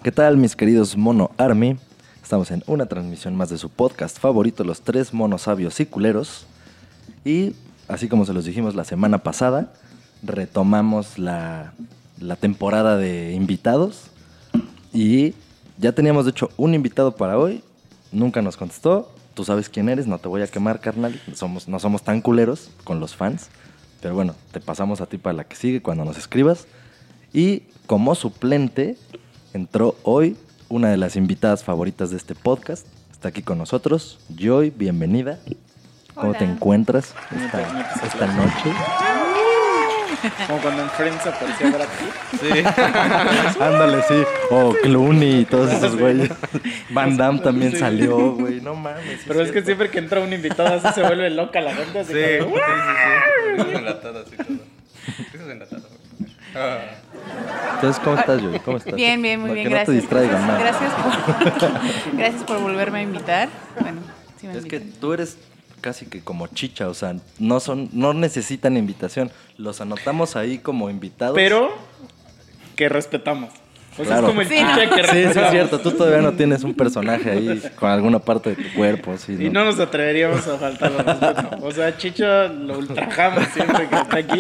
¿Qué tal, mis queridos Mono Army? Estamos en una transmisión más de su podcast favorito, Los Tres Monos Sabios y Culeros. Y así como se los dijimos la semana pasada, retomamos la temporada de invitados. Y ya teníamos, de hecho, un invitado para hoy. Nunca nos contestó. Tú sabes quién eres, no te voy a quemar, carnal. No somos tan culeros con los fans. Pero bueno, te pasamos a ti para la que sigue cuando nos escribas. Y como suplente, entró hoy una de las invitadas favoritas de este podcast. Está aquí con nosotros. Joy, bienvenida. ¿Cómo Hola. te encuentras esta noche? Como cuando en Friends apareció Brad Pitt. Sí. Ándale, sí. O Clooney y todos esos güeyes. Van Damme también Sí. salió, güey. No mames. sí Pero es que cierto. siempre que entra un invitado así se vuelve loca la gente. Así como, Eso es enlatado así todo. Eso es enlatado. Entonces, ¿cómo estás, Joy? ¿Cómo estás? Bien, muy No, bien, que gracias. no te distraigan más. Gracias por volverme a invitar. Bueno, sí me Es que invitan. tú eres casi que como chicha, o sea, no necesitan invitación. Los anotamos ahí como invitados. pero que respetamos. O sea, Claro. es como el Sí, chicha no. que Sí, sí, respetamos. es cierto. Tú todavía no tienes un personaje ahí con alguna parte de tu cuerpo. Sí, Y no nos atreveríamos a faltar al respeto. O sea, Chicho lo ultrajamos siempre que está aquí.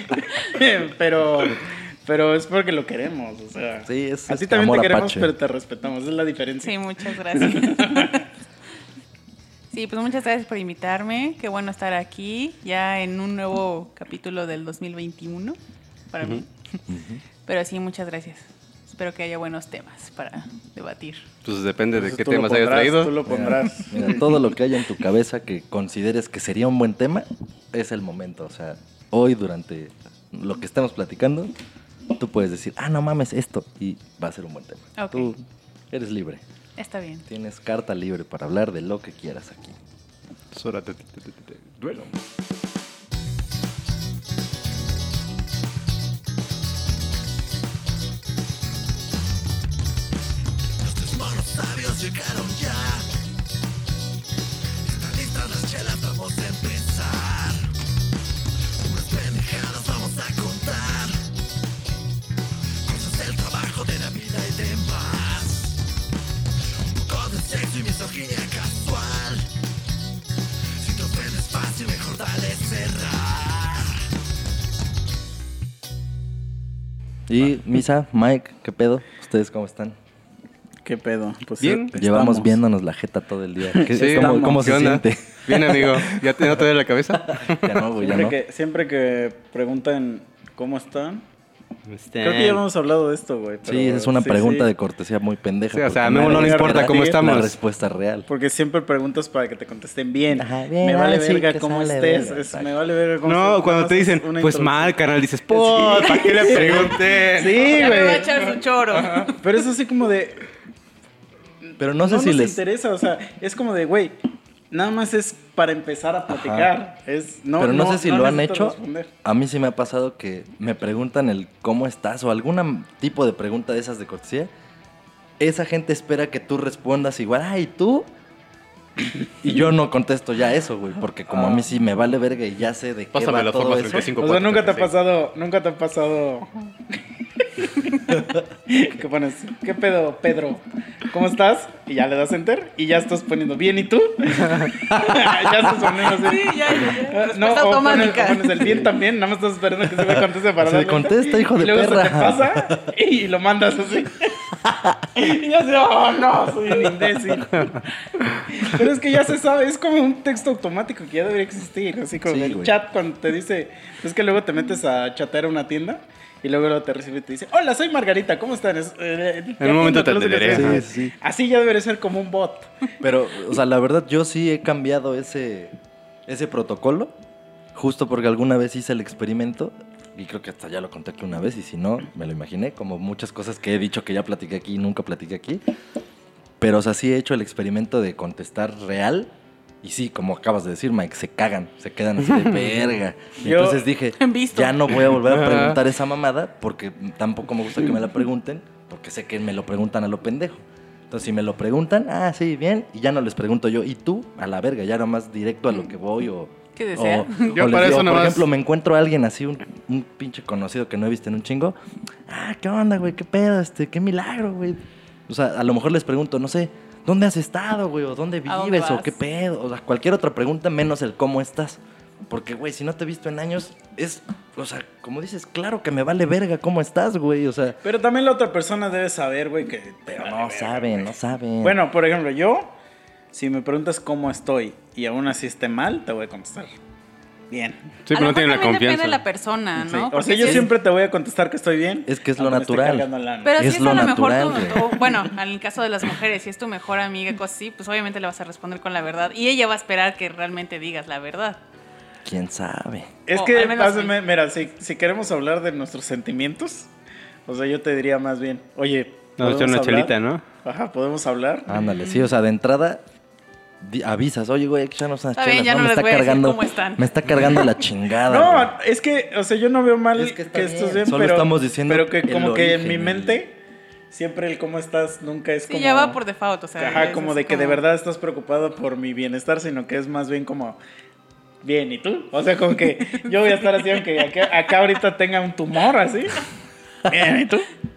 Pero es porque lo queremos. O sea, Sí, es a ti también amor te queremos, apache. pero te respetamos. Es la diferencia. Sí, muchas gracias. Sí, pues muchas gracias por invitarme. Qué bueno estar aquí, ya en un nuevo capítulo del 2021 para mí. Pero sí, muchas gracias. Espero que haya buenos temas para debatir. Pues depende de Entonces, qué tú lo temas hayas pondrás, traído. Tú lo pondrás. Mira, todo lo que haya en tu cabeza que consideres que sería un buen tema, es el momento. O sea, hoy durante lo que estemos platicando, tú puedes decir, no mames, esto, y va a ser un buen tema. Ok. Tú eres libre. Está bien. Tienes carta libre para hablar de lo que quieras aquí. Es hora de duelo. Y Misa, Mike, ¿qué pedo? ¿Ustedes cómo están? ¿Qué pedo? Pues Bien. Llevamos estamos. viéndonos la jeta todo el día. Sí, ¿Cómo ¿qué se onda? siente? Bien, amigo. ¿Ya no te duele la cabeza? Ya no, güey, ya no. Siempre que preguntan cómo están, creo que ya hemos hablado de esto, güey. pero Sí, es una sí, pregunta sí. de cortesía muy pendeja. Sí, o sea, porque a Memo no le importa espera cómo la estamos. respuesta real. Porque siempre preguntas para que te contesten bien. Ajá, bien, me vale sí, verga que cómo sale estés. verga, exacto. Me vale verga cómo No, estés. cuando Nada te más dicen, es una pues introducción. mal, carnal, dices, pues, ¿para qué le pregunten? Sí, Ya me va a güey. echar su choro. Pero es así como de. Pero no sé si nos les... interesa, o sea, es como de, güey, nada más es para empezar a platicar. Pero no sé si lo han necesito hecho. responder. A mí sí me ha pasado que me preguntan el cómo estás o algún tipo de pregunta de esas de cortesía. Esa gente espera que tú respondas igual, ¿y tú? Y yo no contesto ya eso, güey, porque como a mí sí me vale verga y ya sé de qué Pásame va la todo forma eso. 35. O sea, nunca te ha 4, pasado. ¿Qué pones? ¿Qué pedo, Pedro? ¿Cómo estás? Y ya le das enter y ya estás poniendo bien, ¿y tú? Ya estás poniendo así. Sí, ya. No, Respuesta o automática. pones el bien también, nada más estás esperando que se me conteste para Se darle contesta, enter. hijo de Y luego perra. se te pasa y lo mandas así. Y yo así, oh no, soy un imbécil. Pero es que ya se sabe, es como un texto automático que ya debería existir. Así como Sí, el güey. chat cuando te dice, es que luego te metes a chatear a una tienda y luego te recibe y te dice, hola, soy Margarita, ¿cómo están? En un momento te atenderé. Sí, Ajá. sí. Así ya debería ser como un bot. Pero, o sea, la verdad, yo sí he cambiado ese protocolo, justo porque alguna vez hice el experimento, y creo que hasta ya lo conté aquí una vez, y si no, me lo imaginé, como muchas cosas que he dicho que ya platiqué aquí y nunca platiqué aquí. Pero, o sea, sí he hecho el experimento de contestar real, y sí, como acabas de decir, Mike, se cagan, se quedan así de verga. Y Yo- entonces dije, Visto. ya no voy a volver a Ajá. preguntar esa mamada, porque tampoco me gusta que me la pregunten, porque sé que me lo preguntan a lo pendejo. Entonces, si me lo preguntan, sí, bien, y ya no les pregunto yo, ¿y tú? A la verga, ya nomás directo a lo que voy o... ¿Qué desea? Yo les para eso por nomás- ejemplo, me encuentro a alguien así, un pinche conocido que no he visto en un chingo. ¿Qué onda, güey? ¿Qué pedo? Qué milagro, güey. O sea, a lo mejor les pregunto, no sé, ¿dónde has estado, güey? ¿O dónde ¿A dónde vives? ¿O vas? qué pedo? O sea, cualquier otra pregunta menos el cómo estás. Porque, güey, si no te he visto en años, o sea, como dices, claro que me vale verga cómo estás, güey, o sea. Pero también la otra persona debe saber, güey, que... Pero no saben, no saben. Bueno, por ejemplo, yo, si me preguntas cómo estoy y aún así esté mal, te voy a contestar. Bien. Sí, A pero lo no tienen la mejor también confianza. depende de la persona, Sí. ¿no? O Porque sea, yo si es- siempre te voy a contestar que estoy bien. Es que es lo aunque me esté natural. cargando la ano. Pero Es si es lo a lo mejor natural, güey. bueno, en el caso de las mujeres, si es tu mejor amiga, cosas así, pues obviamente le vas a responder con la verdad. Y ella va a esperar que realmente digas la verdad. ¿Quién sabe? Es O que, al menos mira, si queremos hablar de nuestros sentimientos, o sea, yo te diría más bien, oye, No, echar ¿podemos una hablar? chelita, ¿no? Ajá, ¿podemos hablar? Ándale, sí, o sea, de entrada avisas, oye, güey, ya no unas Está bien, chelas, ya no me les está voy a decir cargando, cómo están. me está cargando la chingada, No, güey. es que, o sea, yo no veo mal Es que que, está estés bien, bien, solo pero, estamos diciendo pero que el como que en origen, mi güey. mente, siempre el cómo estás nunca es Sí, como... ya va por default, o sea. Ajá, es como así de que de verdad estás preocupado por mi bienestar, sino que es más bien como... Bien, ¿y tú? O sea, como que yo voy a estar así, aunque acá ahorita tenga un tumor, así. Bien, ¿y tú?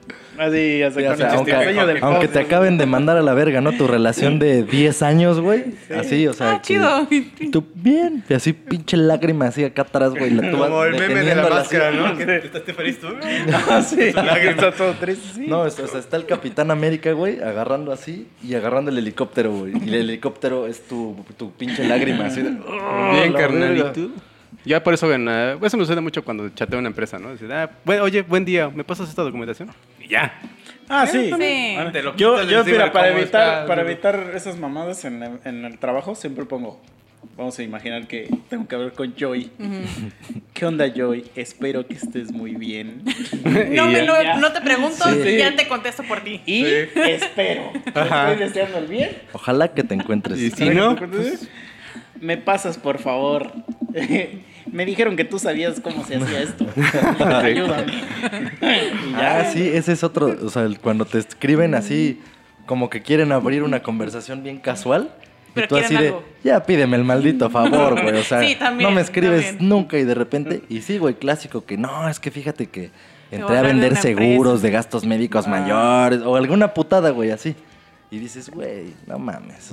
Así, o sea, Sí, o con sea, el aunque, sueño del aunque podcast. te acaben de mandar a la verga, ¿no? Tu relación de 10 años, güey. Así, o sea. Ah, chido. Y tú, bien. Y así, pinche lágrima así acá atrás, güey. Tú vas Como el meme de la deteniéndola así. máscara, ¿no? ¿Que ¿Estás feliz tú? Ah, sí, está todo triste, sí. No, o sea, está el Capitán América, güey, agarrando así y agarrando el helicóptero, güey. Y el helicóptero es tu pinche lágrima, así de... Bien, la carnal, verga. ¿y tú? Ya por eso, eso me sucede mucho cuando chateo una empresa, ¿no? Decir, oye, buen día, ¿me pasas esta documentación? Y ya. Ah, sí. Sí. Bueno, Te lo yo, quitas yo encima mira, de para cómo evitar, está. para evitar esas mamadas en el trabajo, siempre pongo... Vamos a imaginar que tengo que hablar con Joy. ¿Qué onda, Joy? Espero que estés muy bien. No, Y ya. no te pregunto, Sí. ya te contesto por ti. Y espero. Te Ajá. estoy deseando el bien. Ojalá que te encuentres. Y si no, Me pasas, por favor. Me dijeron que tú sabías cómo se hacía esto. Ayúdame. Y ya. Ah, sí, ese es otro. O sea, cuando te escriben así, como que quieren abrir una conversación bien casual. Pero y tú así quieren de, algo. ya pídeme el maldito favor, güey. O sea, Sí, también, no me escribes también. nunca y de repente. Y sí, güey, clásico, que no, es que fíjate que Te voy entré a a hablar de vender una seguros empresa. de gastos médicos mayores o alguna putada, güey, así. Y dices, güey, no mames.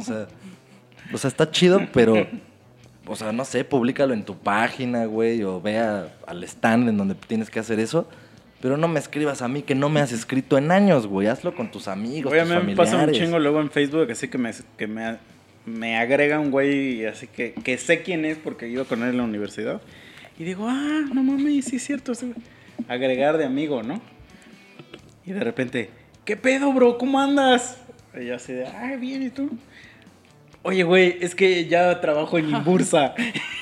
O sea, está chido, pero. O sea, no sé, públicalo en tu página, güey, o vea al stand en donde tienes que hacer eso. Pero no me escribas a mí que no me has escrito en años, güey. Hazlo con tus amigos, Oye, a tus mí me familiares. pasa un chingo luego en Facebook, así que me agrega un güey, así que sé quién es porque iba con él en la universidad. Y digo, no mames, sí es cierto. Sí. Agregar de amigo, ¿no? Y de repente, ¿qué pedo, bro? ¿Cómo andas? Y yo así de, bien, ¿y tú? Oye, güey, es que ya trabajo en Inbursa.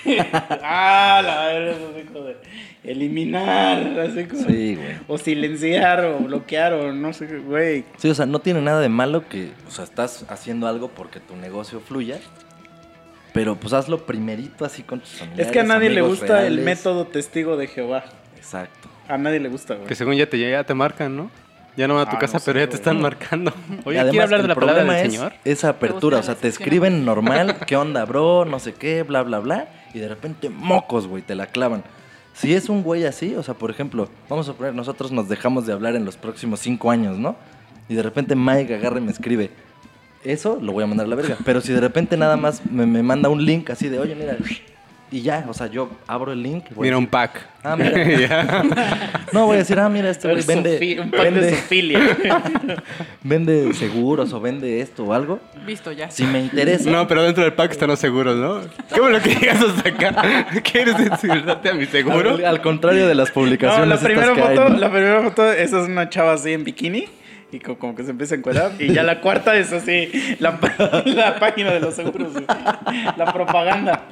La verdad, así como de eliminar, así como. Sí, güey. O silenciar, o bloquear, o no sé, güey. Sí, o sea, no tiene nada de malo que, o sea, estás haciendo algo porque tu negocio fluya. Pero pues hazlo primerito así con tus familiares. Es que a nadie le amigos gusta el reales. método testigo de Jehová. Exacto. A nadie le gusta, güey. que según ya te marcan, ¿no? Ya no van a tu casa, no sé, pero ya te güey. están marcando. Y Oye, además, ¿quiere hablar de el la palabra problema del es Señor? esa apertura, o sea, te decepciona. escriben normal, ¿qué onda, bro? No sé qué, bla, bla, bla. Y de repente, mocos, güey, te la clavan. Si es un güey así, o sea, por ejemplo, vamos a poner, nosotros nos dejamos de hablar en los próximos 5 años, ¿no? Y de repente Mike agarra y me escribe, eso lo voy a mandar a la verga. Pero si de repente nada más me manda un link así de, oye, mira, y ya, o sea, yo abro el link. voy a Mira, un decir, pack. mira. Ya. No, voy a decir, mira, este güey vende, Un pack de vende, Sofilia. vende seguros o vende esto o algo. Visto ya. Si me interesa. No, pero dentro del pack están los seguros, ¿no? ¿Cómo lo que llegas hasta acá? ¿Quieres decirte a mi seguro? Al contrario de las No, publicaciones la estas primera que hay, foto, ¿no? la primera foto, esa es una chava así en bikini. Y como que se empieza a encuadrar. Y ya la cuarta es así, la página de los seguros. Güey. La propaganda.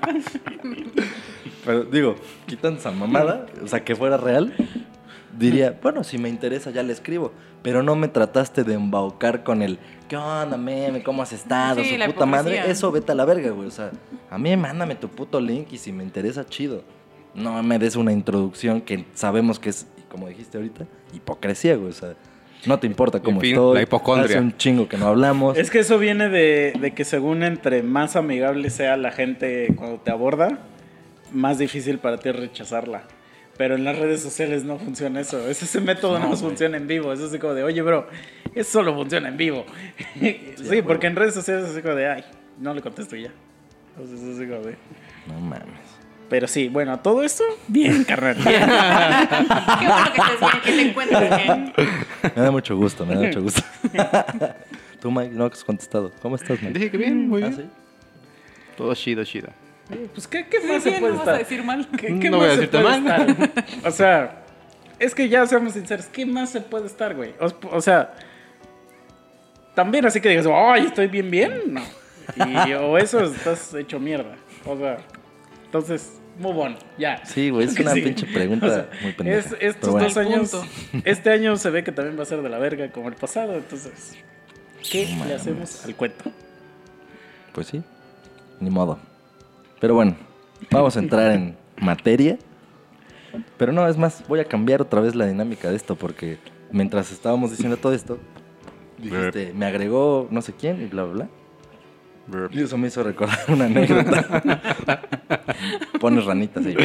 Pero digo, quitan esa mamada, o sea, que fuera real, diría, bueno, si me interesa ya le escribo. Pero no me trataste de embaucar con el, ¿qué onda, meme? ¿Cómo has estado? Sí, Su la puta madre. hipocresía. Eso vete a la verga, güey. O sea, a mí mándame tu puto link y si me interesa, chido. No me des una introducción que sabemos que es, como dijiste ahorita, hipocresía, güey. O sea, no te importa cómo En fin, estoy. la hipocondria. Hace un chingo que no hablamos. Es que eso viene de que según entre más amigable sea la gente cuando te aborda, más difícil para ti rechazarla. Pero en las redes sociales no funciona eso. Ese método no funciona en vivo. Es así como de, oye, bro, Eso solo funciona en vivo. Sí, porque en redes sociales es así como de, ay, no le contesto y ya. Entonces es así como de... No mames. Pero sí, bueno, todo esto, bien, carnal. Bien. Qué bueno que estés bien, que te encuentres bien. Me da mucho gusto, me da mucho gusto. Tú, Mike, no has contestado. ¿Cómo estás, Mike? Dije que bien, muy bien. ¿Ah, sí? Todo chido, chido. Pues, ¿qué más Sí, se puede no vas estar? a decir mal. ¿Qué No más voy a se decirte puede mal. estar? O sea, es que ya seamos sinceros, ¿qué más se puede estar, güey? O sea, también así que digas, ay, estoy bien, no. O eso estás hecho mierda. O sea, entonces, move on, ya. Sí, güey, es una Sí. pinche pregunta O sea, muy pendeja. estos Pero bueno. 2 años, Punto. este año se ve que también va a ser de la verga como el pasado, entonces, ¿qué No le mames. hacemos al cuento? Pues sí, ni modo. Pero bueno, vamos a entrar en materia. Pero no, es más, voy a cambiar otra vez la dinámica de esto porque mientras estábamos diciendo todo esto, dijiste, me agregó no sé quién y bla, bla, bla. Y eso me hizo recordar una anécdota. Pones ranitas ahí.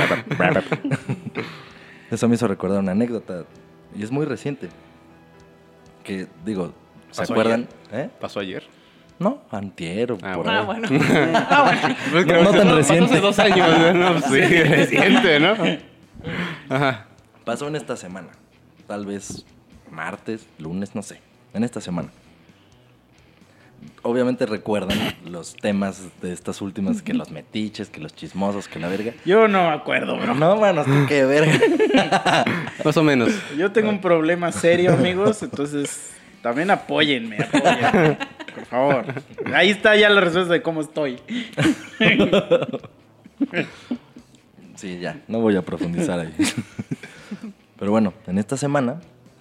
Eso me hizo recordar una anécdota. Y es muy reciente. Que, digo, ¿se ¿Pasó acuerdan? ¿Eh? ¿Pasó ayer? No, antier o por Ah, ahí. bueno. Ah, bueno. No tan Pasó reciente. hace 2 años, ¿no? Sí, reciente, ¿no? Ajá. Pasó en esta semana. Tal vez martes, lunes, no sé. En esta semana. Obviamente recuerdan los temas de estas últimas, que los metiches, que los chismosos, que la verga. Yo no me acuerdo, bro. No, manos, tú qué verga. Más o menos. Yo tengo un problema serio, amigos, entonces también apóyenme, por favor. Ahí está ya la respuesta de cómo estoy. Sí, ya, no voy a profundizar ahí. Pero bueno, en esta semana,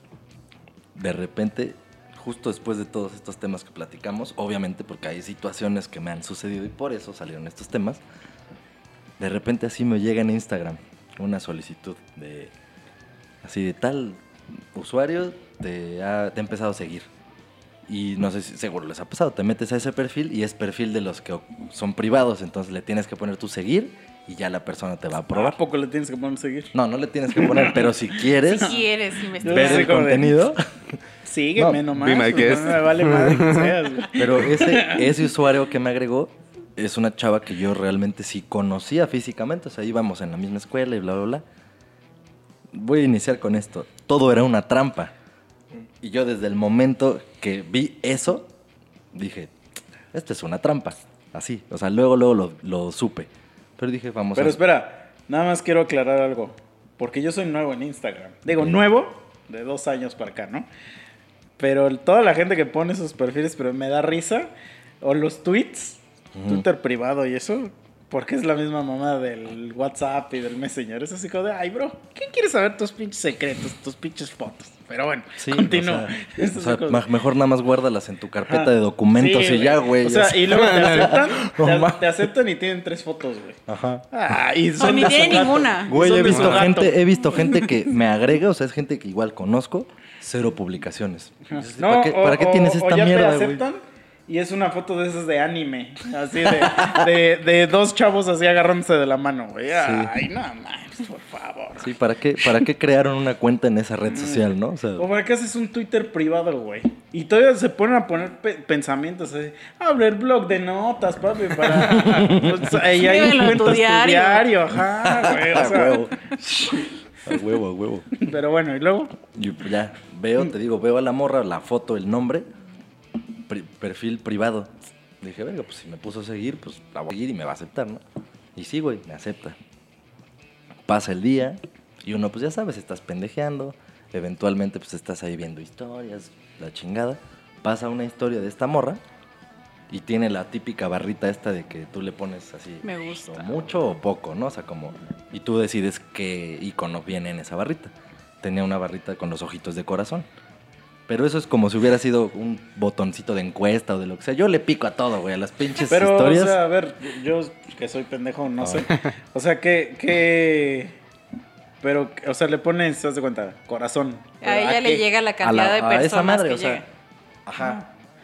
de repente, justo después de todos estos temas que platicamos, obviamente porque hay situaciones que me han sucedido y por eso salieron estos temas, de repente así me llega en Instagram una solicitud de, así de tal usuario te ha empezado a seguir. Y no sé si seguro les ha pasado, te metes a ese perfil y es perfil de los que son privados, entonces le tienes que poner tu seguir y ya la persona te va a ¿A probar. poco le tienes que poner seguir? No, no le tienes que poner, pero si quieres Si quieres Yo ver investigar. sé el como de- contenido, Sígueme No, nomás. be my pues, guest. no me vale madre que seas, güey. pero ese usuario que me agregó es una chava que yo realmente sí conocía físicamente, o sea, íbamos en la misma escuela y bla, bla, bla. Voy a iniciar con esto. Todo era una trampa. Y yo desde el momento que vi eso, dije, esto es una trampa. Así, o sea, luego lo supe. Pero dije, vamos Pero a... espera, nada más quiero aclarar algo. Porque yo soy nuevo en Instagram. Digo, Ok. nuevo de 2 años para acá, ¿no? Pero toda la gente que pone sus perfiles, pero me da risa. O los tweets, Twitter privado y eso. Porque es la misma mamá del WhatsApp y del Messenger. Es así como de, ay, bro, ¿quién quiere saber tus pinches secretos, tus pinches fotos? Pero bueno, Sí, continúa. o sea, Esto o es sea, una cosa. mejor nada más guárdalas en tu carpeta Ajá. de documentos Sí, y ya, güey. O sea, así. y luego te aceptan, No mames. te aceptan y tienen 3 fotos, güey. Ajá. Ah, y No, son ni de su tiene gato. ninguna. Güey, Son he de su visto, gato. gente que me agrega, o sea, es gente que igual conozco, 0 publicaciones. Dices, No, ¿Para qué tienes esta o ya mierda, te güey? aceptan y es una foto de esas de anime. Así de 2 chavos así agarrándose de la mano, güey. Ay, no mames, por favor. Sí, ¿para qué crearon una cuenta en esa red social, no? O sea, O para qué haces un Twitter privado, güey. Y todavía se ponen a poner pensamientos así. Abre el blog de notas, papi, para... Pues, ahí hay Escríbelo en tu cuentas diario. Ajá, güey. O a sea, huevo. A huevo, a huevo. pero bueno, y luego... Y ya, veo a la morra, la foto, el nombre, perfil privado. Dije, venga, pues si me puso a seguir, pues la voy a seguir y me va a aceptar, ¿no? Y sí, güey, me acepta. Pasa el día y uno, pues ya sabes, estás pendejeando. Eventualmente, pues estás ahí viendo historias, la chingada. Pasa una historia de esta morra y tiene la típica barrita esta de que tú le pones así. Me gusta. O mucho o poco, ¿no? O sea, como... Y tú decides qué icono viene en esa barrita. Tenía una barrita con los ojitos de corazón. Pero eso es como si hubiera sido un botoncito de encuesta o de lo que sea. Yo le pico a todo, güey, a las pinches Pero, historias. o sea, a ver, yo que soy pendejo, no sé. O sea, que... Pero, o sea, le pones, ¿te das de cuenta? Corazón. A ella le qué? llega la cantidad de a personas esa madre, que o sea, llegan. ajá.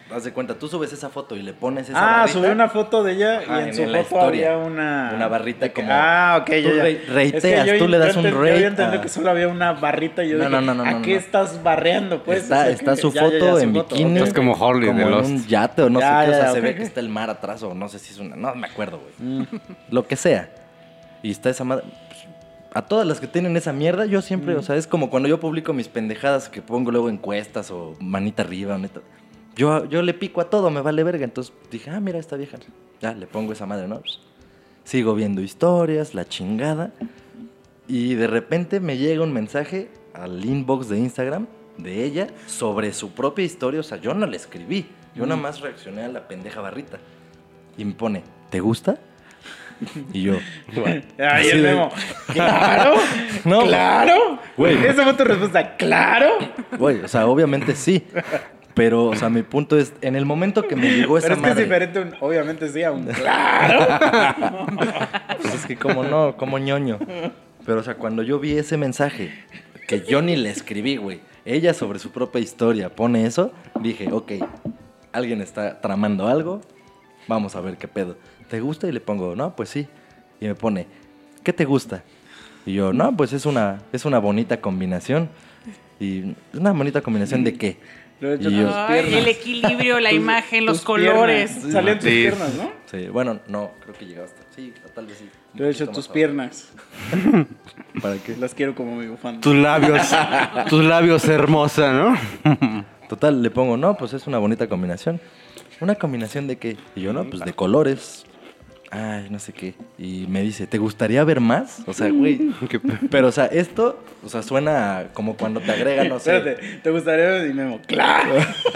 haz de cuenta, tú subes esa foto y le pones esa barrita. Subí una foto de ella Ajá, y en su la foto historia, había una barrita de que- como... ok, tú ya. reiteas, Es que tú le das un Yo rate. había entendido que solo había una barrita y yo dije, ¿a qué estás barreando? Pues? Está su foto en bikini. ok. Es como Harley como de en Lost. un yate o no Ya, sé qué. O sea, ya, se ok. ve que está el mar atrás o no sé si es una... No me acuerdo, güey. Lo que sea. Y está esa madre... A todas las que tienen esa mierda, yo siempre... O sea, es como cuando yo publico mis pendejadas que pongo luego encuestas o manita arriba, neta. Yo le pico a todo, me vale verga. Entonces dije, mira esta vieja. Ya, le pongo esa madre, ¿no? Sigo viendo historias, la chingada. Y de repente me llega un mensaje al inbox de Instagram de ella sobre su propia historia. O sea, yo no le escribí. Yo nada más reaccioné a la pendeja barrita. Y me pone, ¿te gusta? Y yo, Ay, así el de- Memo. ¡Claro! No, ¡Claro! güey. Esa fue tu respuesta. ¡Claro! güey, o sea, obviamente sí. Pero, o sea, mi punto es, en el momento que me llegó esa Pero es que madre... es diferente, obviamente sí, a un claro. Pues es que como no, como ñoño. Pero, o sea, cuando yo vi ese mensaje, que yo ni le escribí, güey, ella sobre su propia historia pone eso, dije, ok, alguien está tramando algo, vamos a ver qué pedo. ¿Te gusta? Y le pongo, no, pues sí. Y me pone, ¿qué te gusta? Y yo, no, pues es una bonita combinación. ¿Y una bonita combinación de qué? Lo he hecho Y con yo- tus Ay, piernas. el equilibrio, la imagen, los Tus colores. piernas. Salían tus Sí. piernas, ¿no? Sí, bueno, no, creo que llegaba hasta... Sí, tal vez sí. Un Lo he hecho poquito tus más piernas. abajo. ¿Para qué? Las quiero como mi bufanda. Tus labios hermosa, ¿no? Total, le pongo, no, pues es una bonita combinación. ¿Una combinación de qué? Y yo, no, pues de colores. Ay, no sé qué. Y me dice, ¿te gustaría ver más? O sea, güey. Pero, o sea, esto, o sea, suena como cuando te agregan, no sé. Espérate, ¿te gustaría ver? Y Memo, ¡claro!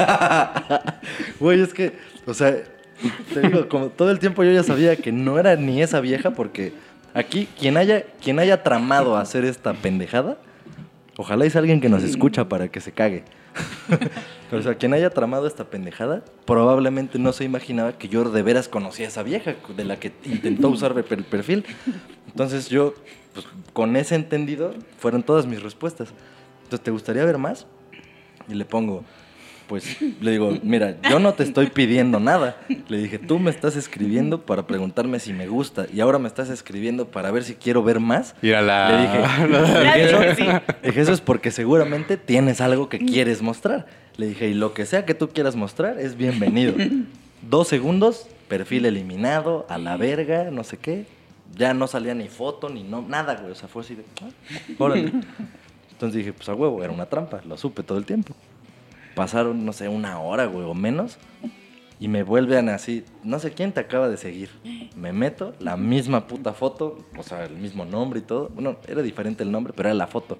Güey, es que, o sea, te digo, como todo el tiempo yo ya sabía que no era ni esa vieja porque aquí quien haya tramado hacer esta pendejada, ojalá es alguien que nos escucha para que se cague. Pero, o sea, quien haya tramado esta pendejada probablemente no se imaginaba que yo de veras conocía a esa vieja de la que intentó usar el perfil. Entonces yo, pues, con ese entendido, fueron todas mis respuestas. Entonces, ¿te gustaría ver más? Y le pongo, pues, le digo, mira, yo no te estoy pidiendo nada. Le dije, tú me estás escribiendo para preguntarme si me gusta y ahora me estás escribiendo para ver si quiero ver más. Ir a la... Le dije, Claro que sí. dije, eso es porque seguramente tienes algo que quieres mostrar. Le dije, y lo que sea que tú quieras mostrar es bienvenido. 2 segundos, perfil eliminado, a la verga, no sé qué. Ya no salía ni foto, ni nada, güey. O sea, fue así de, órale. Entonces dije, pues a huevo, era una trampa. Lo supe todo el tiempo. Pasaron, no sé, 1 hora, güey, o menos. Y me vuelven así, no sé quién te acaba de seguir. Me meto, la misma puta foto, o sea, el mismo nombre y todo. Bueno, era diferente el nombre, pero era la foto.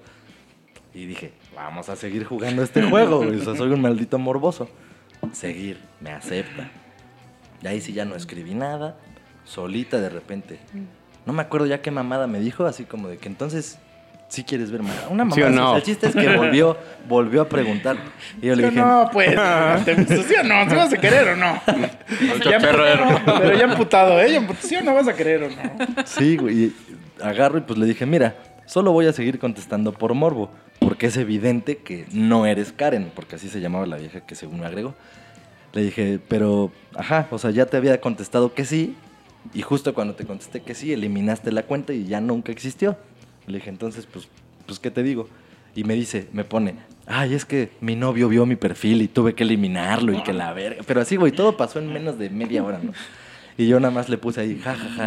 Y dije, vamos a seguir jugando este juego, güey. O sea, soy un maldito morboso. Seguir, me acepta. Y ahí sí ya no escribí nada. Solita de repente. No me acuerdo ya qué mamada me dijo, así como de que entonces sí quieres ver más. Una mamada. ¿Sí o no? O sea, el chiste es que volvió a preguntar. Y yo le ¿Sí o dije, no? Pues, ¿te gusta? ¿Sí o no? ¿Sí vas a querer o no? Ya perrero. emputado, pero ya emputado, ¿eh? ¿Sí o no vas a querer o no? sí, güey. Y agarro y pues le dije, mira, solo voy a seguir contestando por morbo. Porque es evidente que no eres Karen, porque así se llamaba la vieja que según me agregó. Le dije, pero, ajá, o sea, ya te había contestado que sí, y justo cuando te contesté que sí, eliminaste la cuenta y ya nunca existió. Le dije, entonces, pues, ¿qué te digo? Y me pone, ay, es que mi novio vio mi perfil y tuve que eliminarlo y que la verga. Pero así, güey, todo pasó en menos de media hora, ¿no? Y yo nada más le puse ahí, ja, ja, ja.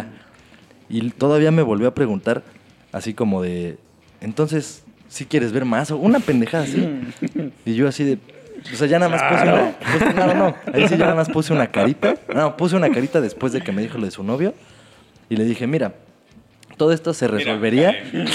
Y todavía me volvió a preguntar, así como de, entonces, ¿sí quieres ver más? O una pendejada así. Y yo así de, o sea, ya nada más puse una, no, ahí sí ya nada más puse una carita. No, puse una carita después de que me dijo lo de su novio. Y le dije, mira, todo esto se resolvería.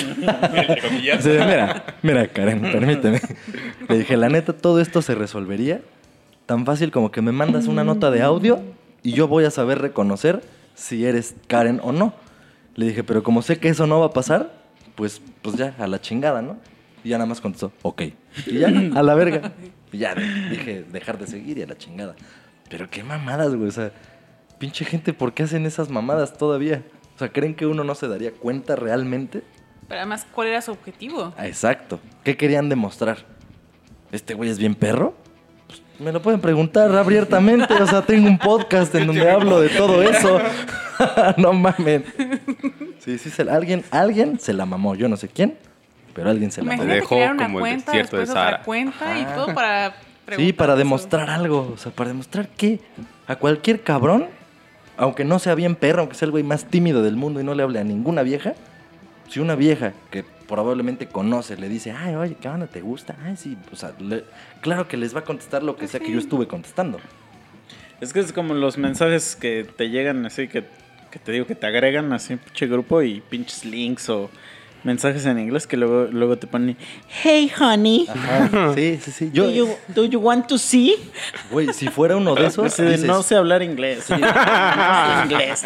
Sí, mira, Karen, permíteme. Le dije, la neta, todo esto se resolvería tan fácil como que me mandas una nota de audio y yo voy a saber reconocer si eres Karen o no. Le dije, pero como sé que eso no va a pasar, pues ya, a la chingada, ¿no? Y ya nada más contestó, ok. Y ya, a la verga. Y ya dije, dejar de seguir y a la chingada. Pero qué mamadas, güey. O sea, pinche gente, ¿por qué hacen esas mamadas todavía? O sea, ¿creen que uno no se daría cuenta realmente? Pero además, ¿cuál era su objetivo? Ah, exacto. ¿Qué querían demostrar? ¿Este güey es bien perro? Pues, Me lo pueden preguntar abiertamente. O sea, tengo un podcast en donde hablo de todo eso. No mames. Sí, alguien se la mamó. Yo no sé quién, pero alguien se la mamó. Imagínate dejó crear una como el cuenta, desierto de después otra Sahara. cuenta y todo para preguntar. Sí, para eso. demostrar algo. O sea, para demostrar que a cualquier cabrón, aunque no sea bien perro, aunque sea el güey más tímido del mundo y no le hable a ninguna vieja, si una vieja que probablemente conoce le dice, ay, oye, ¿qué onda? ¿Te gusta? Ay, sí. O sea, claro que les va a contestar lo que sea que yo estuve contestando. Es que es como los mensajes que te llegan así, que te digo que te agregan así, pinche grupo y pinches links o mensajes en inglés que luego te ponen, hey, honey, Ajá. Sí. do you want to see? Güey, si fuera uno de esos, Así de, dices, no sé hablar inglés. No sé inglés.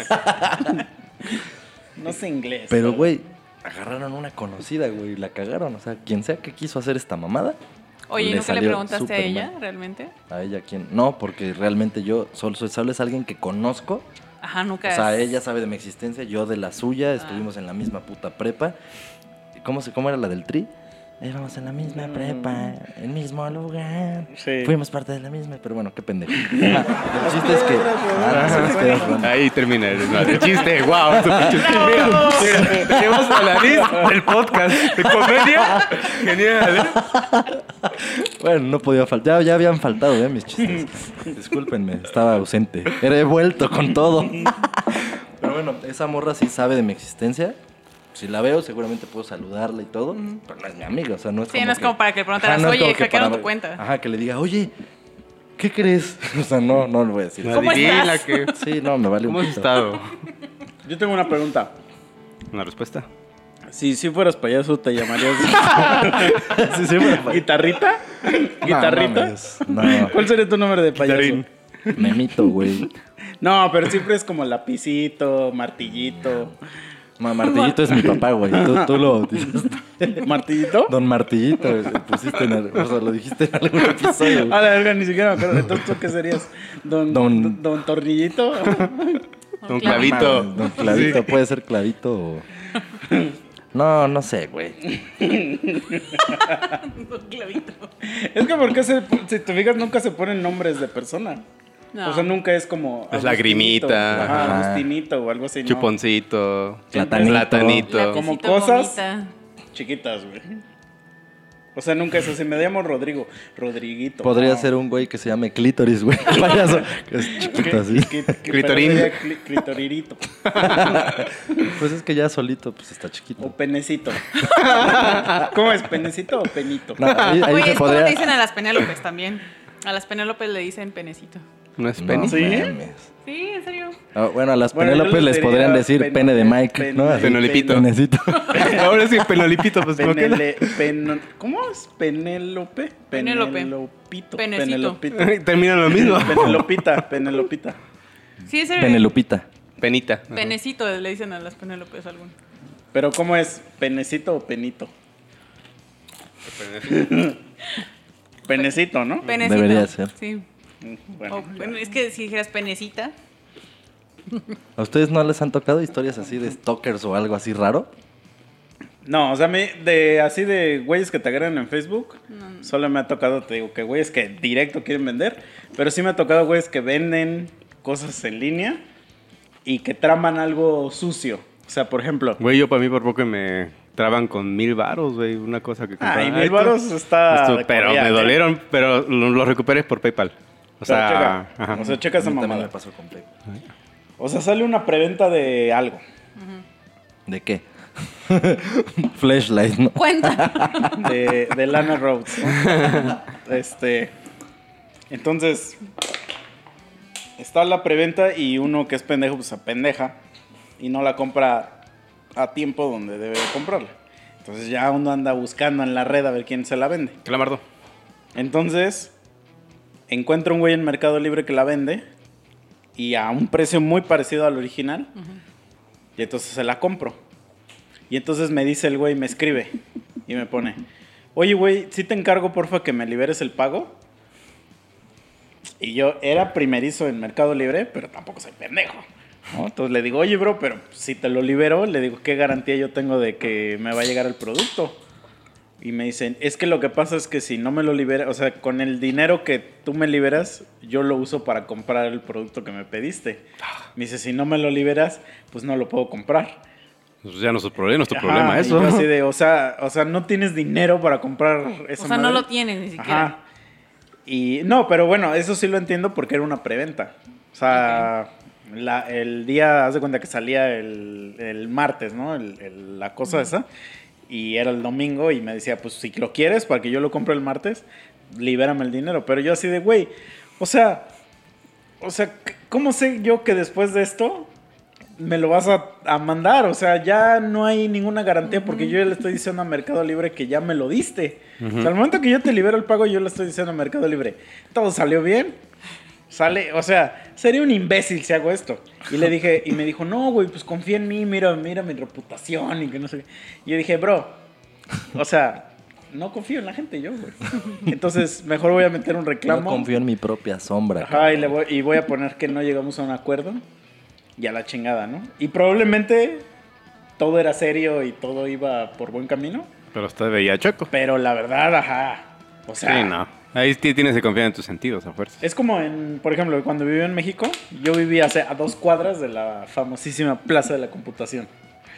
No sé inglés. pero güey, agarraron una conocida, güey, y la cagaron. O sea, quien sea que quiso hacer esta mamada. Oye, ¿y le nunca le salió preguntaste a súper ella mal. realmente? ¿A ella quién? No, porque realmente yo solo es alguien que conozco. Ajá, nunca. O sea, ella sabe de mi existencia, yo de la suya, estuvimos en la misma puta prepa. ¿Cómo era la del tri? Éramos en la misma prepa, en el mismo lugar. Sí. Fuimos parte de la misma, pero bueno, qué pendejo. Ajá, el chiste es que... las piedras jugando. Ahí termina el chiste. ¡Wow! Su pinche chiste. Mira, tenemos a la lista del podcast de comedia. Genial, ¿eh? Bueno, no podía faltar. Ya habían faltado, mis chistes. Discúlpenme, estaba ausente. He vuelto con todo. Pero bueno, esa morra sí sabe de mi existencia. Si la veo, seguramente puedo saludarla y todo. Pero no es mi amiga, o sea, no es Sí, como no es que- como para que le preguntaras, Ajá, no es oye, como que hackearon para- tu cuenta. Ajá, que le diga, oye, ¿qué crees? O sea, no le voy a decir. ¿Cómo Adivina estás? que... Sí, no, me vale un ¿Cómo has pito. estado? Yo tengo una pregunta. ¿Una respuesta? Si fueras payaso, ¿te llamarías Sí, sí, bueno, guitarrita? ¿Guitarrita? mames, no, ¿Cuál sería tu nombre de payaso? Guitarrín. memito, güey. No, pero siempre es como lapicito, martillito. Martillito es mi papá, güey. Tú lo dices. ¿Martillito? Don Martillito, güey, pusiste o sea, lo dijiste en algún episodio. güey. A la verga, ni siquiera me acuerdo. Entonces, ¿tú qué serías? ¿Don Tornillito? Un clavito. Mames, don Clavito, puede ser Clavito o... No sé, güey. Un clavito. Es que porque si te fijas nunca se ponen nombres de persona. No. O sea, nunca es como... Es Lagrimita. Ajá, Ajá. Agustinito o algo así, ¿no? Chuponcito. Platanito. Platanito. Como Lapicito, cosas gomita. chiquitas, güey. O sea, nunca es así. Me llamo Rodriguito. Podría No. ser un güey que se llame Clítoris, güey. Payaso. Que es chiquito así. Clitorín. Pero sería Clitoririto. Pues es que ya solito, pues está chiquito. O penecito. ¿Cómo es? ¿Penecito o penito? No, ahí Oye, se es como podría... le dicen a las Penélopes también. A las Penélopes le dicen penecito. ¿No es No, Penny? ¿Sí? mames. Sí, en serio. Bueno, a las Bueno, yo Penélopes les diría podrían decir pene de Mike, ¿no? Así, Penolipito. penecito. Ahora sí, Penolipito, pues ¿cómo queda? ¿Cómo es? Penélope. Penélope. Penelopito. Penecito. Penelopito. Terminan lo mismo. Penelopita. Sí, es Penelupita. Penita. Ajá. Penecito le dicen a las Penélopes algún. Pero ¿cómo es? ¿Penecito o penito? Penecito, ¿no? Penecito. Debería ser. Sí. Bueno, Bueno, es que si dijeras penecita. ¿A ustedes no les han tocado historias así de stalkers o algo así raro? no, o sea, así de güeyes que te agregan en Facebook, solo me ha tocado, te digo, que güeyes que directo quieren vender, pero sí me ha tocado güeyes que venden cosas en línea y que traman algo sucio. O sea, por ejemplo, Güey, yo para mí por poco me traban con 1,000 varos, güey. Una cosa que compraba. ay, 1,000 Ay, tú- varos está... de Pero corriente. me dolieron, pero lo recuperé por PayPal. O Pero sea, checa, ajá. o sea, checa esa A mí también mamada. me pasó con Pepe. O sea, sale una preventa de algo. ¿De qué? Flashlight, ¿no? Cuenta. de Lana Rhodes, ¿no? Entonces, está la preventa y uno que es pendejo, pues se pendeja y no la compra a tiempo donde debe comprarla. Entonces ya uno anda buscando en la red a ver quién se la vende. Calamardo. Entonces, encuentra un güey en Mercado Libre que la vende y a un precio muy parecido al original. Y entonces se la compro. Y entonces me dice el güey, me escribe y me pone, oye güey, ¿sí te encargo porfa que me liberes el pago? Y yo era primerizo en Mercado Libre, pero tampoco soy pendejo, ¿no? Entonces le digo, oye bro, pero si te lo libero, le digo, ¿qué garantía yo tengo de que me va a llegar el producto? Y me dicen, es que lo que pasa es que si no me lo liberas, o sea, con el dinero que tú me liberas, yo lo uso para comprar el producto que me pediste. Me dice, si no me lo liberas, pues no lo puedo comprar. Pues ya no es tu problema, Ajá, problema y eso. yo así de, o sea, no tienes dinero para comprar esa O sea, no madre. lo tienes ni siquiera. Ajá. Y no, pero bueno, eso sí lo entiendo porque era una preventa. O sea, el día, haz de cuenta que salía el martes, ¿no? La cosa esa. Y era el domingo y me decía, pues si lo quieres para que yo lo compre el martes, libérame el dinero. Pero yo así de, güey, o sea, ¿cómo sé yo que después de esto me lo vas a mandar? O sea, ya no hay ninguna garantía porque yo ya le estoy diciendo a Mercado Libre que ya me lo diste. O sea, al momento que yo te libero el pago, yo le estoy diciendo a Mercado Libre, todo salió bien. O sea, sería un imbécil si hago esto. Y le dije, y me dijo, no, güey, pues confía en mí, mira mi reputación y que no sé qué. Y yo dije, bro, o sea, no confío en la gente yo, güey. Entonces, mejor voy a meter un reclamo. No confío en mi propia sombra. Ajá, y voy a poner que no llegamos a un acuerdo. Y a la chingada, ¿no? Y probablemente todo era serio y todo iba por buen camino. Pero usted veía chueco. Pero la verdad, ajá. O sea, Sí, no. Ahí tienes que confiar en tus sentidos a fuerza. es como por ejemplo, cuando viví en México, yo vivía a 2 cuadras de la famosísima Plaza de la Computación.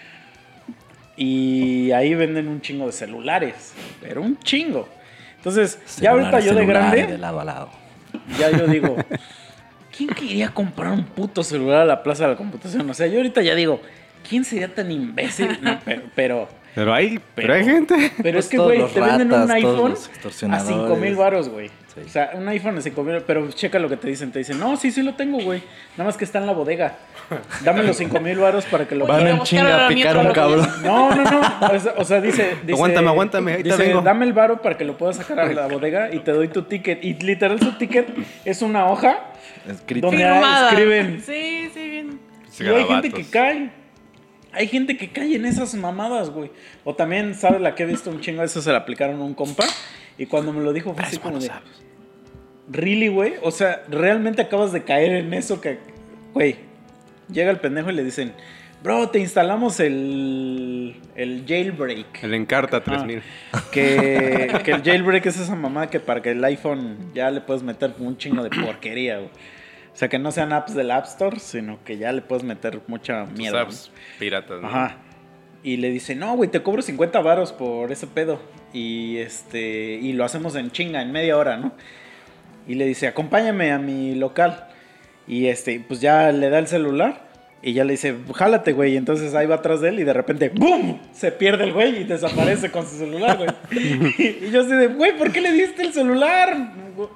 Y ahí venden un chingo de celulares, pero un chingo. Entonces, ya ahorita yo de grande, De lado a lado. ya yo digo, ¿quién quería comprar un puto celular a la Plaza de la Computación? O sea, yo ahorita ya digo, ¿quién sería tan imbécil? No, Pero hay gente. Pero Pues es que, todos güey, los te venden un ratas, todos iPhone los a extorsionadores. 5,000 varos, güey. Sí. O sea, un iPhone a 5,000, pero checa lo que te dicen. Te dicen, no, sí lo tengo, güey. Nada más que está en la bodega. Dame los 5,000 varos para que lo Van en chinga a picar un cabrón. No. O sea, dice Aguántame, ahorita dice, vengo. dame el varo para que lo puedas sacar a la bodega y te doy tu ticket. Y literal su ticket es una hoja Escrito. donde Firmada. escriben. Sí, bien. Y hay gente que cae. Hay gente que cae en esas mamadas, güey. O también, ¿sabes la que he visto un chingo? Eso se la aplicaron a un compa. Y cuando me lo dijo fue así como de... ¿Really, güey? O sea, ¿realmente acabas de caer en eso que... Güey, llega el pendejo y le dicen... Bro, te instalamos el jailbreak. El Encarta 3000. Que el jailbreak es esa mamada que para que el iPhone ya le puedes meter un chingo de porquería, güey. O sea, que no sean apps del App Store, sino que ya le puedes meter mucha mierda. Apps piratas, ¿no? Ajá. Y le dice, no, güey, te cobro 50 varos por ese pedo. Y lo hacemos en chinga, en media hora, ¿no? Y le dice, acompáñame a mi local. Y pues ya le da el celular. Y ya le dice, jálate, güey. Y entonces ahí va atrás de él y de repente, ¡bum! Se pierde el güey y desaparece con su celular, güey. Y yo así de, güey, ¿por qué le diste el celular?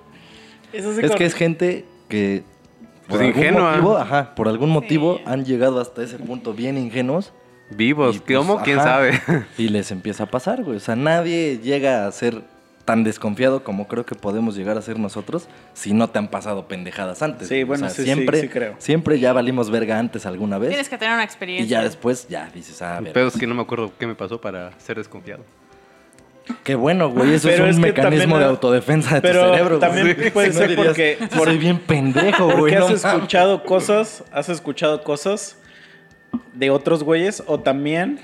Es que es gente que... Pues ingenua. Por algún motivo Sí. han llegado hasta ese punto bien ingenuos. Vivos, y, pues, ¿cómo? ¿Quién ajá, sabe? Y les empieza a pasar, güey. O sea, nadie llega a ser tan desconfiado como creo que podemos llegar a ser nosotros si no te han pasado pendejadas antes. Sí, güey. bueno, o sea, sí, siempre, sí creo. Siempre ya valimos verga antes alguna vez. Tienes que tener una Y experiencia. ya después, ya dices, a El ver. pedo es que no me acuerdo qué me pasó para ser desconfiado. Qué bueno, güey. Eso Pero es un es que mecanismo también- de autodefensa de tu pero cerebro. güey. también Sí. puede Si no ser dirías, porque- soy bien pendejo, güey. Porque no has mames. escuchado cosas de otros güeyes o también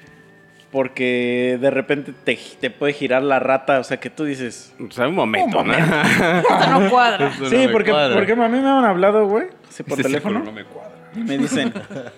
porque de repente te puede girar la rata, o sea que tú dices... O sea, un momento, ¿no? Esto no cuadra. Eso no Sí, me porque cuadra. a mí me han hablado, güey, así por Sí, sí, teléfono. pero no me cuadra. Y me dicen,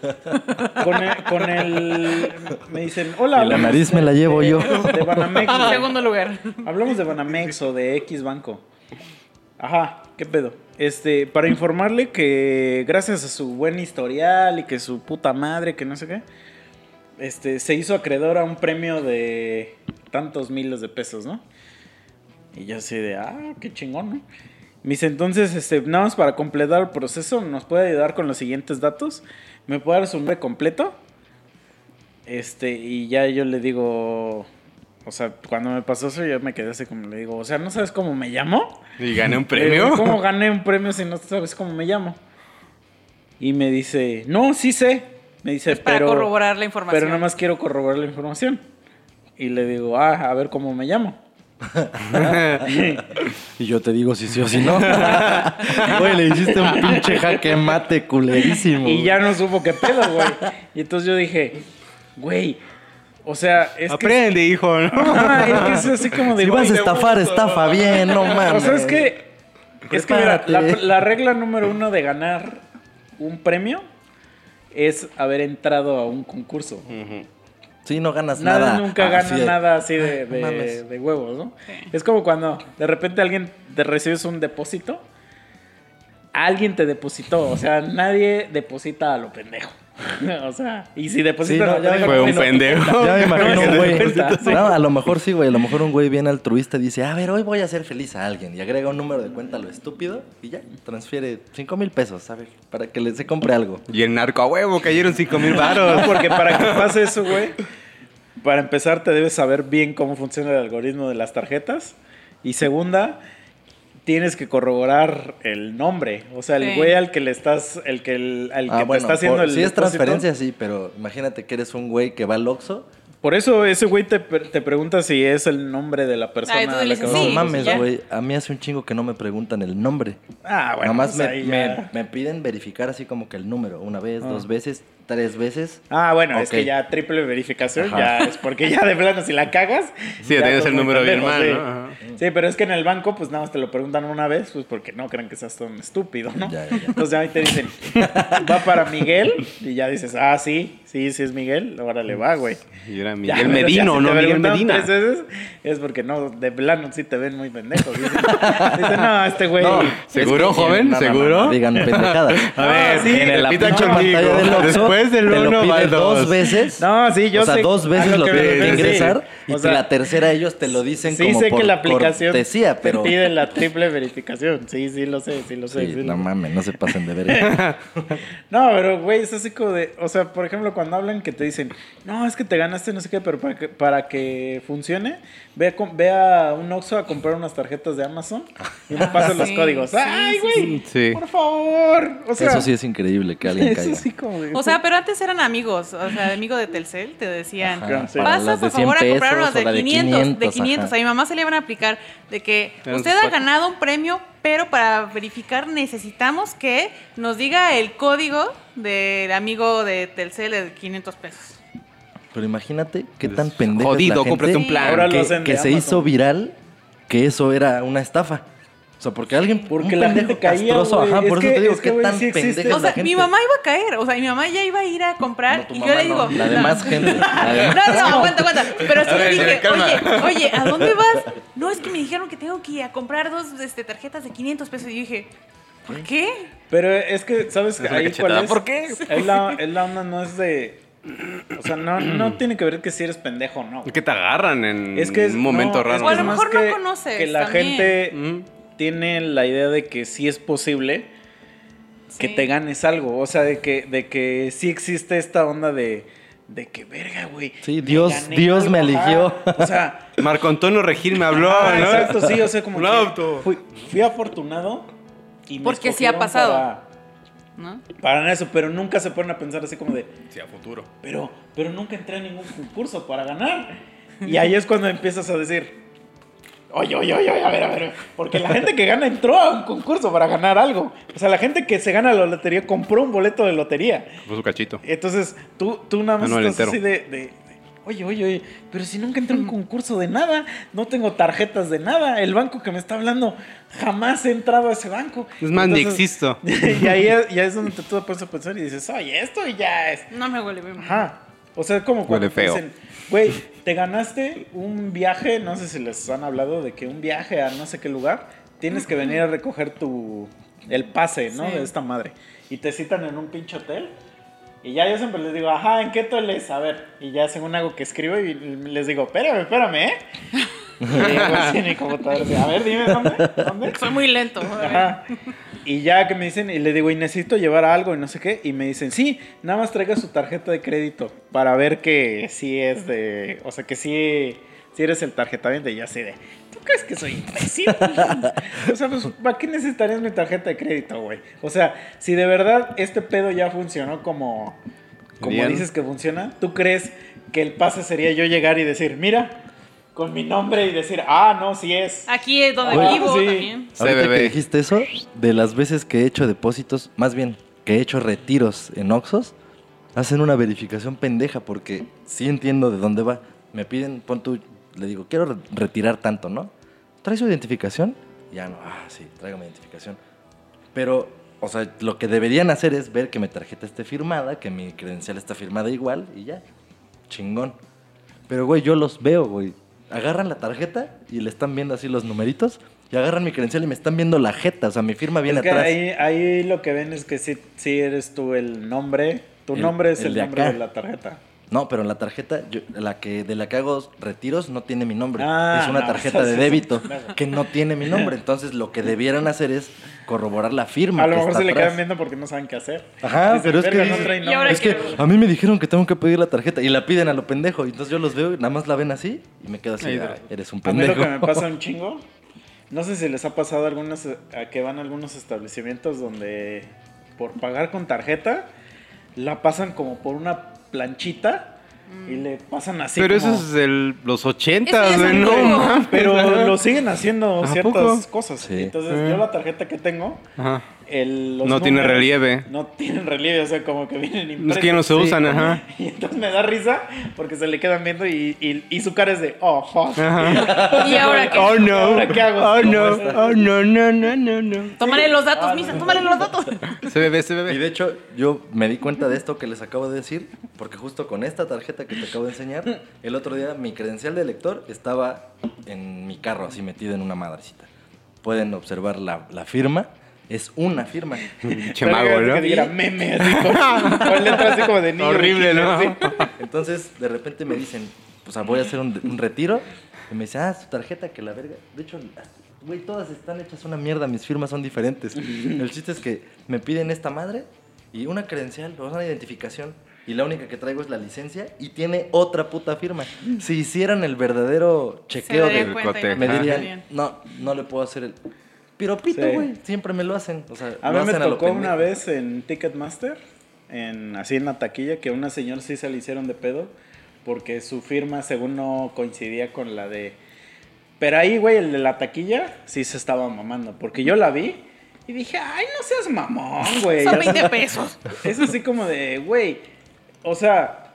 me dicen, hola. Y la hablamos nariz me la llevo yo. De Banamex, En güey. segundo lugar. Hablamos de Banamex o de X Banco. Ajá, ¿qué pedo? Para informarle que gracias a su buen historial y que su puta madre, que no sé qué, se hizo acreedor a un premio de tantos miles de pesos, ¿no? Y yo así de, qué chingón, ¿no? Me dice, entonces, nada más para completar el proceso, ¿nos puede ayudar con los siguientes datos? ¿Me puede dar su nombre completo? Y ya yo le digo, o sea, cuando me pasó eso, yo me quedé así como le digo, o sea, ¿no sabes cómo me llamo? ¿Y gané un premio? ¿Cómo gané un premio si no sabes cómo me llamo? Y me dice, no, sí sé. Me dice, Es para corroborar la información. Pero nada más quiero corroborar la información. Y le digo, a ver cómo me llamo. Y yo te digo si sí o si no. Güey, le hiciste un pinche jaque mate culerísimo. Y ya no supo qué pedo, güey. Y entonces yo dije, güey, O sea, es Aprende, hijo, ¿no? es que es así como de... Si vas a güey, estafar, estafa bien, no mames. o sea, es que mira, Prepárate. la regla número 1 de ganar un premio es haber entrado a un concurso. Ujú. Sí, no ganas Nadie nada. nunca gana así de- nada así no mames. de huevos, ¿no? Sí. Es como cuando de repente alguien te recibes un depósito, alguien te depositó, o sea, nadie deposita a lo pendejo. O sea, y si deposita Sí, no, a lo ya pendejo, fue un no te pendejo. cuenta. Ya me imagino No, un no güey. te cuenta, sí. No, a lo mejor sí, güey. A lo mejor un güey bien altruista dice, a ver, hoy voy a hacer feliz a alguien. Y agrega un número de cuenta a lo estúpido y ya, transfiere 5,000 pesos, a ver, para que se compre algo. Y el narco a huevo, cayeron 5,000 varos. No, porque para que pase eso, güey, para empezar te debes saber bien cómo funciona el algoritmo de las tarjetas. Y segunda, tienes que corroborar el nombre. O sea, el Sí. güey al que le estás, al que te está haciendo el sí es depósito. transferencia, sí, pero imagínate que eres un güey que va al Oxxo. Por eso ese güey te pregunta si es el nombre de la persona. Ay, tú a la le que dices, vas a No sí, mames, ya. güey. A mí hace un chingo que no me preguntan el nombre. Ah, bueno, Nada más pues ahí ya. me piden verificar así como que el número. Una vez, 2 veces, 3 veces. Ah, bueno, es Ok. que ya triple verificación, Ajá. ya es porque ya de plano si la cagas. Sí, ya tienes sos el muy número bien pendejo, mal, sí. ¿no? Ajá. Sí, pero es que en el banco pues nada más te lo preguntan una vez, pues porque no crean que seas tan estúpido, ¿no? Ya. Entonces ya ahí te dicen, va para Miguel y ya dices, ah, sí es Miguel, órale va, güey. Y era Ya, Miguel pero ya Medino, si ¿no? te Miguel preguntaron Medina. 3 veces, es porque no, de plano sí te ven muy pendejo. Dicen, no, este güey. No, ¿Seguro, es que- joven? no, no, no, ¿Seguro? no, digan pendejadas. A ver, sí, en la repita pinche conmigo. pantalla del Oxxo, Después del te lo 1 va pide el 2 2. veces. No, sí, yo o sea, sé 2 a veces lo que tienen me que refiero, sí. ingresar y O que sea, la tercera ellos te lo dicen sí como sé por que la aplicación cortesía, pero... te pide la triple verificación. Sí, lo sé, sí lo sé. Sí, sí lo no sé. mames, no se pasen de ver. No, pero güey, es así como de, o sea, por ejemplo, cuando hablan que te dicen, no, es que te ganaste no sé qué, pero para que funcione, ve a un Oxxo a comprar unas tarjetas de Amazon y me pasas los Sí, códigos. sí, Ay, sí, güey, sí. por favor. O sea, Eso sí es increíble que alguien es caiga. así como de, O sea, pero antes eran amigos, o sea, amigo de Telcel, te decían, Ajá, sí. para pasa las de por favor a 100 comprar unas pesos o la de 500, de 500. ajá. A mi mamá se le iban a aplicar de que Eran usted sus ha cuates. ganado un premio, pero para verificar necesitamos que nos diga el código del amigo de Telcel de 500 pesos. Pero imagínate qué tan pendejo Jodido, es la gente cómprate un plan. Ahora lo que, hacen de que se Amazon. hizo viral que eso era una estafa. O sea, porque alguien, Porque un la pendejo gente caía, castroso, güey. ajá, Es por eso que- te digo, es que, qué güey, tan sí existe. pendeja O es la sea, gente. mi mamá iba a caer, o sea, mi mamá ya iba a ir a comprar No, tu y mamá yo le digo, no, la de más gente. La de- No, aguanta. Pero sí A le ver, dije, calma. oye, ¿a dónde vas? No, es que me dijeron que tengo que ir a comprar 2 tarjetas de 500 pesos. Y yo dije, ¿por qué? Pero es que, ¿sabes? una Ahí cachetada. cuál es. ¿Por qué? Es la onda no es de... O sea, no tiene que ver que si eres pendejo o no. Es que te agarran en Es que es un momento no, raro. es O a que lo es más mejor no que- conoces Que la también. gente Ujú. tiene la idea de que sí es posible que Sí. te ganes algo. O sea, de que sí existe esta onda de que, verga, güey. Sí, me Dios gané algo, me ajá. eligió. O sea, Marco Antonio Regil me habló, ah, ¿no? exacto, sí, o sea, como Un que auto. fui afortunado y me Porque sí ha escogieron pasado. ¿No? para eso, pero nunca se ponen a pensar así como de, Sí, a futuro. pero nunca entré a ningún concurso para ganar. Y ahí es cuando empiezas a decir, oye, a ver, porque la gente que gana entró a un concurso para ganar algo. O sea, la gente que se gana la lotería compró un boleto de lotería. Fue su cachito. Entonces, tú nada más No, el estás entero. así de oye, pero si nunca entré a un concurso de nada, no tengo tarjetas de nada, el banco que me está hablando, jamás he entrado a ese banco. Es más, ni Entonces, existo. Y ahí es donde te tú pones a pensar y dices, oye, esto ya es... No me huele bien. Ajá. O sea, es como cuando Huele feo. te dicen, güey, te ganaste un viaje, no sé si les han hablado de que un viaje a no sé qué lugar, tienes que venir a recoger el pase, ¿no? Sí. De esta madre. Y te citan en un pinche hotel. Y ya yo siempre les digo, ajá, ¿en qué hotel es? A ver. Y ya según algo que escribo y les digo, espérame, ¿eh? Y digo así en mi computadora, así, a ver, dime, ¿dónde? Soy muy lento. a ver. Ajá. Y ya que me dicen, y le digo, y necesito llevar algo y no sé qué. Y me dicen, sí, nada más traiga su tarjeta de crédito para ver que sí es de. O sea, que sí eres el tarjetaviente. Y yo así de, ¿tú crees que soy imbécil? O sea, pues, ¿para qué necesitarías mi tarjeta de crédito, güey? O sea, si de verdad este pedo ya funcionó como Bien. dices que funciona, ¿tú crees que el pase sería yo llegar y decir, mira, con mi nombre y decir, no, sí es? Aquí es donde Güey, vivo sí. también. Ahorita bebé. que dijiste eso, de las veces que he hecho depósitos, más bien, que he hecho retiros en Oxxos, hacen una verificación pendeja porque sí entiendo de dónde va. Me piden, pon tú, le digo, quiero retirar tanto, ¿no? ¿Trae su identificación? Ya no, sí, traigo mi identificación. Pero, o sea, lo que deberían hacer es ver que mi tarjeta esté firmada, que mi credencial está firmada igual y ya, chingón. Pero, güey, yo los veo, güey. Agarran la tarjeta y le están viendo así los numeritos y agarran mi credencial y me están viendo la jeta, o sea, mi firma viene Es que atrás. ahí lo que ven es que sí eres tú el nombre. Tu nombre es el de nombre acá. de la tarjeta. No, pero en la tarjeta, de la que hago retiros no tiene mi nombre. Ah, es una no, tarjeta eso de sí, débito claro. que no tiene mi nombre. Entonces, lo que debieran hacer es corroborar la firma. A lo que mejor está se le atrás. quedan viendo porque no saben qué hacer. Ajá, Dicen, pero es "Verga, que, no trae Y ahora nombre". es que a mí me dijeron que tengo que pedir la tarjeta y la piden a lo pendejo. Y entonces yo los veo y nada más la ven así y me quedo así. Ahí, Eres un A mí pendejo. lo que me pasa un chingo, no sé si les ha pasado a que van a algunos establecimientos donde por pagar con tarjeta la pasan como por una planchita y le pasan así Pero como... eso es de los Eso 80, ya es güey, no antiguo. mames. Pero lo siguen haciendo ¿A ciertas poco? cosas. Sí. Entonces yo la tarjeta que tengo, Ajá. los No tiene números relieve. No tienen relieve, o sea, como que vienen impresos. Es que ya no se usan, ajá. Y entonces me da risa porque se le quedan viendo y su cara es de, oh, fuck. ¿Y ahora qué? Oh no. ¿Ahora qué hago? Oh no. Oh no, no, no, no, no. Tómale los datos, Misa, tómale los datos. Se bebe, se Y bebe. de hecho, yo me di cuenta de esto que les acabo de decir, porque justo con esta tarjeta que te acabo de enseñar, el otro día mi credencial de lector estaba en mi carro, así metido en una madrecita. Pueden observar la firma, es una firma. Chemago, ¿no? Que diga meme, así con letras así como de niño. Horrible, de ¿no? kinder, así. Entonces, de repente me dicen, o sea, voy a hacer un retiro, y me dicen, su tarjeta, que la verga. De hecho, güey, todas están hechas una mierda, mis firmas son diferentes. El chiste es que me piden esta madre y una credencial, o una identificación. Y la única que traigo es la licencia y tiene otra puta firma. Si hicieran el verdadero chequeo Se darían de... cuenta y no Me te dirían, sabían. no le puedo hacer el... Piropito, Sí. güey. Siempre me lo hacen. O sea, A lo mí me hacen lo tocó una pendejo. vez en Ticketmaster, así en la taquilla, que a una señora sí se le hicieron de pedo porque su firma según no coincidía con la de... Pero ahí, güey, el de la taquilla sí se estaba mamando, porque yo la vi y dije, ay, no seas mamón, güey. Son O sea, 20 pesos. es así como de, güey, o sea,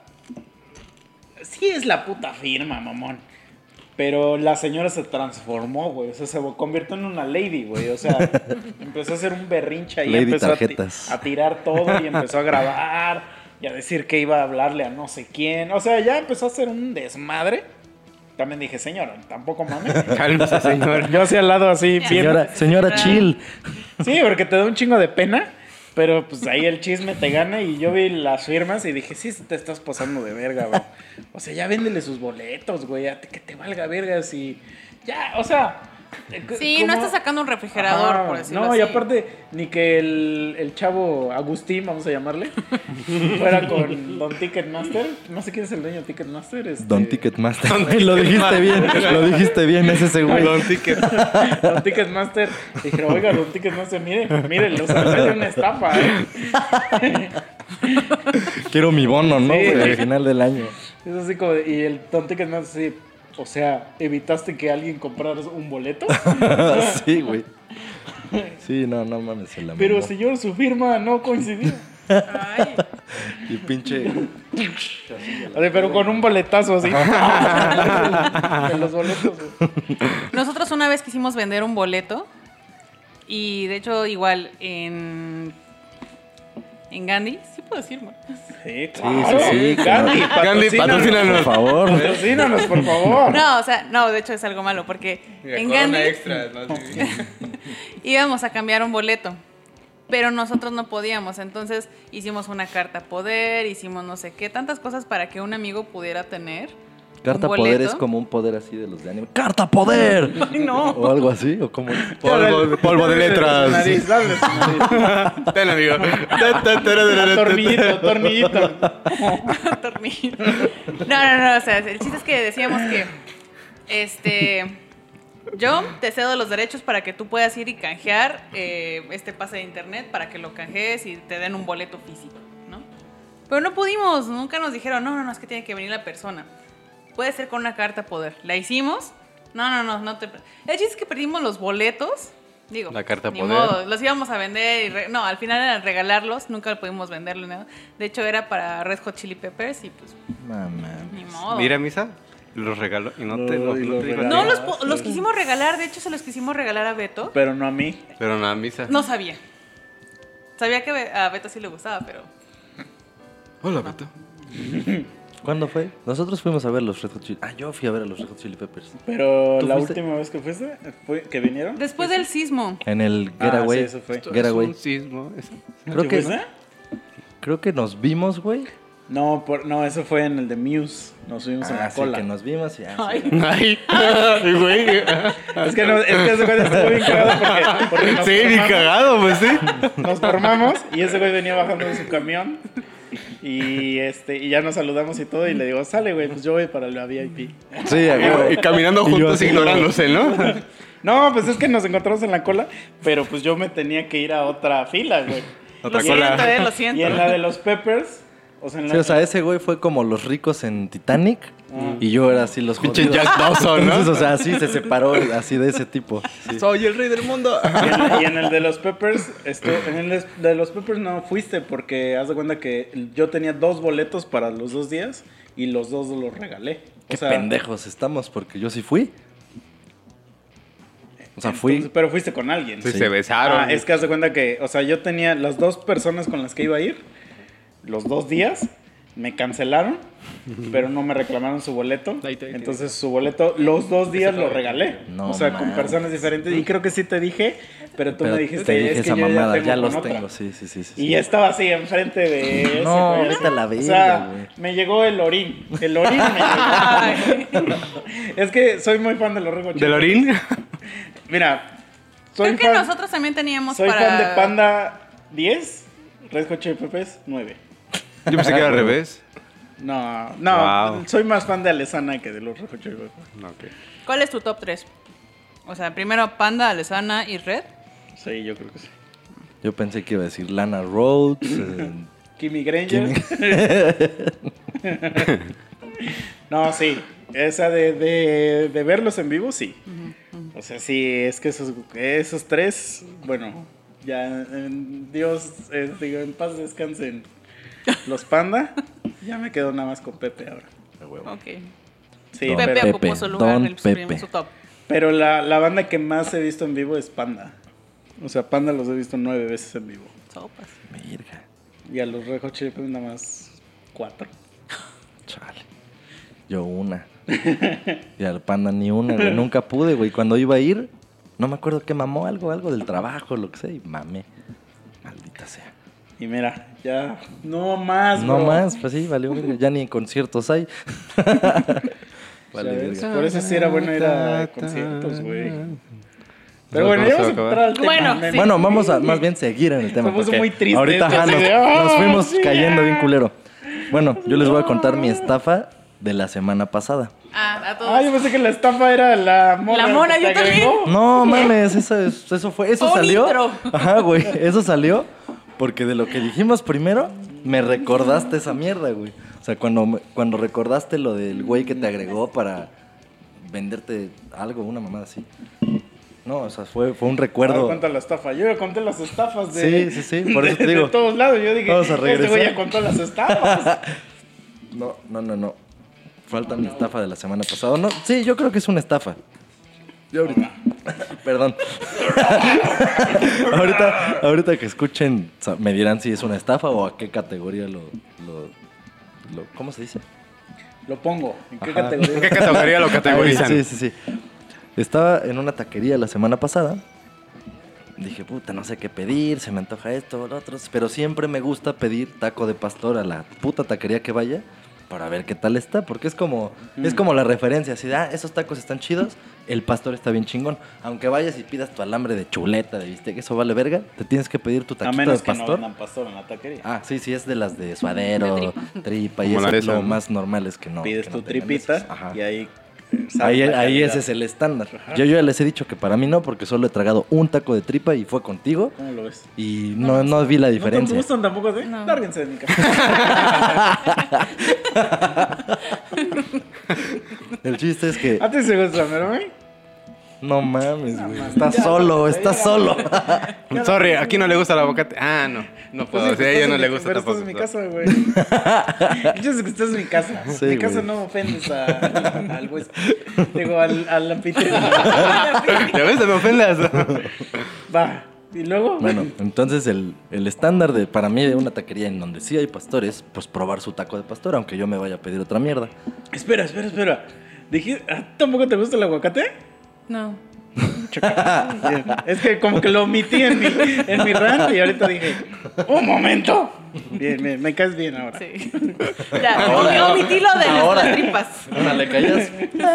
sí es la puta firma, mamón. Pero la señora se transformó, güey. O sea, se convirtió en una lady, güey. O sea, empezó a hacer un berrinche ahí. Lady Empezó tarjetas. a tirar todo y empezó a grabar y a decir que iba a hablarle a no sé quién. O sea, ya empezó a hacer un desmadre. También dije, señora, tampoco mames. Cálmese, señor. Yo hacia al lado así, bien. Señora chill. Sí, porque te da un chingo de pena. Pero pues ahí el chisme te gana y yo vi las firmas y dije, sí, te estás pasando de verga, güey. O sea, ya véndele sus boletos, güey, que te valga verga si... Ya, o sea... Sí, ¿cómo? no estás sacando un refrigerador, Ajá, por decirlo no, así. y aparte, ni que el chavo Agustín, vamos a llamarle, fuera con Don Ticketmaster. No sé quién es el dueño de Ticketmaster. Don Ticketmaster. Lo dijiste bien, es ese güey. Don Ticket. Don Ticketmaster. Dije, oiga, Don Ticketmaster, mire, los salió de una estafa, Quiero mi bono, ¿no? Sí. Güey, al final del año. Es así como, y el Don Ticketmaster, sí, o sea, ¿evitaste que alguien comprara un boleto? Sí, güey. Sí, no mames, se la Pero mamó. señor, su firma no coincidió. Ay, Y pinche... O sea, pero con un boletazo así. De los boletos. nosotros una vez quisimos vender un boleto y de hecho igual en Gandhi, sí puedo decir, ¿no? Sí, claro. sí, Gandhi, Gandhi, Por patrocínanos. favor. Patrocínanos, por favor. No, o sea, no, de hecho es algo malo porque en Gandhi extra, ¿no? Sí. íbamos a cambiar un boleto, pero nosotros no podíamos, entonces hicimos una carta poder, hicimos no sé qué, tantas cosas para que un amigo pudiera tener Carta un poder boleto. es como un poder así de los de anime. ¡Carta poder! Ay, no. O algo así, o como... Polvo de letras. Nariz, dale su nariz. Ten, amigo. Tornillito, tornillito. Tornillo. No, o sea, el chiste es que decíamos que yo te cedo los derechos para que tú puedas ir y canjear este pase de internet para que lo canjees y te den un boleto físico, ¿no? Pero no pudimos, nunca nos dijeron, no, es que tiene que venir la persona. Puede ser con una carta poder. La hicimos. No te... El chiste es que perdimos los boletos Digo, La carta ni poder. modo, los íbamos a vender y no, al final era regalarlos, nunca pudimos venderlos, ¿no? De hecho era para Red Hot Chili Peppers y pues Mamá. ni modo. Mira, Misa, los regaló y no te No, y los dijo regaló. No, nada. los quisimos regalar, de hecho se los quisimos regalar a Beto. Pero no a mí. Pero nada, Misa. No sabía. Sabía que a Beto sí le gustaba, pero Hola, Beto. ¿Cuándo fue? Nosotros fuimos a ver los Red Hot Chili... yo fui a ver a los Red Hot Chili Peppers. Pero ¿Tú la fuiste? última vez que fuiste, que vinieron. después del sismo. En el Ah, Getaway. sí, eso fue. Getaway. Es un sismo. eso. Creo que nos vimos, güey. No, no, eso fue en el de Muse. Nos subimos en la Sí, cola. que nos vimos y... Ay. Ay, güey. Es que no, es que ese güey estuvo bien cagado porque nos Sí, ni formamos, cagado, pues sí. nos formamos y ese güey venía bajando de su camión y y ya nos saludamos y todo y le digo, sale güey, pues yo voy para la VIP. Sí, a huevo. Y caminando Y yo juntos, así, ignorándose, ¿no? No, pues es que nos encontramos en la cola, pero pues yo me tenía que ir a otra fila, güey. Otra Lo cola. siento, lo Y siento. en la de los Peppers, o sea, en la Sí, o sea, ese güey fue como los ricos en Titanic y yo era así los Pinche jodidos. Jack Dawson, Entonces, ¿no? o sea, así se separó así de ese tipo. Sí. Soy el rey del mundo. Y en el de los Peppers, en el de los Peppers no fuiste porque haz de cuenta que yo tenía 2 boletos para los 2 días y los 2 los regalé. Qué O sea, pendejos estamos porque yo sí fui. O sea, fui... entonces, pero fuiste con alguien. Sí, Sí. se besaron. Ah, es que haz de cuenta que, o sea, yo tenía las 2 personas con las que iba a ir, los 2 días, me cancelaron, pero no me reclamaron su boleto. Ahí te- Entonces su boleto, los 2 días lo regalé. No o sea, con mames. personas diferentes. Y creo que sí te dije, pero tú Pero me dijiste, te dije es que esa yo mamada, ya ya tengo los con otra. tengo, sí. Y ya estaba así enfrente de ese No, güey, vete así. a la O verga, sea, güey. me llegó el orín. El orín me llegó. Es que soy muy fan de los Red Hot Chili ¿Del orín? Mira, soy Creo que fan, nosotros también teníamos soy para... fan de Panda 10, Red Hot Chili Peppers 9. Yo pensé que era al revés. No, Wow. soy más fan de Alesana que de los Red Hot Chili Peppers. Ok. ¿Cuál es tu top 3? O sea, primero Panda, Alesana y Red. Sí, yo creo que sí. Yo pensé que iba a decir Lana Rhodes. Kimmy Granger. No, sí. Esa de verlos en vivo, sí. O sea, sí, es que esos 3, bueno, ya Dios, digo, en paz descansen los Panda. Ya me quedo nada más con Pepe ahora. Ok. Sí, Don Pepe pero, ocupó su lugar Don en Pepe. su top. pero la banda que más he visto en vivo es Panda. O sea, Panda los he visto 9 veces en vivo. Sopas. Verga, Y a los Red Hot Chili Peppers nada más 4. chale. Yo una. Y al Panda ni una, güey. Nunca pude, güey. Cuando iba a ir, no me acuerdo qué mamó, algo del trabajo, lo que sea, y mamé. Maldita sea. Y mira, ya no más, No bro. más, pues sí, valió verga. Ya ni en conciertos hay. Vale, ¿Sabes? verga. Por eso sí era bueno ir a conciertos, güey. Pero No, bueno, no ya se vamos a va a entrar acabar. al tema. Bueno, Me- sí. Bueno, vamos a más bien seguir en el tema. Se puso porque muy triste ahorita esto, ajá, así nos, de, "Oh, nos fuimos sí, cayendo ya". bien culero. Bueno, yo les voy a contar mi estafa de la semana pasada. A todos. Ah, yo pensé que la estafa era la mona. La mona, que yo te también. agregó. No mames, eso fue, eso Un salió. intro. Ajá, güey, eso salió porque de lo que dijimos primero me recordaste esa mierda, güey. O sea, cuando recordaste lo del güey que te agregó para venderte algo, una mamada así. No, o sea, fue un Ahora recuerdo. cuenta la estafa. Yo ya conté las estafas de. Sí, por eso te digo. De todos lados. Yo dije, Vamos a este güey regresar. ya contó las estafas. No. Falta mi estafa de la semana pasada. No, sí, yo creo que es una estafa. Yo ahorita. Perdón. ahorita que escuchen, me dirán si es una estafa o a qué categoría lo ¿cómo se dice? Lo pongo. ¿En qué Ajá. ¿En categoría? qué categoría lo categorizan? Ay, sí. Estaba en una taquería la semana pasada. Dije, puta, no sé qué pedir, se me antoja esto o lo otro. Pero siempre me gusta pedir taco de pastor a la puta taquería que vaya para ver qué tal está. Porque es como la referencia. Así de, esos tacos están chidos, el pastor está bien chingón. Aunque vayas y pidas tu alambre de chuleta, de bistec, eso vale verga. Te tienes que pedir tu A taquito menos de que no pastor. vendan pastor en la taquería. Ah, sí, es de las de suadero, De tripa y Como eso la de es lo esa, ¿no? más normal es que no. Pides que tu no tengan tripita esos. Ajá. y ahí. Ahí, sabes la ahí calidad. ese es el estándar. Yo ya les he dicho que para mí no, porque solo he tragado un taco de tripa y fue contigo. ¿Cómo lo ves? Y no vi la ¿No te diferencia. gustan tampoco, sí? No. Lárguense de mi casa. El chiste es que... ¿A ti se gusta, pero a mí? No mames, güey. mames. Estás Ya, solo, ya, estás ya. solo. Sorry, aquí no le gusta el aguacate. Ah, no puedo. Pues sí, a ella no estás le en gusta pero tampoco. estás en mi casa, güey. Yo sé que estás en mi casa. Sí, En mi casa güey. no ofendes al huésped. Digo, al anfitrión. ¿Ya ves? Te me ofendas. Va. Y luego, Bueno, entonces el estándar para mí de una taquería en donde sí hay pastores, pues probar su taco de pastor, aunque yo me vaya a pedir otra mierda. Espera. ¿Tampoco te gusta el aguacate? No. Bien. Es que como que lo omití en mi rant y ahorita dije, ¡un momento! Bien, me caes bien ahora. Sí. Ya, omití lo de nuestras tripas. Ahora le callas.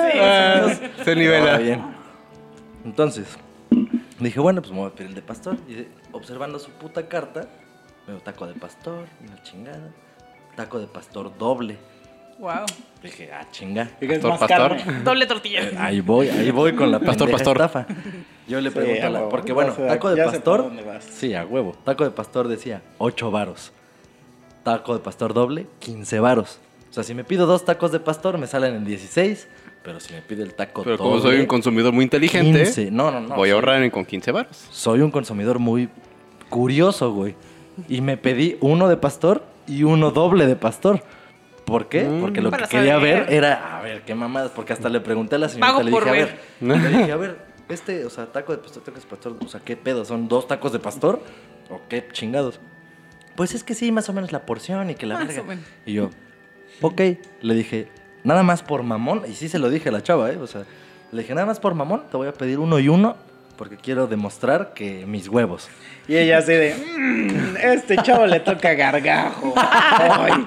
Se nivela. Ahora bien. Entonces, dije, bueno, pues me voy a pedir el de pastor. Y observando su puta carta, veo taco de pastor, una chingada. Taco de pastor doble. Wow. Dije, chinga. Dije, es Pastor, más pastor. carne. Doble tortilla. Ahí voy con la Pastor, pendeja pastor. estafa. Yo le Sí, pregunto a huevo. porque bueno, Ya sé- taco de ya sé pastor. por dónde vas. Sí, a huevo. Taco de pastor decía 8 varos. Taco de pastor doble, 15 varos. O sea, si me pido 2 tacos de pastor, me salen en 16. Pero si me pide el taco Pero doble, como soy un consumidor muy inteligente, 15. No. voy a ahorrar con 15 baros. Soy un consumidor muy curioso, güey. Y me pedí uno de pastor y uno doble de pastor. ¿Por qué? Porque lo que Para quería saber. ver era, a ver, qué mamadas. Porque hasta le pregunté a la señorita, Pago le por dije, ver. le dije, a ver, o sea, taco de pastor, o sea, ¿qué pedo? ¿Son 2 tacos de pastor? ¿O qué chingados? Pues es que sí, más o menos la porción y que la Más verga. o menos. Y yo, ok, le dije, nada más por mamón, y sí se lo dije a la chava, o sea, le dije, nada más por mamón, te voy a pedir 1 y 1, porque quiero demostrar que mis huevos. Y ella así de, este chavo le toca gargajo. Ay.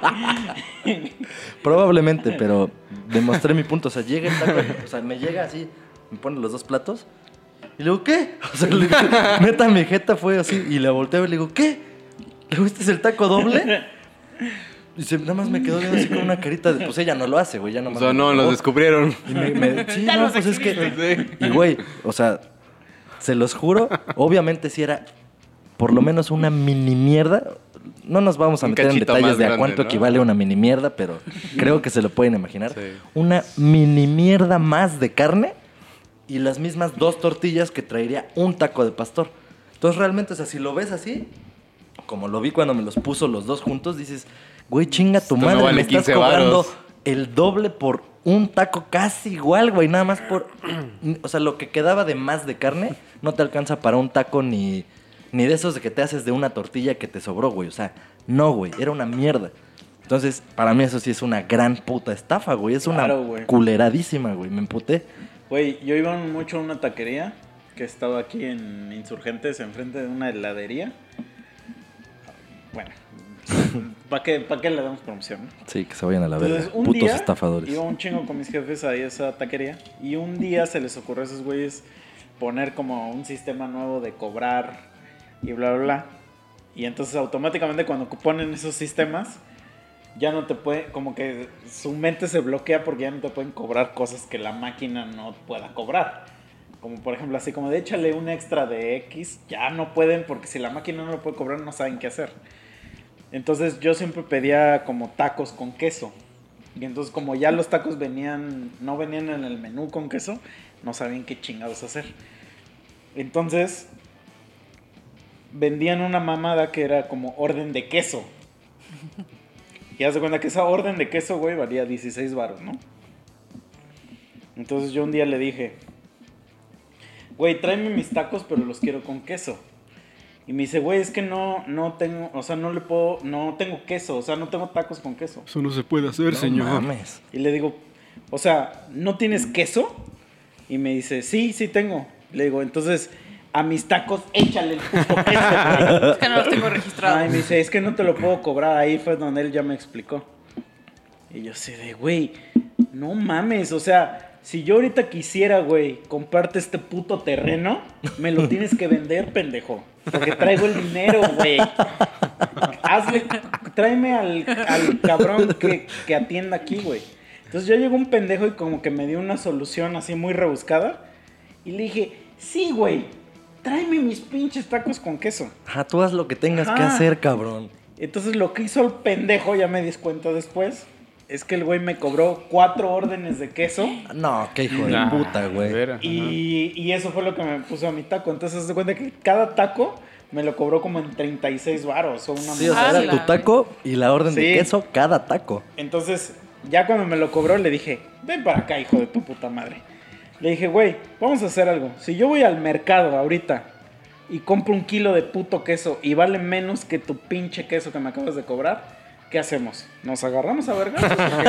Probablemente, pero demostré mi punto. O sea, llega el taco, o sea, me llega así, me pone los 2 platos. Y le digo, ¿qué? O sea, neta, mi jeta fue así. Y la volteo y le digo, ¿qué? Le digo, ¿este es el taco doble? Y nada más me quedó viendo así con una carita de, pues ella no lo hace, güey. Ya O nomás sea, me no, probó. los descubrieron. Y sí, no, pues es que. Y güey, o sea, se los juro, obviamente si era por lo menos una mini mierda. No nos vamos a Un meter en cachito detalles más de a grande, cuánto ¿no? equivale una mini mierda, pero creo que se lo pueden imaginar. Sí. Una mini mierda más de carne y las mismas 2 tortillas que traería un taco de pastor. Entonces realmente, o sea, si lo ves así, como lo vi cuando me los puso los 2 juntos, dices, güey, chinga tu Esto no madre, vale me estás 15 cobrando varos. el doble por un taco casi igual, güey, nada más por... O sea, lo que quedaba de más de carne no te alcanza para un taco ni de esos de que te haces de una tortilla que te sobró, güey. O sea, no, güey, era una mierda. Entonces, para mí eso sí es una gran puta estafa, güey. Es Claro, una güey. culeradísima, güey. Me emputé. Güey, yo iba mucho a una taquería que estaba aquí en Insurgentes, enfrente de una heladería. Bueno, ¿para qué le damos promoción? ¿No? Sí, que se vayan a la verga. Entonces, un Putos día estafadores. iba un chingo con mis jefes ahí a esa taquería y un día se les ocurrió a esos güeyes poner como un sistema nuevo de cobrar y bla, bla, bla. Y entonces automáticamente cuando ponen esos sistemas ya no te puede, como que su mente se bloquea porque ya no te pueden cobrar cosas que la máquina no pueda cobrar. Como por ejemplo así como de échale un extra de X, ya no pueden porque si la máquina no lo puede cobrar no saben qué hacer. Entonces yo siempre pedía como tacos con queso. Y entonces como ya los tacos no venían en el menú con queso, no sabían qué chingados hacer. Entonces vendían una mamada que era como orden de queso. Y haz de cuenta que esa orden de queso, güey, valía 16 varos, ¿no? Entonces yo un día le dije, güey, tráeme mis tacos, pero los quiero con queso. Y me dice, güey, es que no tengo, o sea, no tengo queso, o sea, no tengo tacos con queso. Eso no se puede hacer, No mames. Y le digo, o sea, ¿no tienes queso? Y me dice, sí tengo. Le digo, entonces, a mis tacos échale el puto queso, güey. Es que no los tengo registrados. Ay, me dice, es que no te lo puedo cobrar. Ahí fue donde él ya me explicó. Y yo sé de, güey, no mames, o sea, si yo ahorita quisiera, güey, comprarte este puto terreno, me lo tienes que vender, pendejo. Porque traigo el dinero, güey. Tráeme al cabrón que atienda aquí, güey. Entonces ya llegó un pendejo y como que me dio una solución así muy rebuscada. Y le dije, sí, güey, tráeme mis pinches tacos con queso. Ajá, tú haz lo que tengas que Ajá. hacer, cabrón. Entonces lo que hizo el pendejo, ya me di cuenta después, es que el güey me cobró 4 órdenes de queso. No, qué hijo de Ah, puta, güey. Vera, Y eso fue lo que me puso a mi taco. Entonces, se cuenta que cada taco me lo cobró como en 36 varos o una Sí, o sea, Ah, era tu taco y la orden de Sí. queso cada taco. Entonces, ya cuando me lo cobró, le dije, ven para acá, hijo de tu puta madre. Le dije, güey, vamos a hacer algo. Si yo voy al mercado ahorita y compro 1 kilo de puto queso y vale menos que tu pinche queso que me acabas de cobrar, ¿qué hacemos? ¿Nos agarramos a vergas?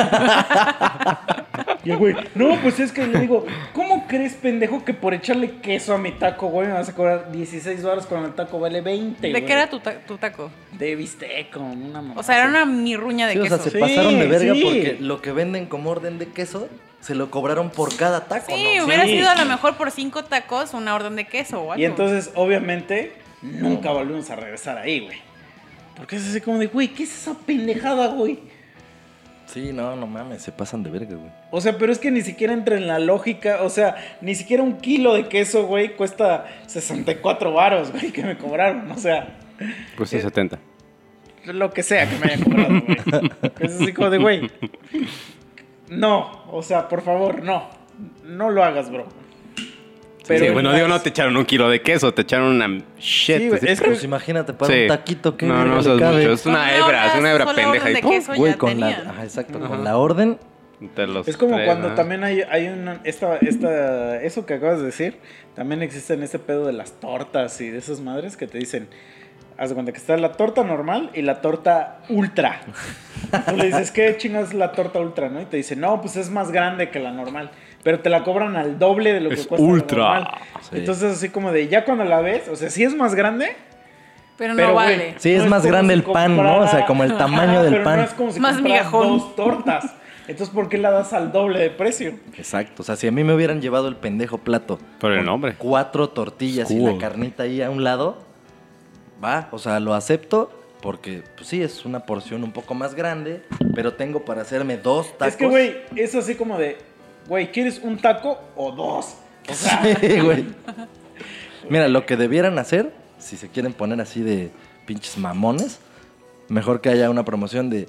Y el güey, no, pues es que le digo, ¿cómo crees, pendejo, que por echarle queso a mi taco, güey, me vas a cobrar 16 baros cuando el taco vale 20, ¿De güey? qué era tu taco? De bistec con una mamá. O sea, era una mirruña de Sí, o queso. sea, se Sí, pasaron de verga sí. porque lo que venden como orden de queso se lo cobraron por cada taco, Sí, ¿no? hubiera Sí. sido a lo mejor por 5 tacos una orden de queso o algo. Y entonces, obviamente, nunca volvimos a regresar ahí, güey. Porque es así como de, güey, ¿qué es esa pendejada, güey? Sí, no mames, se pasan de verga, güey. O sea, pero es que ni siquiera entra en la lógica. O sea, ni siquiera 1 kilo de queso, güey, cuesta 64 varos, güey, que me cobraron. O sea, Cuesta 70. lo que sea que me hayan cobrado, güey. Es así como de, güey. No, o sea, por favor, no. No lo hagas, bro. Sí, bueno, es digo, no más- te echaron 1 kilo de queso, te echaron una shit. Sí, güey, así. es que- Pues imagínate, para Sí. un taquito que No, eso es mucho. Es una hebra, es una hebra pendeja. Y ¡pum! queso Güey, ya con la... tenían. Ajá, exacto, Ajá. con la orden... Te los Es como traes, cuando ajá. también hay una... Eso que acabas de decir, también existe en este pedo de las tortas y de esas madres que te dicen... Haz de cuenta que está la torta normal y la torta ultra. Tú le dices, ¿qué chingas es la torta ultra, no? Y te dice, no, pues es más grande que la normal. Pero te la cobran al doble de lo que Es cuesta ultra. la normal. Sí. Entonces, así como de, ya cuando la ves, o sea, sí es más grande, Pero no pero, güey, vale. Sí, es no más como grande si el pan, ¿no? O sea, como el tamaño del pero pan. no es como si Más compraras migajón. 2 tortas. Entonces, ¿por qué la das al doble de precio? Exacto, o sea, si a mí me hubieran llevado el pendejo plato Por el con nombre. 4 tortillas y Cool. la carnita ahí a un lado, va, o sea, lo acepto porque, pues sí, es una porción un poco más grande, pero tengo para hacerme 2 tacos. Es que, güey, es así como de, güey, ¿quieres un taco o 2? O sea, Sí, güey. Mira, lo que debieran hacer, si se quieren poner así de pinches mamones, mejor que haya una promoción de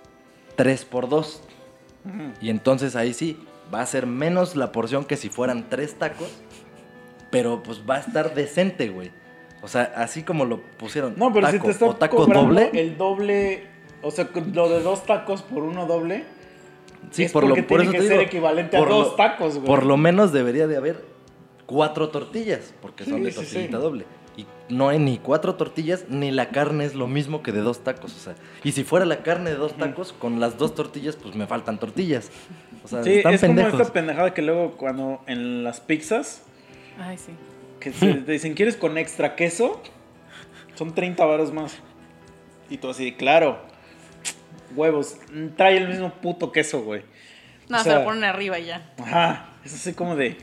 3x2. Y entonces ahí sí, va a ser menos la porción que si fueran 3 tacos, pero pues va a estar decente, güey. O sea, así como lo pusieron, no, pero taco si te están o taco cobrando doble, el doble, o sea, lo de 2 tacos por uno doble, sí, es porque por tiene eso que te ser digo, equivalente a por 2 lo- tacos, güey. Por lo menos debería de haber 4 tortillas, porque son Sí, de sí, tortillita sí. doble. Y no hay ni 4 tortillas, ni la carne es lo mismo que de 2 tacos. O sea, y si fuera la carne de 2 tacos, con las 2 tortillas, pues me faltan tortillas. O sea, Sí, están es pendejos. como esta pendejada que luego cuando en las pizzas, Ay, sí. que te dicen, ¿quieres con extra queso? Son 30 varos más. Y tú así, claro, huevos, trae el mismo puto queso, güey. No, O se sea, lo ponen arriba y ya. Ajá, es así como de...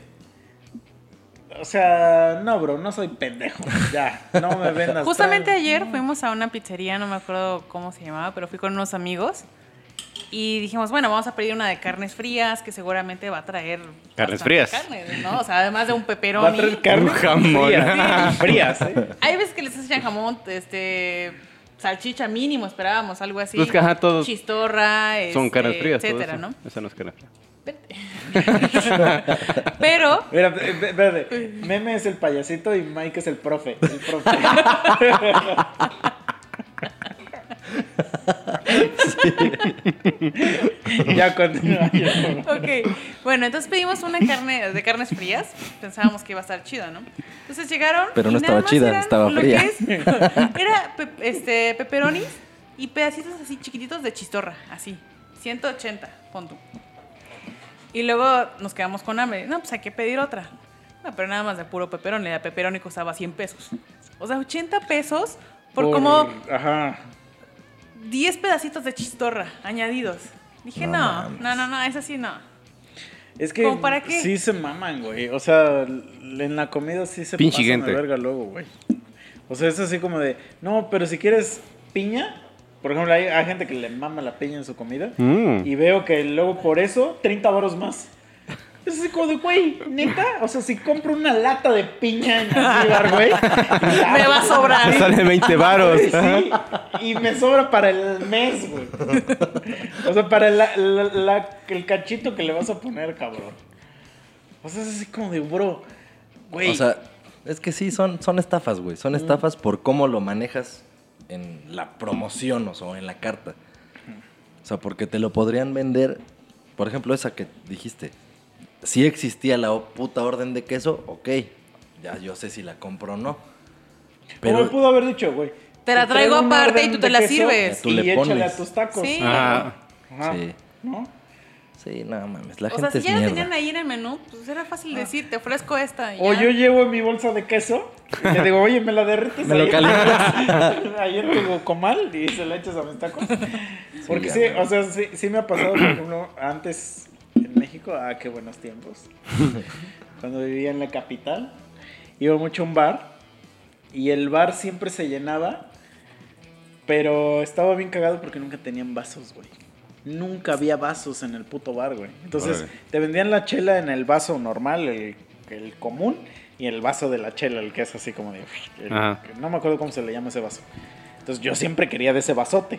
O sea, no, bro, no soy pendejo. Ya, no me vendas. Justamente trae- ayer fuimos a una pizzería, no me acuerdo cómo se llamaba, pero fui con unos amigos y dijimos, bueno, vamos a pedir una de carnes frías que seguramente va a traer Carnes bastante frías. carne, ¿no? O sea, además de un Va a pepperoni. traer carne Un jamón. frías, frías, ¿eh? Hay veces que les echan jamón, salchicha mínimo, esperábamos, algo así. Pues que, ajá, todos Chistorra, Son carnes frías. todo etcétera, eso. ¿no? Esa no es carne fría. Pero Mira, espérate. Meme es el payasito y Mike es el profe. El profe. Ya continúa. Ok, bueno, entonces pedimos una carne de carnes frías. Pensábamos que iba a estar chida, ¿no? Entonces llegaron. Pero no y nada estaba más chida, eran estaba lo fría. que era pepperonis y pedacitos así chiquititos de chistorra, así. 180, pon tú. Y luego nos quedamos con hambre. No, pues hay que pedir otra. No, pero nada más de puro pepperoni. La pepperoni costaba 100 pesos. O sea, 80 pesos por como Ajá. 10 pedacitos de chistorra añadidos. Dije, no, esa sí no. Es que ¿Cómo para qué? sí se maman, güey. O sea, en la comida sí se Pinche pasan gente. de verga luego, güey. O sea, es así como de, no, pero si quieres piña, por ejemplo, hay gente que le mama la piña en su comida. Mm. Y veo que luego por eso, 30 varos más. Es así como de, güey, neta, o sea, si compro una lata de piña en Almíbar, güey, Me va a sobrar. Sale 20 varos. sí, y me sobra para el mes, güey. O sea, para el cachito que le vas a poner, cabrón. O sea, es así como de, bro, güey. O sea, es que sí, son estafas, güey. Son estafas por cómo lo manejas en la promoción o en la carta. O sea, porque te lo podrían vender, por ejemplo, esa que dijiste. Si existía la puta orden de queso, ok. Ya yo sé si la compro o no. Pero me pudo haber dicho, güey. Te la traigo una aparte orden y tú te de la queso sirves. Tú Y le échale pones. a tus tacos. Sí. Ajá. Ajá. Sí. ¿No? Sí, no mames, la O sea, gente si es ya la mierda. tenían ahí en el menú, pues era fácil decir, te ofrezco esta. Y O ya. yo llevo mi bolsa de queso y le digo, oye, ¿me la derrites Me lo ahí? calientas. Ahí en tu comal y se la echas a mis tacos. Porque ya, sí, bueno. o sea, sí me ha pasado, por ejemplo, antes en México, qué buenos tiempos. Cuando vivía en la capital, iba mucho a un bar y el bar siempre se llenaba, pero estaba bien cagado porque nunca tenían vasos, güey. Nunca había vasos en el puto bar, güey. Entonces, Órale. te vendían la chela en el vaso normal, el común, y el vaso de la chela, el que es así como de... Ajá. no me acuerdo cómo se le llama ese vaso. Entonces, yo siempre quería de ese vasote.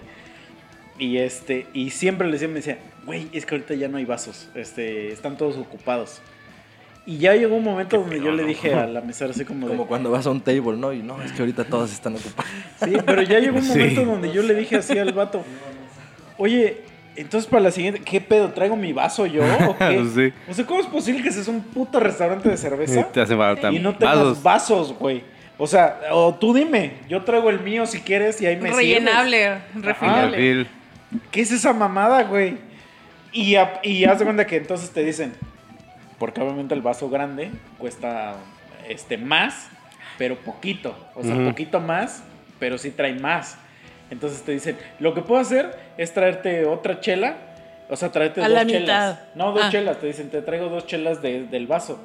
Y siempre me decía, güey, es que ahorita ya no hay vasos. Están todos ocupados. Y ya llegó un momento donde yo le dije a la mesera así como de... Como cuando vas a un table, ¿no? Y no, es que ahorita todas están ocupadas. Sí, pero ya llegó un momento Sí. donde yo le dije así al vato, oye, entonces para la siguiente, ¿qué pedo? ¿Traigo mi vaso yo o qué? Sí. O sea, ¿cómo es posible que seas un puto restaurante de cerveza Te hace falta y no tengas vasos, güey? O sea, o tú dime, yo traigo el mío si quieres y ahí me Rellenable, refinable. Refil. sirves. ¿Qué es esa mamada, güey? Y haz de cuenta que entonces te dicen, porque obviamente el vaso grande cuesta más, pero poquito. O sea, Ujú. poquito más, pero sí trae más. Entonces te dicen, lo que puedo hacer es traerte otra chela. O sea, traerte A dos la chelas. mitad. No, dos chelas. Te dicen, te traigo 2 chelas del vaso.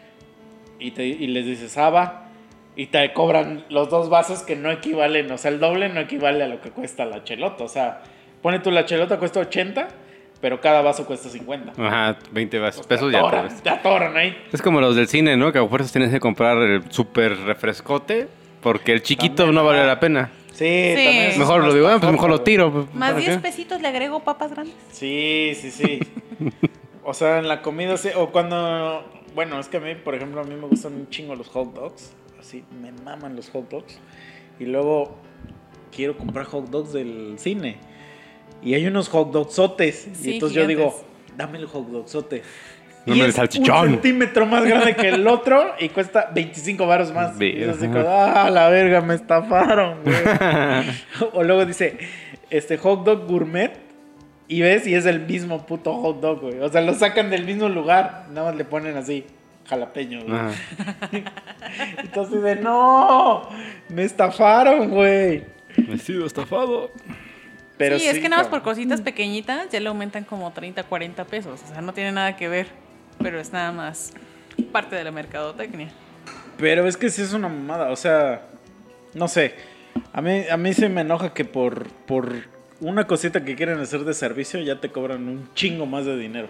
Y les dices, va. Y te cobran los 2 vasos que no equivalen. O sea, el doble no equivale a lo que cuesta la chelota. O sea, pone tú la chelota cuesta 80, pero cada vaso cuesta 50. Ajá, 20 Pues pesos ya. te atoran ahí. Es como los del cine, ¿no? Que a fuerzas tienes que comprar el súper refrescote porque el chiquito También, no vale ajá. la pena. Sí, también eso es Mejor una lo digo, pues estafa, mejor lo güey. tiro. pues, Más ¿para 10 qué? pesitos le agrego papas grandes. Sí. O sea, en la comida, sí. O cuando... Bueno, es que a mí, por ejemplo, a mí me gustan un chingo los hot dogs. Así, me maman los hot dogs. Y luego quiero comprar hot dogs del cine. Y hay unos hot dogsotes. Sí, y entonces yo gigantes. digo, dame el hot dogsote. Dame Y el es salchichón. 1 centímetro más grande que el otro y cuesta 25 varos más. Y es así como, la verga, me estafaron, güey. O luego dice, hot dog gourmet. Y ves, y es el mismo puto hot dog, güey. O sea, lo sacan del mismo lugar. Nada más le ponen así, jalapeño, güey. Ajá. Entonces de, no, me estafaron, güey. Me he sido estafado. Pero sí, es que nada más por cabrón. cositas pequeñitas ya le aumentan como 30, 40 pesos. O sea, no tiene nada que ver. Pero es nada más parte de la mercadotecnia. Pero es que sí es una mamada, o sea, no sé. A mí se me enoja que por una cosita que quieren hacer de servicio ya te cobran un chingo más de dinero.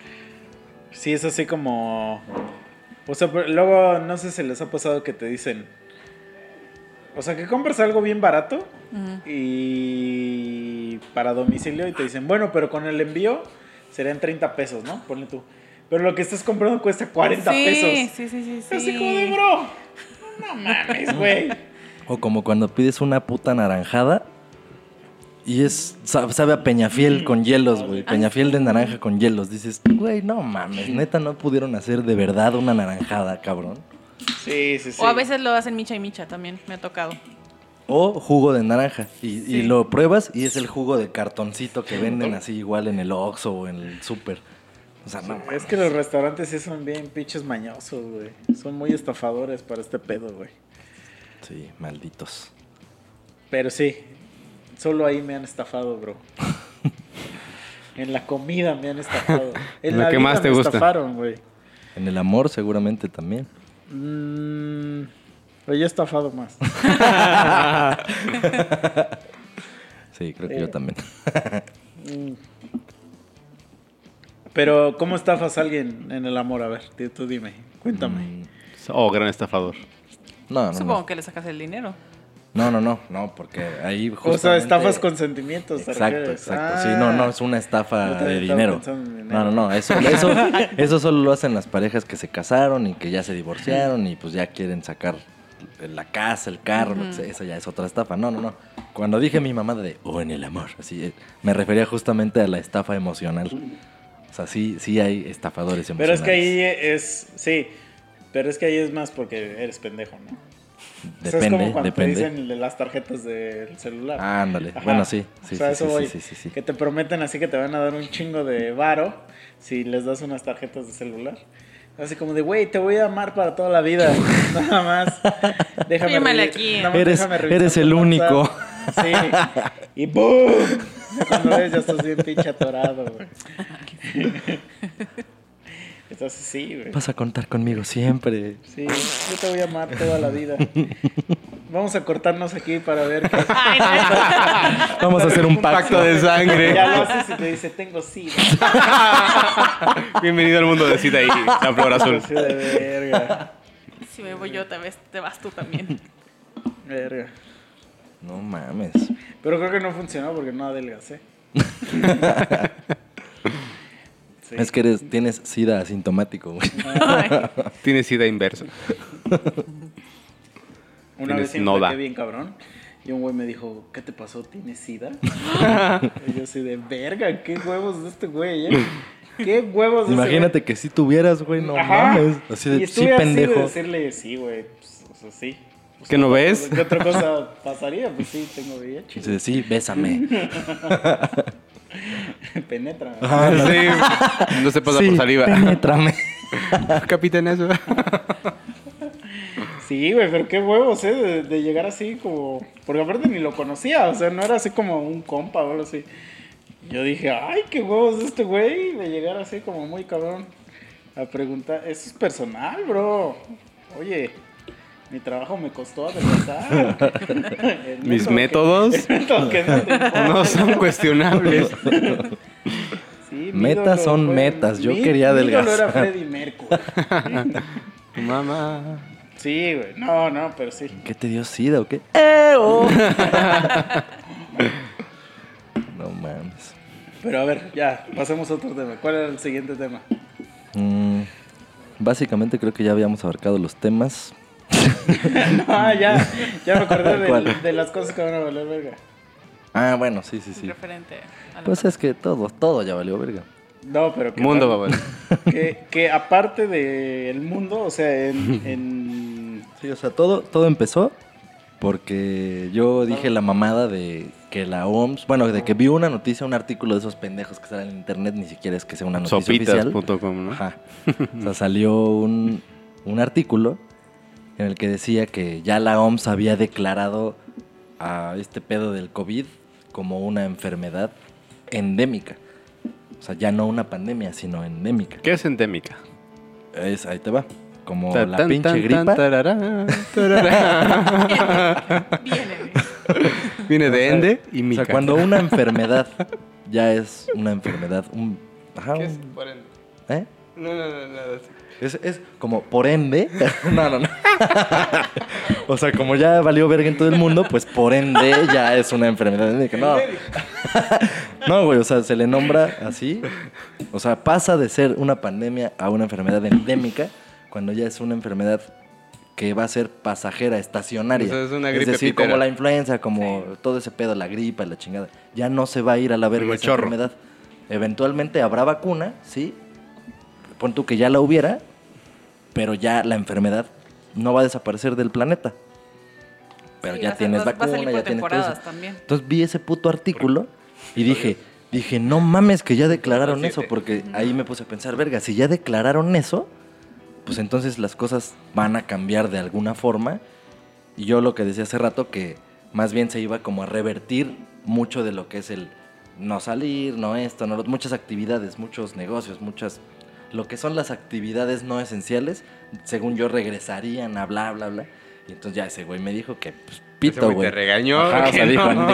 Sí, es así como... O sea, pero luego no sé si les ha pasado que te dicen... O sea, que compras algo bien barato y para domicilio y te dicen, bueno, pero con el envío serían 30 pesos, ¿no? Ponle tú. Pero lo que estás comprando cuesta 40 pesos. Sí. Así como de, bro, no mames, güey. O como cuando pides una puta naranjada y sabe a Peñafiel con hielos, güey. Peñafiel de naranja con hielos. Dices, güey, no mames, neta no pudieron hacer de verdad una naranjada, cabrón. Sí. O a veces lo hacen micha y micha también, me ha tocado. O jugo de naranja. Y Sí. lo pruebas y es el jugo de cartoncito que venden así igual en el Oxxo o en el súper. O sea, no. Es que los restaurantes sí son bien pinches mañosos, güey. Son muy estafadores para este pedo, güey. Sí, malditos. Pero sí, solo ahí me han estafado, bro. En la comida me han estafado. En Lo la que vida más te me gusta. estafaron, güey. En el amor seguramente también. Pero yo he estafado más. Sí, creo que yo también. Pero, ¿cómo estafas a alguien en el amor? A ver, tú dime, cuéntame. Oh, gran estafador. No, Supongo que le sacas el dinero. No, porque ahí justamente... O sea, estafas con sentimientos. ¿te Exacto, refieres? exacto. Sí, no, es una Yo estafa también de estaba dinero. pensando en dinero. No, eso solo lo hacen las parejas que se casaron y que ya se divorciaron y pues ya quieren sacar la casa, el carro, lo que sea. Eso ya es otra estafa. No. Cuando dije mi mamá o en el amor, así, me refería justamente a la estafa emocional. O sea, sí hay estafadores Pero emocionales. es que ahí es, sí, pero es que ahí es más porque eres pendejo, ¿no? O sea, es como cuando te dicen de las tarjetas del celular. Ándale, Ajá. bueno, sí. O sea, eso voy. Que te prometen así que te van a dar un chingo de varo si les das unas tarjetas de celular. Así como de, güey, te voy a amar para toda la vida. Nada más. Déjame Fírmale aquí. nada más déjame revisar Eres tu el WhatsApp. único. Sí. Y ¡boom! Cuando ves, ya estás bien pinche atorado, güey. Entonces sí, güey. Vas a contar conmigo siempre. Sí, yo te voy a amar toda la vida. Vamos a cortarnos aquí para ver qué. Vamos a hacer un Pacto de sangre. Ya lo haces y te dice, tengo sida. Bienvenido al mundo de Cita y la flor azul. Así de verga. Si me voy yo, te vas tú también. Verga. No mames. Pero creo que no funcionó porque no adelgacé. Sí. Es que tienes sida asintomático, güey. Tiene sida inversa. Una vez Tienes sí me noda. quedé bien cabrón. Y un güey me dijo, ¿qué te pasó? ¿Tienes sida? Y yo así de verga, qué huevos de este güey, ¿Qué huevos de ese Imagínate que si tuvieras, güey, no Ajá. mames. Así Y de, estuve sí, así pendejo. de decirle, sí, güey, pues, o sea, sí. Pues, ¿Qué no ves? ¿Qué otra cosa pasaría? Pues sí, tengo VIH. Dice, sí, bésame. Penetra. Sí. No se pasa Sí, por saliva. penétrame. Capitán, eso. Sí, güey, pero qué huevos, de llegar así como... Porque aparte ni lo conocía, o sea, no era así como un compa o algo así. Yo dije, ay, qué huevos de este güey, de llegar así como muy cabrón a preguntar. Eso es personal, bro. Oye, mi trabajo me costó adelgazar. El Mis método métodos que- el método que no te importa. no son cuestionables. Sí, mi Metas ídolo son fue- metas, yo mi- quería mi ídolo adelgazar. era Freddie Mercury. Mamá. Sí, güey, no, pero sí. ¿Qué te dio sida o qué? No mames. Pero a ver, ya, pasemos a otro tema. ¿Cuál era el siguiente tema? Básicamente creo que ya habíamos abarcado los temas. No, ya me acordé ¿Cuál? de las cosas que van a valer verga. Ah, bueno, sí. Referente a la Pues es que todo ya valió verga. No, pero que Mundo, babal. que aparte del mundo, o sea, en Sí, o sea, todo empezó porque yo dije la mamada de que la OMS, bueno, de que vi una noticia, un artículo de esos pendejos que salen en internet, ni siquiera es que sea una noticia oficial. Sopitas.com, ¿no? Ajá. O sea, salió un artículo en el que decía que ya la OMS había declarado a este pedo del COVID como una enfermedad endémica. O sea, ya no una pandemia, sino endémica. ¿Qué es endémica? Ahí te va. Como Ta- la tan, pinche tan, gripa. tan, tarará, tarará. Viene. Viene de ende y O mica. sea, cuando una enfermedad ya es una enfermedad, ajá, ¿Qué es por ende? ¿eh? No, nada. Es como por ende. No. O sea, como ya valió verga en todo el mundo, pues por ende ya es una enfermedad endémica. No, güey, o sea, se le nombra así. O sea, pasa de ser una pandemia a una enfermedad endémica cuando ya es una enfermedad que va a ser pasajera, estacionaria. O sea, es una gripe decir, pitera. como la influenza, como todo ese pedo, la gripa, la chingada. Ya no se va a ir a la verga Como esa chorro. enfermedad. Eventualmente habrá vacuna, sí. Pon tú que ya la hubiera, pero ya la enfermedad no va a desaparecer del planeta. Pero Sí, ya tienes va a salir vacuna, por ya tienes todo temporadas eso. también. Entonces vi ese puto artículo y dije, no mames que ya declararon eso, 7. porque ahí me puse a pensar, verga, si ya declararon eso, pues entonces las cosas van a cambiar de alguna forma. Y yo lo que decía hace rato, que más bien se iba como a revertir mucho de lo que es el no salir, no esto, no muchas actividades, muchos negocios, lo que son las actividades no esenciales, según yo regresarían a bla, bla, bla. Y entonces ya ese güey me dijo que pues, pito, güey. Te regañó. Ajá, o sea, que dijo, no.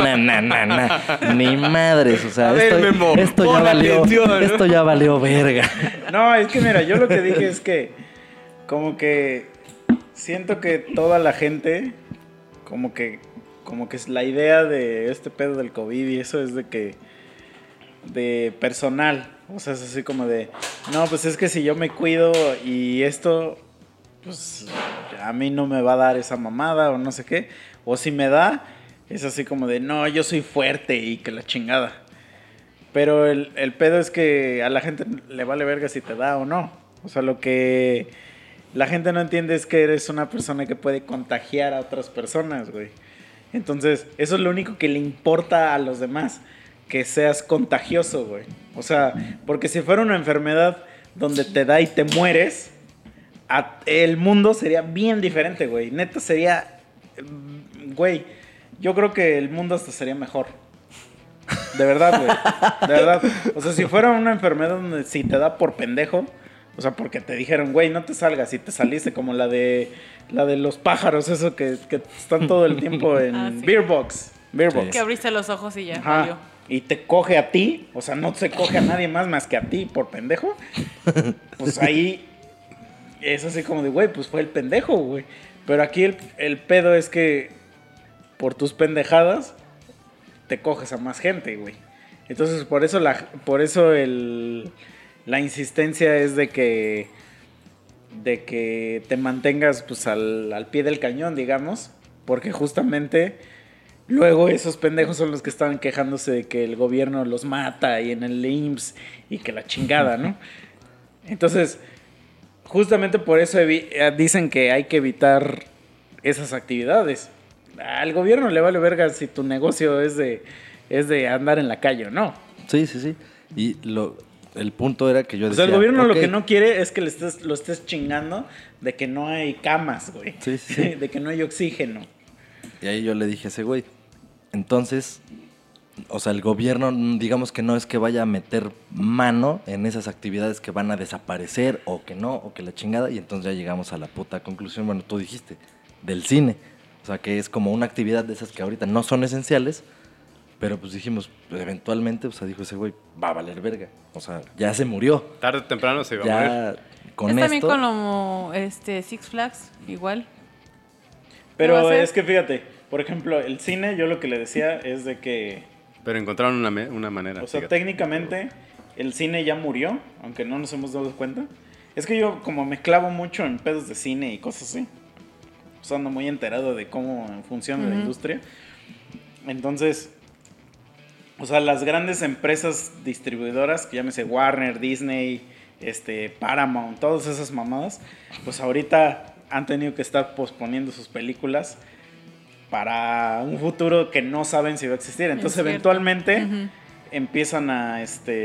ni madres, o sea, A ver, Memo, esto ya pon valió, atención, ¿no? esto ya valió verga. No, es que mira, yo lo que dije es que como que siento que toda la gente como que es la idea de este pedo del COVID y eso es de que de personal, o sea, es así como de no, pues es que si yo me cuido y esto pues a mí no me va a dar esa mamada o no sé qué, o si me da es así como de no, yo soy fuerte y que la chingada. Pero el pedo es que a la gente le vale verga si te da o no. O sea, lo que la gente no entiende es que eres una persona que puede contagiar a otras personas, güey. Entonces, eso es lo único que le importa a los demás, que seas contagioso, güey. O sea, porque si fuera una enfermedad donde te da y te mueres, el mundo sería bien diferente, güey. Neta sería, güey, yo creo que el mundo hasta sería mejor. De verdad, güey. De verdad. O sea, si fuera una enfermedad donde si te da por pendejo, o sea, porque te dijeron, güey, no te salgas y te saliste como la de los pájaros, eso que están todo el tiempo en sí. Beer Box. Que abriste los ojos y ya Ajá. valió. Y te coge a ti, o sea, no se coge a nadie más que a ti por pendejo. Pues ahí es así como de, güey, pues fue el pendejo, güey. Pero aquí el pedo es que por tus pendejadas te coges a más gente, güey. Entonces, por eso la insistencia es de que te mantengas pues al pie del cañón, digamos, porque justamente luego esos pendejos son los que estaban quejándose de que el gobierno los mata y en el IMSS y que la chingada, ¿no? Entonces, justamente por eso dicen que hay que evitar esas actividades. Al gobierno le vale verga si tu negocio es de andar en la calle o no. Sí. Y el punto era que yo decía... O sea, el gobierno lo ok, que no quiere es que lo estés chingando de que no hay camas, güey. Sí. De que no hay oxígeno. Y ahí yo le dije a ese güey, entonces, o sea, el gobierno, digamos que no es que vaya a meter mano en esas actividades que van a desaparecer o que no, o que la chingada, y entonces ya llegamos a la puta conclusión, bueno, tú dijiste, del cine. O sea, que es como una actividad de esas que ahorita no son esenciales, pero pues dijimos, pues, eventualmente, o sea, dijo ese güey, va a valer verga. O sea, ya se murió. Tarde o temprano se iba a morir. Ya con Es esto... también con lo, Six Flags, igual. ¿Qué va a Pero hacer? es que fíjate, por ejemplo, el cine, yo lo que le decía es de que, Pero encontraron una manera. o sea, fíjate. técnicamente el cine ya murió, aunque no nos hemos dado cuenta. Es que yo como me clavo mucho en pedos de cine y cosas así, o sea, ando muy enterado de cómo funciona la industria. Entonces, o sea, las grandes empresas distribuidoras, que llámese Warner, Disney, Paramount, todas esas mamadas, pues ahorita han tenido que estar posponiendo sus películas para un futuro que no saben si va a existir. Entonces, cierto. eventualmente Ujú. empiezan a,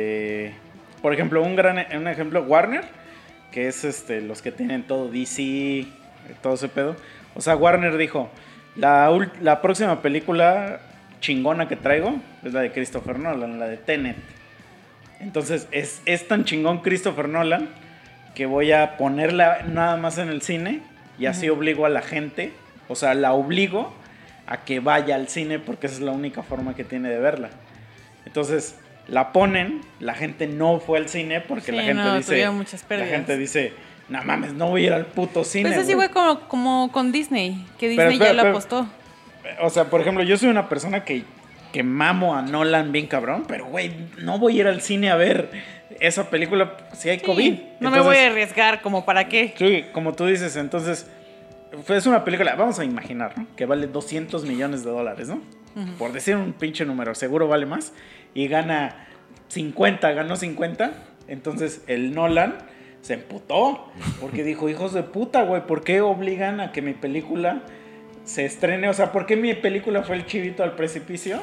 por ejemplo, un ejemplo, Warner, que es los que tienen todo DC, todo ese pedo. O sea, Warner dijo, la próxima película chingona que traigo es la de Christopher Nolan, la de Tenet. Entonces, es tan chingón Christopher Nolan que voy a ponerla nada más en el cine y así obligo a la gente, o sea, la obligo a que vaya al cine porque esa es la única forma que tiene de verla. Entonces, la ponen, la gente no fue al cine porque Sí, la gente no, dice, tuvieron muchas la pérdidas. gente dice, no mames, no voy a ir al puto cine. Pues es güey". igual como con Disney, que Pero Disney ya lo espera. apostó. O sea, por ejemplo, yo soy una persona que mamo a Nolan bien cabrón, pero güey, no voy a ir al cine a ver esa película si hay Sí, COVID. no me voy a arriesgar, como para qué. Sí, como tú dices, entonces, es una película, vamos a imaginar, ¿no? Que vale $200 millones, ¿no? Por decir un pinche número, seguro vale más. Y ganó 50. Entonces, el Nolan se emputó porque dijo, hijos de puta, güey, ¿por qué obligan a que mi película se estrene? O sea, ¿por qué mi película fue el chivito al precipicio?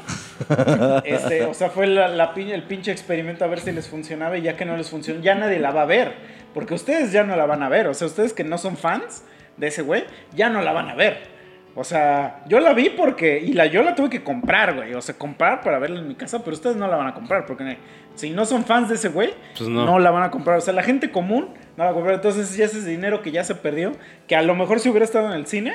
O sea, fue el pinche experimento a ver si les funcionaba, y ya que no les funcionó, ya nadie la va a ver, porque ustedes ya no la van a ver. O sea, ustedes que no son fans de ese güey, ya no la van a ver. O sea, yo la vi porque, yo la tuve que comprar, güey. O sea, comprar para verla en mi casa, pero ustedes no la van a comprar, porque si no son fans de ese güey, Pues no. no la van a comprar. O sea, la gente común no la va a comprar. Entonces, ya ese dinero que ya se perdió, que a lo mejor si hubiera estado en el cine,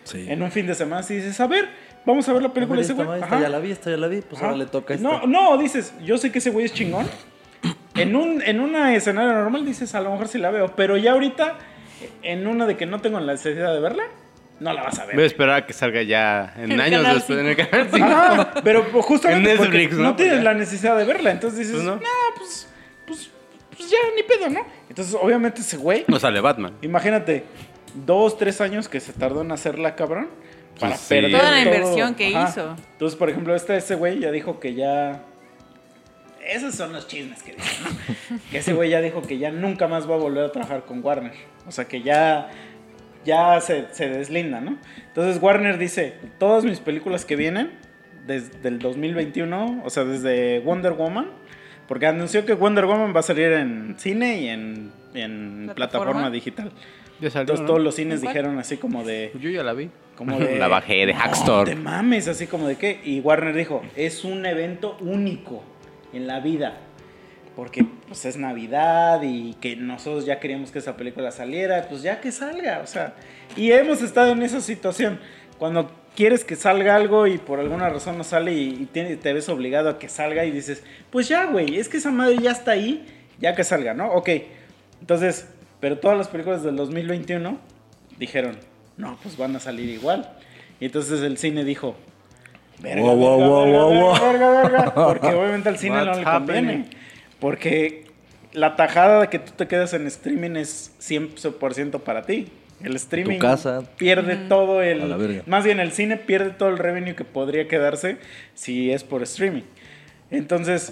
Sí. En un fin de semana, si dices, a ver, vamos a ver la película de ese güey. Esta ya la vi, pues Ajá. ahora le toca esta. No, dices, yo sé que ese güey es chingón. En una escenario normal dices, a lo mejor sí la veo, pero ya ahorita, en una de que no tengo la necesidad de verla, no la vas a ver. Voy a esperar a que salga ya en El años canal después en el canal 5. Ajá, pero pues, justamente En porque Netflix, ¿no? no tienes Pues ya. la necesidad de verla, entonces dices, Pues no. pues ya ni pedo, ¿no? Entonces, obviamente ese güey, No sale Batman. imagínate, 2-3 años que se tardó en hacerla, cabrón, para Sí. perder Toda la todo. inversión que hizo. Entonces, por ejemplo, ese güey ya dijo que ya... Esos son los chismes que dicen, ¿no? Que ese güey ya dijo que ya nunca más va a volver a trabajar con Warner. O sea, que ya se deslinda, ¿no? Entonces Warner dice, todas mis películas que vienen desde el 2021, o sea, desde Wonder Woman, porque anunció que Wonder Woman va a salir en cine y en plataforma digital. Ya salió, Entonces ¿no? todos los cines ¿Cuál? dijeron así como de... Yo ya la vi. Como de La bajé de No Hackstore. te mames, así como de qué. Y Warner dijo, es un evento único en la vida. Porque pues es Navidad y que nosotros ya queríamos que esa película saliera, pues ya que salga, o sea. Y hemos estado en esa situación. Cuando quieres que salga algo y por alguna razón no sale y te ves obligado a que salga y dices, pues ya, güey, es que esa madre ya está ahí, ya que salga, ¿no? Ok. Entonces, pero todas las películas del 2021 dijeron, no, pues van a salir igual. Y entonces el cine dijo, verga, verga, porque obviamente al cine no What's le conviene. happening? Porque la tajada de que tú te quedas en streaming es 100% para ti. El streaming Tu casa. pierde todo A la verga. más bien el cine pierde todo el revenue que podría quedarse si es por streaming. Entonces,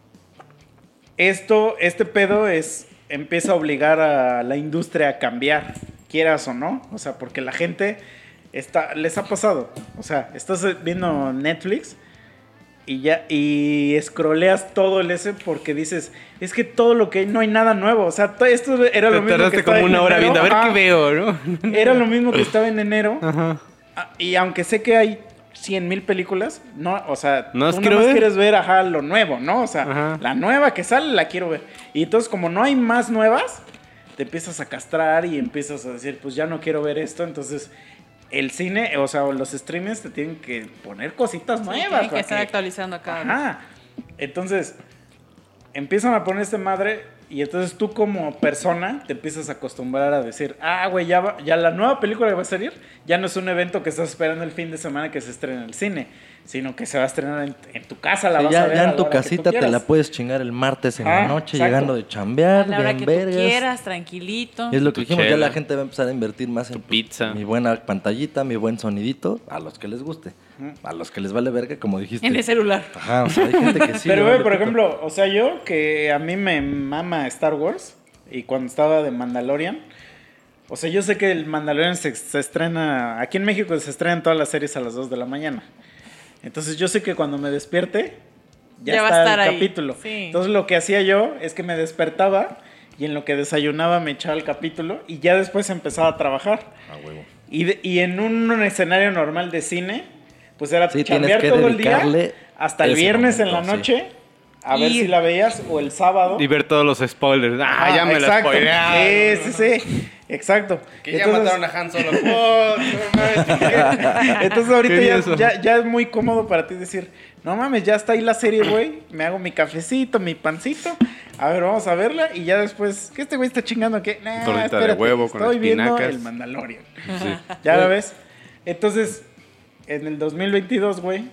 este pedo empieza a obligar a la industria a cambiar, quieras o no. O sea, porque la gente les ha pasado. O sea, estás viendo Netflix y scrolleas todo el ese porque dices, es que todo lo que hay, no hay nada nuevo. O sea, esto era lo Te mismo que tardaste estaba como en una hora enero. viendo, a ver Ajá. qué veo, ¿no? Era lo mismo que estaba en enero. Ajá. Y aunque sé que hay 100,000 películas, no, o sea, No las tú quiero nada más ver. quieres ver, ajá, lo nuevo, ¿no? O sea, Ajá. la nueva que sale la quiero ver. Y entonces, como no hay más nuevas, te empiezas a castrar y empiezas a decir, pues ya no quiero ver esto. Entonces, el cine, o sea, los streamers te tienen que poner cositas nuevas. Tienen que para estar actualizando acá. Ajá. Entonces, empiezan a poner este madre y entonces tú como persona te empiezas a acostumbrar a decir, güey, ya la nueva película que va a salir ya no es un evento que estás esperando el fin de semana que se estrena en el cine, sino que se va a estrenar en tu casa, la Sí, vas a ver ya a en la tu hora que tú casita te quieras. la puedes chingar el martes en la Ah, noche, exacto. llegando de A chambear, la hora bien que vergas. tú quieras, tranquilito. Y es lo que Tu dijimos, ya chela. la gente va a empezar a invertir más en pizza. mi buena pantallita, mi buen sonidito, a los que les guste. A los que les vale verga, como dijiste. En el celular. Ajá, o sea, hay gente que sí. Pero, le güey, vale por pito. ejemplo, o sea, yo que a mí me mama Star Wars y cuando estaba de Mandalorian, o sea, yo sé que el Mandalorian se estrena, aquí en México se estrenan todas las series a las 2 de la mañana. Entonces yo sé que cuando me despierte, ya va a está estar el ahí. capítulo. Sí. Entonces lo que hacía yo es que me despertaba y en lo que desayunaba me echaba el capítulo y ya después empezaba a trabajar. A huevo. Y en un escenario normal de cine, pues era Sí, tienes chambear que todo el día dedicarle hasta el ese viernes en la momento, sí. noche a ver Ir. si la veías o el sábado. Y ver todos los spoilers. Ya me la exacto. spoilearon. Sí, exacto. Que ya Entonces- mataron a Han Solo. Oh, no mames. Entonces ahorita Quería eso. ya es muy cómodo para ti decir, no mames, ya está ahí la serie, güey, me hago mi cafecito, mi pancito, a ver, vamos a verla y ya después, ¿qué este güey está chingando? ¿Qué? Nah, Tortita de espérate, huevo con estoy viendo espinacas. el Mandalorian. Sí. ¿Ya la ves? Entonces, en el 2022, güey,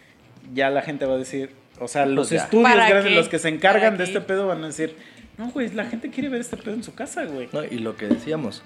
ya la gente va a decir, o sea, los ya. estudios ¿Para grandes, qué? los que se encargan ¿Para de qué? este pedo van a decir, no, güey, la gente quiere ver este pedo en su casa, güey. No, y lo que decíamos,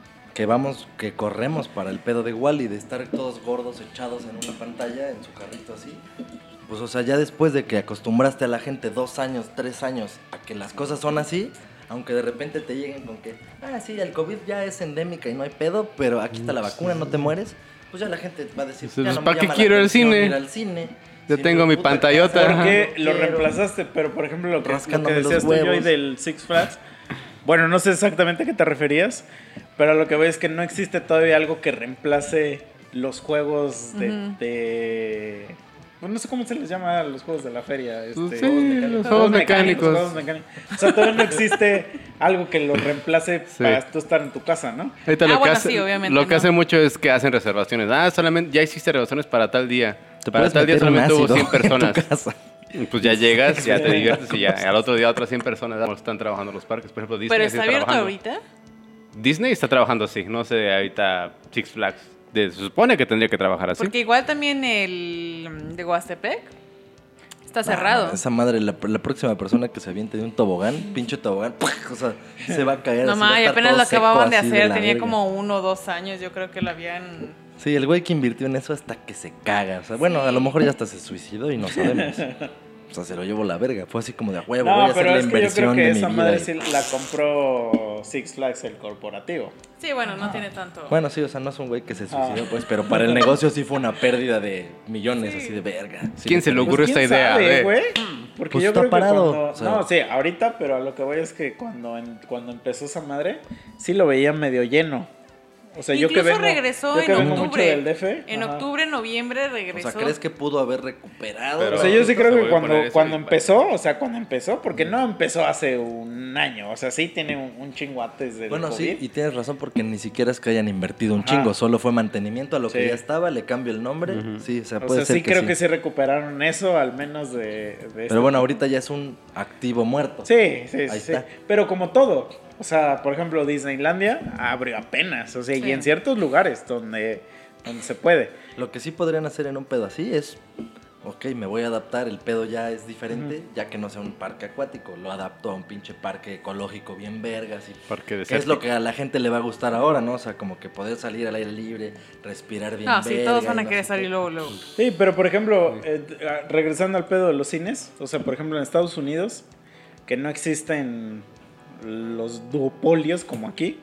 que corremos para el pedo de Wall-E, de estar todos gordos echados en una pantalla, en su carrito así. Pues, o sea, ya después de que acostumbraste a la gente 2 años, 3 años a que las cosas son así, aunque de repente te lleguen con que, sí, el COVID ya es endémica y no hay pedo, pero aquí está la vacuna, no te mueres, pues ya la gente va a decir, Pues, ya no me ¿para qué llama la quiero el atención cine? ir al cine. Ya Si tengo mi mi puta pantallota. casa, Ajá. Porque no lo quiero. reemplazaste, pero por ejemplo lo que Rascándome los decías tú Joy, huevos. del Six Flags, bueno, no sé exactamente a qué te referías, pero lo que veo es que no existe todavía algo que reemplace los juegos bueno, no sé cómo se les llama a los juegos de la feria. Pues sí, juegos los juegos mecánicos. juegos mecánicos. O sea, todavía no existe algo que lo reemplace Sí. para tú estar en tu casa, ¿no? Ahorita Sí, obviamente. lo que no. hacen mucho es que hacen reservaciones. Solamente ya hiciste reservaciones para tal día. Te Para puedes tal día meter un solamente hubo ácido 100 personas. en tu casa. Y pues ya llegas, ya te diviertes y ya. Al otro día otras 100 personas están trabajando en los parques. Por ejemplo, Disney Pero está está abierto trabajando. ahorita. Disney está trabajando así. No sé, ahorita Six Flags. Se supone que tendría que trabajar así. Porque igual también el de Huastepec está cerrado. Esa madre, la próxima persona que se aviente de un tobogán, pinche tobogán, o sea, se va a caer. No así, va a más, y estar apenas todo lo acababan seco de así hacer. la Tenía verga. como 1 o 2 años. Yo creo que lo habían. Sí, el güey que invirtió en eso hasta que se caga. O sea, bueno, a lo mejor ya hasta se suicidó y no sabemos. O sea, se lo llevó la verga. Fue así como de a huevo, voy a No, hacer pero la es que yo creo inversión que de mi esa vida. madre sí la compró Six Flags, el corporativo. Sí, bueno, no tiene tanto. Bueno, sí, o sea, no es un güey que se suicidó, pues, pero para el negocio sí fue una pérdida de millones, Sí. así de verga. Sí, ¿Quién se le perdió. ocurrió esta ¿quién idea? sabe, güey? Porque Pues yo está creo parado, que cuando... o sea. No, sí, ahorita, pero a lo que voy es que cuando empezó esa madre, sí lo veía medio lleno. O sea, Incluso yo que vengo, regresó yo que en vengo mucho octubre. del DF. En ajá. octubre, noviembre O regresó. sea, ¿crees que pudo haber recuperado? Pero- O sea, yo sí Se creo vuelve que a poner eso cuando y- empezó, o sea, cuando empezó, porque no empezó hace un año, o sea, sí tiene un chingo antes del Bueno, COVID. sí, y tienes razón porque ni siquiera es que hayan invertido un Ajá. chingo, solo fue mantenimiento a lo que Sí. ya estaba, le cambio el nombre. Sí, o sea, O puede sea, ser sí que creo sí. que sí recuperaron eso, al menos de Pero bueno, ahorita ya es un activo muerto. Sí, sí, Ahí sí. está. Pero como todo. O sea, por ejemplo, Disneylandia abrió apenas. O sea, Sí. y en ciertos lugares donde se puede. Lo que sí podrían hacer en un pedo así es, ok, me voy a adaptar, el pedo ya es diferente, ya que no sea un parque acuático, lo adapto a un pinche parque ecológico bien vergas y Parque que es desértico. lo que a la gente le va a gustar ahora, ¿no? O sea, como que poder salir al aire libre, respirar bien No, sí, verga todos van y a no querer sé salir qué. luego, luego. Sí, pero por ejemplo, regresando al pedo de los cines, o sea, por ejemplo, en Estados Unidos, que no existen los duopolios como aquí,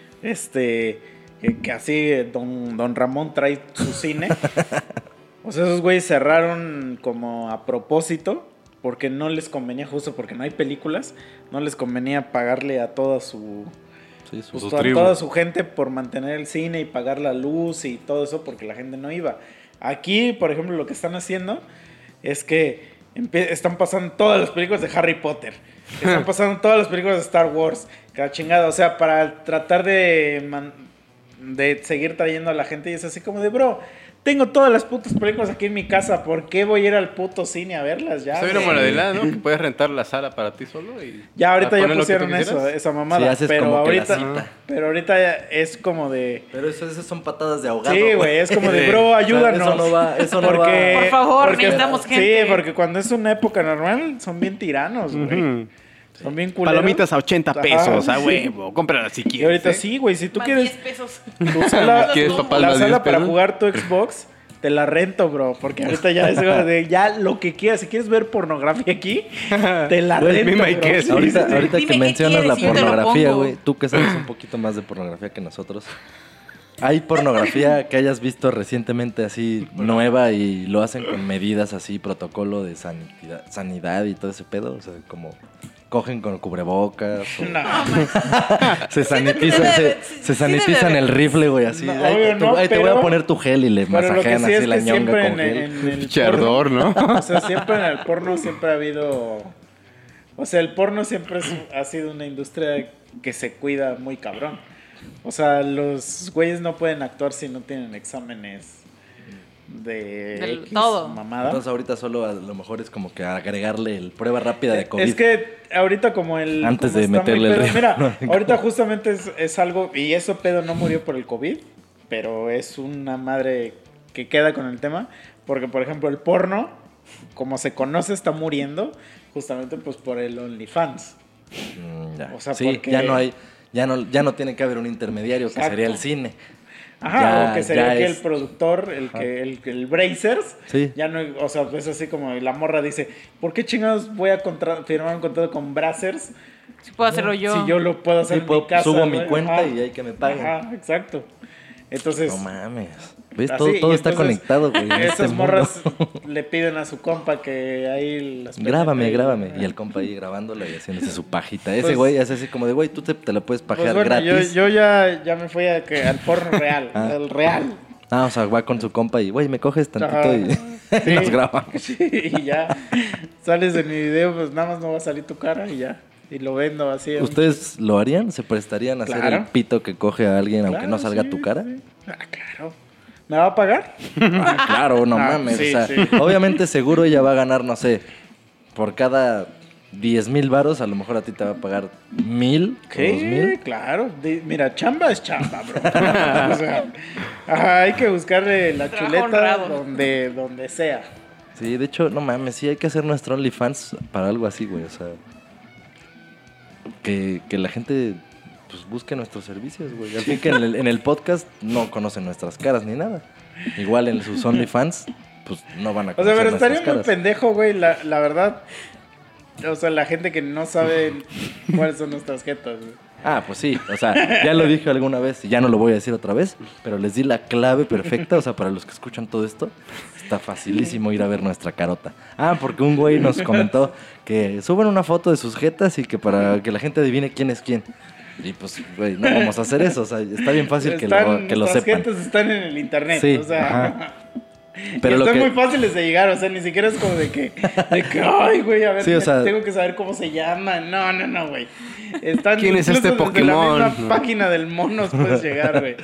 que así don Ramón trae su cine. O sea, esos güeyes cerraron como a propósito, porque no les convenía, justo porque no hay películas, no les convenía pagarle a toda su... Sí, su- pues, Su toda, tribu. toda su gente por mantener el cine y pagar la luz y todo eso porque la gente no iba. Aquí, por ejemplo, lo que están haciendo es que están pasando todas las películas de Harry Potter. Están pasando todas las películas de Star Wars. Cada chingada. O sea, para tratar de seguir trayendo a la gente. Y es así como de, bro, tengo todas las putas películas aquí en mi casa. ¿Por qué voy a ir al puto cine a verlas ya? Soy una güey? modalidad, ¿no? Que puedes rentar la sala para ti solo y... Ya ahorita ya poner lo que tú pusieron eso, quisieras. esa mamada. Sí, haces pero como que la ahorita, cita. pero ahorita ya es como de... Pero esas son patadas de ahogado. Sí, güey, es como de, Sí. bro, O sea, ayúdanos. eso no va, eso no Porque- va. Por favor, porque- necesitamos gente. Sí, porque cuando es una época normal, son bien tiranos, güey. Ujú. Son bien culeros. Palomitas a 80 pesos, Ajá, a sí. huevo. Cómpralas si Y quieres. ahorita ¿eh? sí, güey, si tú Más quieres 10 pesos. tu sala, ¿Quieres papás la más sala 10 para pesos? jugar tu Xbox, te la rento, bro. Porque ahorita ya es como de, ya lo que quieras. Si quieres ver pornografía aquí, te la Güey, rento, dime, ¿y bro. qué es? Ahorita, ahorita Dime que qué mencionas quieres la y yo te lo pornografía, pongo. güey, tú que sabes un poquito más de pornografía que nosotros. ¿Hay pornografía que hayas visto recientemente así nueva y lo hacen con medidas así, protocolo de sanidad y todo ese pedo? O sea, como cogen con cubrebocas o No, se sanitizan, se sanitizan el rifle, güey, así. No, Ahí obvio no, ahí te voy pero- a poner tu gel y le pero lo que masajean sí así es la que ñonga siempre con en gel. el Pinche porno- ardor, ¿no? O sea, siempre en el porno siempre ha habido... O sea, el porno siempre ha sido una industria que se cuida muy cabrón. O sea, los güeyes no pueden actuar si no tienen exámenes de Del X todo. mamada. Entonces ahorita solo a lo mejor es como que agregarle el prueba rápida de COVID. Es que ahorita como el... Antes como de está muy meterle el pedo- ritmo. Mira, No, ahorita justamente es algo... Y eso pedo no murió por el COVID, pero es una madre que queda con el tema. Porque, por ejemplo, el porno, como se conoce, está muriendo justamente pues por el OnlyFans. Ya. O sea, sí, porque- ya no tiene que haber un intermediario que Exacto. sería el cine. Ajá, Ya- o que sería ya que es- el productor, el Brazers, Sí. ya no, o sea, es así como la morra dice, ¿por qué chingados voy a firmar un contrato con Brazers Si puedo hacerlo yo. si yo lo puedo hacer Sí, en mi casa? subo mi güey? cuenta Ajá. y hay que me paguen. Ajá, exacto. Entonces, No mames. ¿Ves? así, Todo y está entonces, conectado, güey. en Esas este morras mundo. le piden a su compa que ahí las Grábame, penetre. grábame. Y el compa ahí grabándolo y haciéndose su pajita. Ese Pues- güey es así como de, güey, tú te la puedes Pues pajear bueno, gratis. yo ya me fui al porno real, Ah. al real. Ah, o sea, va con su compa y, güey, me coges tantito Ajá. y, Sí. y nos grabamos. Sí, y ya sales de mi video, pues nada más no va a salir tu cara y ya. y lo vendo así. ¿Ustedes lo harían? ¿Se prestarían a hacer Claro. el pito que coge a alguien aunque Claro, no salga sí, tu cara? sí. Ah, claro. ¿Me va a pagar? Ah, claro, no mames. sí, o sea, sí. obviamente seguro ella va a ganar, no sé, por cada 10,000 varos, a lo mejor a ti te va a pagar 1,000 o Sí, 2,000. claro. Mira, chamba es chamba, bro. O sea, hay que buscarle la Trabajo chuleta honrado. donde sea. Sí, de hecho, no mames, sí hay que hacer nuestro OnlyFans para algo así, güey. O sea, que la gente pues busque nuestros servicios, güey. Al fin que en el podcast no conocen nuestras caras ni nada. Igual en sus OnlyFans, pues no van a O sea, conocer pero nuestras estaría muy caras. pendejo, güey, la verdad. O sea, la gente que no sabe cuáles son nuestras jetas, güey. Ah, pues sí, o sea, ya lo dije alguna vez y ya no lo voy a decir otra vez, pero les di la clave perfecta, o sea, para los que escuchan todo esto, está facilísimo ir a ver nuestra carota. Ah, porque un güey nos comentó que suben una foto de sus jetas y que para que la gente adivine quién es quién. Y pues, güey, no vamos a hacer eso, o sea, está bien fácil que lo Nuestras sepan. jetas están en el internet, Sí, o sea... ajá. Pero Pero lo están que... muy fáciles de llegar, o sea, ni siquiera es como de que ay, güey, a ver, Sí, o sea- tengo que saber cómo se llama. No, güey. Están ¿Quién es incluso este desde Pokémon? la misma página del monos puedes llegar, güey.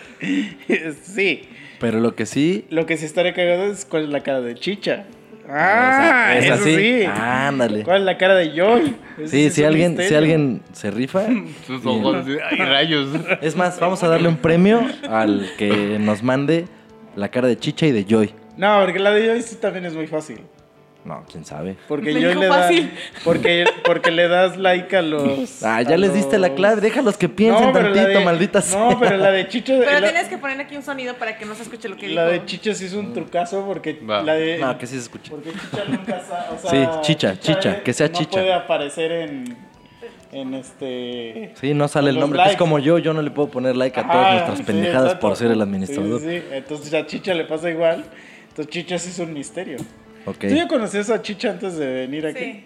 Sí. Pero lo que sí... Lo que sí estaría cagado es cuál es la cara de Chicha. o sea, ¿es eso así? sí. Ándale. ¿Cuál es la cara de Joy? Ese Sí, es si un alguien misterio. se rifa... Sus y- ojos, ay, rayos. Es más, vamos a darle un premio al que nos mande la cara de Chicha y de Joy. No, porque la de Joy sí también es muy fácil. No, quién sabe. Porque Me Joy dijo le da... fácil. Porque le das like a los... Ah, ya a les diste la los- clave, déjalos que piensen pero la tantito, de- maldita sea. No, pero la de Chicha... Pero la, tienes que poner aquí un sonido para que no se escuche lo que la dijo. de Chicha sí es un trucazo porque Va. la de... No, que sí se escucha. Porque Chicha nunca o sea, Sí, Chicha, que sea no Chicha. puede aparecer en este... Sí, no sale el los nombre. Que es likes. como yo no le puedo poner like a todas Ajá, nuestras sí, pendejadas exacto. por ser el administrador. Sí, sí, sí. Entonces a Chicha le pasa igual. Entonces Chicha sí es un misterio. Ok. ¿Tú ya conocías a Chicha antes de venir aquí? Sí.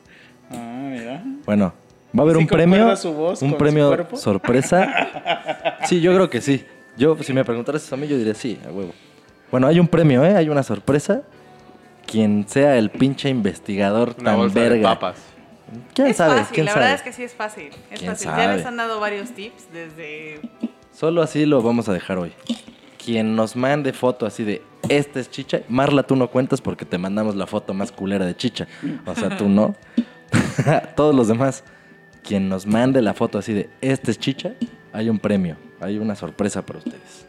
Ah, mira. Bueno, va a haber ¿Sí un premio. concuerda su voz Un con premio su cuerpo? sorpresa. Sí, yo creo que sí. Yo, si me preguntaras eso a mí, yo diría sí, a huevo. Bueno, hay un premio, ¿eh? Hay una sorpresa. Quien sea el pinche investigador Una tan bolsa de verga. papas. ¿Quién Es sabe? fácil, ¿Quién la sabe? verdad es que sí es fácil. Es ¿Quién fácil. sabe? Ya les han dado varios tips desde... Solo así lo vamos a dejar hoy. Quien nos mande foto así de este es Chicha. Marla, tú no cuentas porque te mandamos la foto más culera de Chicha. O sea, tú no. Todos los demás. Quien nos mande la foto así de este es Chicha, hay un premio. Hay una sorpresa para ustedes.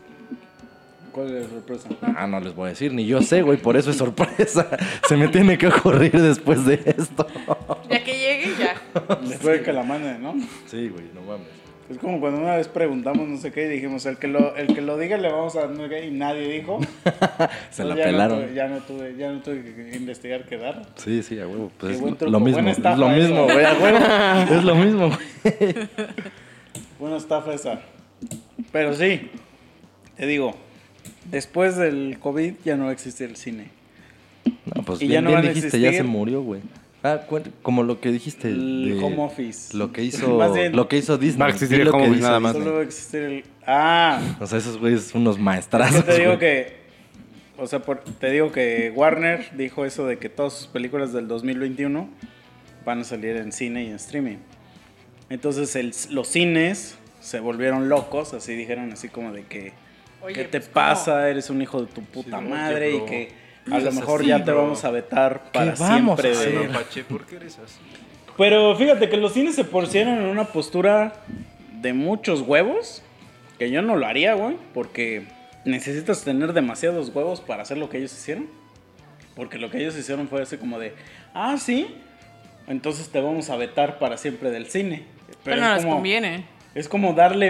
¿Cuál es la sorpresa? Ah, no les voy a decir, ni yo sé, güey, por eso es sorpresa. Se me tiene que ocurrir después de esto. Ya que llegue, ya. Después de que la mande, ¿no? Sí, güey, no mames. Es como cuando una vez preguntamos no sé qué y dijimos, el que lo diga le vamos a dar no sé qué, y nadie dijo. Se la Ya no pelaron. tuve- ya no tuve que investigar qué dar. Sí, sí, a huevo. Pues Qué es buen truco, lo mismo. buena Es estafa lo eso. mismo, güey, a huevo. Es lo mismo, güey. Buena estafa esa. Pero sí, te digo, después del COVID ya no va a existir el cine. No, pues Y bien, ya no bien van a dijiste, ya se existir. murió, güey. Ah, como lo que dijiste. El de home office. Lo que hizo, Más bien, lo que hizo Disney. Va a existir Di el lo home que office hizo nada más. Disney. Solo va a existir el... Ah, O sea, esos güeyes son unos es maestrazos. que te digo güey. que... O sea, te digo que Warner dijo eso de que todas sus películas del 2021 van a salir en cine y en streaming. Entonces los cines se volvieron locos, así dijeron, así como de que... Oye, ¿Qué te pues, pasa? Eres un hijo de tu puta Sí, madre oye, y bro. que a Eres lo mejor así, ya te bro. vamos a vetar para vamos siempre. a hacer? de- Pache, ¿por qué eres así? Pero fíjate que los cines se pusieron en una postura de muchos huevos, que yo no lo haría, güey, porque necesitas tener demasiados huevos para hacer lo que ellos hicieron. Porque lo que ellos hicieron fue así como de, ah, sí, entonces te vamos a vetar para siempre del cine. Pero no es les como- conviene. Es como darle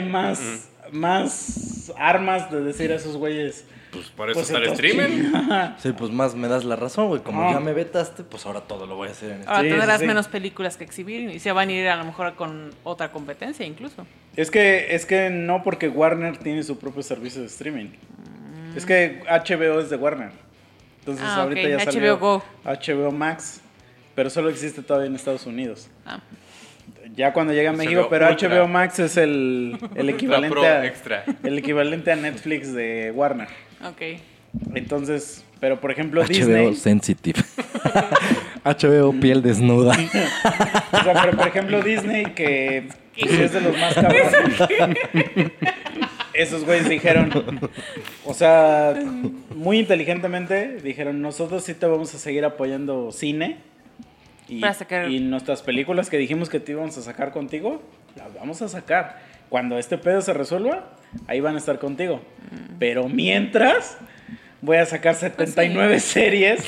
más armas de decir a esos güeyes. Pues por eso Pues está el entonces, streaming. chinga. Sí, pues más me das la razón, güey. Como Ah. ya me vetaste, pues ahora todo lo voy a hacer en este. Ahora Sí, tendrás sí, sí. menos películas que exhibir y se van a ir a lo mejor con otra competencia incluso. Es que no porque Warner tiene su propio servicio de streaming. Es que HBO es de Warner. Entonces Ah, ahorita ok, ya HBO salió Go. HBO Max, pero solo existe todavía en Estados Unidos. Ah. Ya cuando llega a HBO México, pero Ultra. HBO Max es el equivalente Pro a, Extra. el equivalente a Netflix de Warner. Ok. Entonces, pero por ejemplo HBO Disney, Sensitive. HBO, piel desnuda. O sea, pero por ejemplo Disney, que pues, es de los más cabrones. Esos güeyes dijeron, o sea, muy inteligentemente dijeron, nosotros sí te vamos a seguir apoyando cine. Y nuestras películas que dijimos que te íbamos a sacar contigo, las vamos a sacar. Cuando este pedo se resuelva, ahí van a estar contigo. Pero mientras, voy a sacar 79 series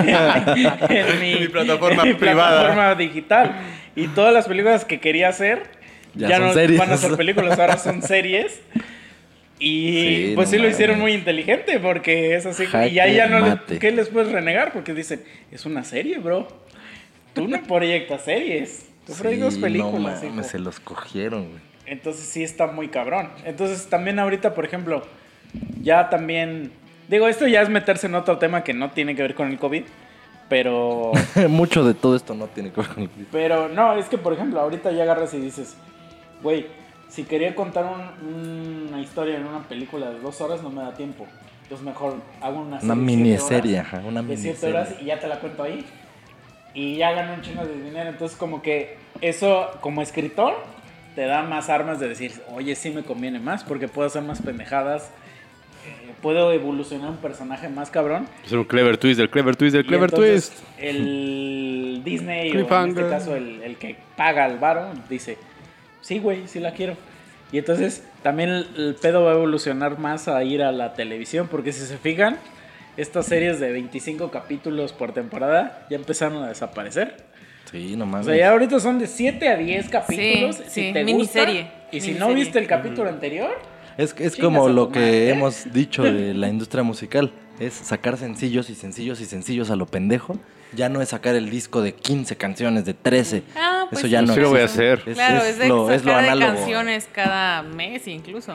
en mi plataforma en mi privada. plataforma digital. Y todas las películas que quería hacer, Ya son no series. van a ser películas, ahora son series. Y Sí, pues no sí lo hicieron mames. muy inteligente, porque es así. Jaque Y ahí ya no mate. ¿qué les puedes renegar? Porque dicen, es una serie, bro. Tú no proyectas series, tú proyectas películas. No hijo. mames, se los cogieron, güey. Entonces sí está muy cabrón. Entonces también ahorita, por ejemplo, ya también... Digo, esto ya es meterse en otro tema que no tiene que ver con el COVID, pero... Mucho de todo esto no tiene que ver con el COVID. Pero no, es que por ejemplo, ahorita ya agarras y dices, güey, si quería contar una historia en una película de 2 horas no me da tiempo. Entonces mejor hago una serie Una de 7 miniserie, horas, ajá, una de 7 miniserie. horas y ya te la cuento ahí. Y ya gano un chingo de dinero. Entonces como que eso como escritor te da más armas de decir, oye, sí me conviene más porque puedo hacer más pendejadas. Puedo evolucionar un personaje más cabrón. Es un clever twist del clever twist del Y clever entonces, twist. El Disney, o en Cliffhanger. este caso el que paga el varo, dice, sí, güey, sí la quiero. Y entonces también el pedo va a evolucionar más a ir a la televisión, porque si se fijan, estas series de 25 capítulos por temporada ya empezaron a desaparecer. Sí, no O mames. sea, ya ahorita son de 7 a 10 capítulos. Sí, si sí, te miniserie, gusta, y si no miniserie. viste el capítulo anterior, Es Chingas como a lo tu que madre. hemos dicho de la industria musical. Es sacar sencillos y sencillos y sencillos a lo pendejo. Ya no es sacar el disco de 15 canciones, de 13. Ah, pues Eso ya sí. no Sí lo voy a existe. hacer. Claro, es de lo sacar de análogo. canciones cada mes incluso.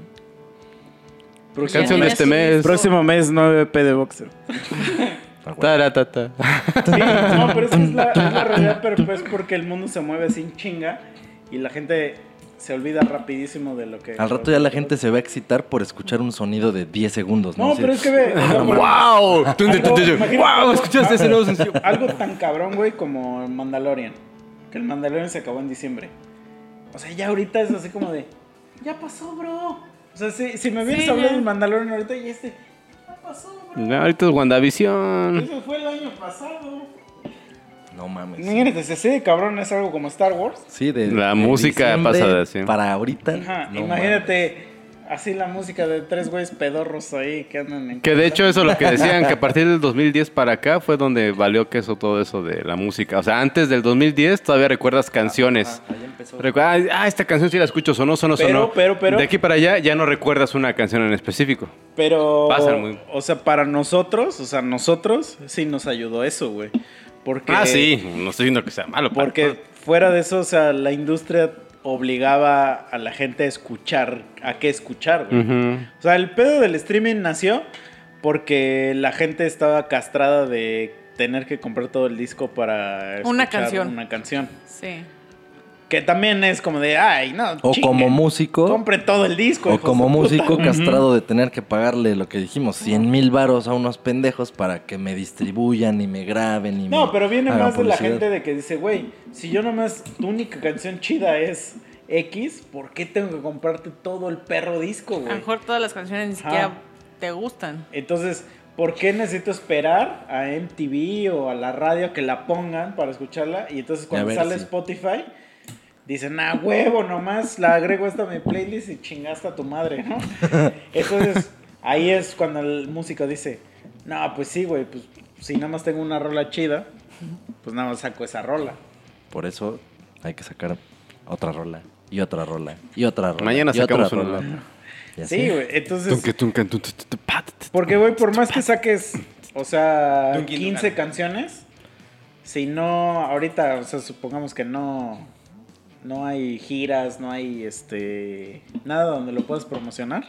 Canción de Ya este su mes. disco. próximo mes 9p de boxer. Ah, güey. Taratata. Sí, no, pero es que es la realidad, pero pues porque el mundo se mueve sin chinga y la gente se olvida rapidísimo de lo que... Al rato ya la gente se va a excitar por escuchar un sonido de 10 segundos. No, Sí. pero es que ve... o sea, por- ¡Wow! imagínate- ¡Wow! ¿Escuchaste ese nuevo sencillo? Algo tan cabrón, güey, como el Mandalorian. Que el Mandalorian se acabó en diciembre. O sea, ya ahorita es así como de... Ya pasó, bro. O sea, si me hubieras Sí, hablado ya. del Mandalorian ahorita, ya ya pasó, bro. No, ahorita es WandaVision. Eso fue el año pasado. No mames. Imagínate, si así de cabrón es algo como Star Wars. Sí, La música diciembre pasa de así. Para ahorita. Ajá, no imagínate así la música de 3 güeyes pedorros ahí que andan en... Que de hecho eso es lo que decían, que a partir del 2010 para acá fue donde valió queso todo eso de la música. O sea, antes del 2010 todavía recuerdas canciones. Ajá, ahí empezó. Esta canción sí la escucho, sonó. Pero- De aquí para allá ya no recuerdas una canción en específico. Pero, Pasan muy- o sea, para nosotros, sí nos ayudó eso, güey. Porque, Ah, sí, no estoy diciendo que sea malo. Porque fuera de eso, o sea, la industria obligaba a la gente a escuchar, güey. Ujú. O sea, el pedo del streaming nació porque la gente estaba castrada de tener que comprar todo el disco para Una escuchar canción. una canción. Sí. Que también es como de, ay, no, O chinguen, como músico. compre todo el disco. O hijos como de puta. músico castrado de tener que pagarle lo que dijimos, 100,000 varos a unos pendejos para que me distribuyan y me graben y No, me pero viene hagan más de la publicidad. gente de que dice, güey, si yo nomás, tu única canción chida es X, ¿por qué tengo que comprarte todo el perro disco, A lo güey? mejor todas las canciones ni Ajá. siquiera te gustan. Entonces, ¿por qué necesito esperar a MTV o a la radio que la pongan para escucharla? Y entonces cuando ver, sale sí. Spotify, dicen, huevo, nomás la agrego esta a mi playlist y chingaste a tu madre, ¿no? Entonces, ahí es cuando el músico dice, no, pues sí, güey, pues si nada más tengo una rola chida, pues nada más saco esa rola. Por eso hay que sacar otra rola y otra rola y otra rola. Mañana y otra sacamos una. Y así. Sí, güey, entonces... Tunque, tunque, tunque, tunque, pat, Porque, güey, por más que saques, o sea, Dunkin' 15 Donuts. canciones, si no, ahorita, o sea, supongamos que no hay giras, no hay, nada donde lo puedas promocionar,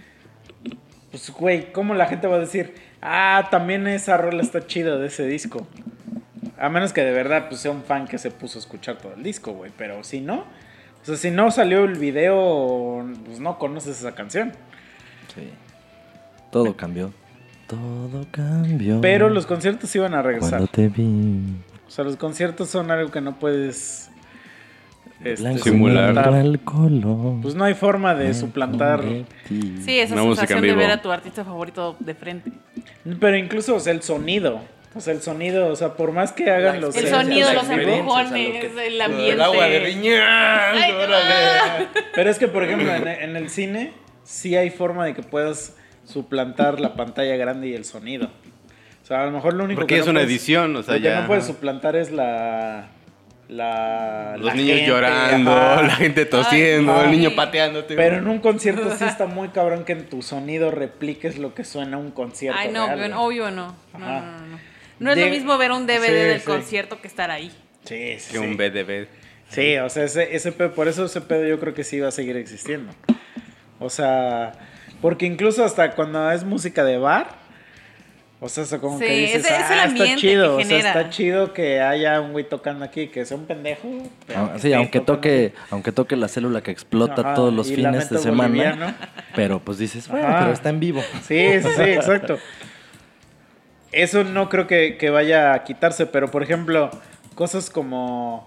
pues, güey, ¿cómo la gente va a decir, también esa rola está chida de ese disco? A menos que de verdad, pues, sea un fan que se puso a escuchar todo el disco, güey, pero si no, o sea, si no salió el video, pues no conoces esa canción. Sí. Todo cambió. Todo cambió. Pero los conciertos iban a regresar. Cuando te vi. O sea, los conciertos son algo que no puedes Blanco simular. negro al color. Pues no hay forma de suplantar. Sí, esa Una música sensación en de vivo. ver a tu artista favorito de frente. Pero incluso, o sea, el sonido. O sea, por más que hagan los... El Sí, sonido, la los experiencia, empujones, o sea, lo que- el ambiente. El agua de riñón. Ay, qué órale. Pero es que, por ejemplo, en el cine sí hay forma de que puedas suplantar la pantalla grande y el sonido. O sea, a lo mejor lo único Porque que es no una puedes- edición, o sea, lo que ya. no puedes suplantar es la Los niños gente, llorando, ajá. la gente tosiendo, Ay, el niño ay. pateándote. Pero en un concierto sí está muy cabrón que en tu sonido repliques lo que suena un concierto. Ay, no, real, bien, güey. obvio no. No, Ajá. no. No es lo De- mismo ver un DVD Sí, del sí. concierto que estar ahí. Sí, sí, Que sí. un BDB. Sí, o sea, ese pedo, por eso ese pedo yo creo que sí va a seguir existiendo. O sea, porque incluso hasta cuando es música de bar, o sea, eso como Sí, que dices, es el está ambiente chido, que o sea, genera. está chido que haya un güey tocando aquí, que sea un pendejo. pero Ah, que sí, esté aunque tocando toque la célula que explota Ajá, todos los y fines lamento de semana. boliviano. Pero pues dices, bueno, Ajá. pero está en vivo. Sí, sí, sí, exacto. Eso no creo que vaya a quitarse, pero por ejemplo, cosas como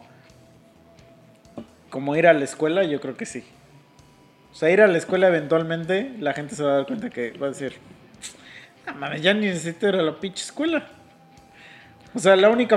ir a la escuela, yo creo que sí. O sea, ir a la escuela eventualmente, la gente se va a dar cuenta que va a decir, no mames, ya ni necesito ir a la pinche escuela. O sea, la única,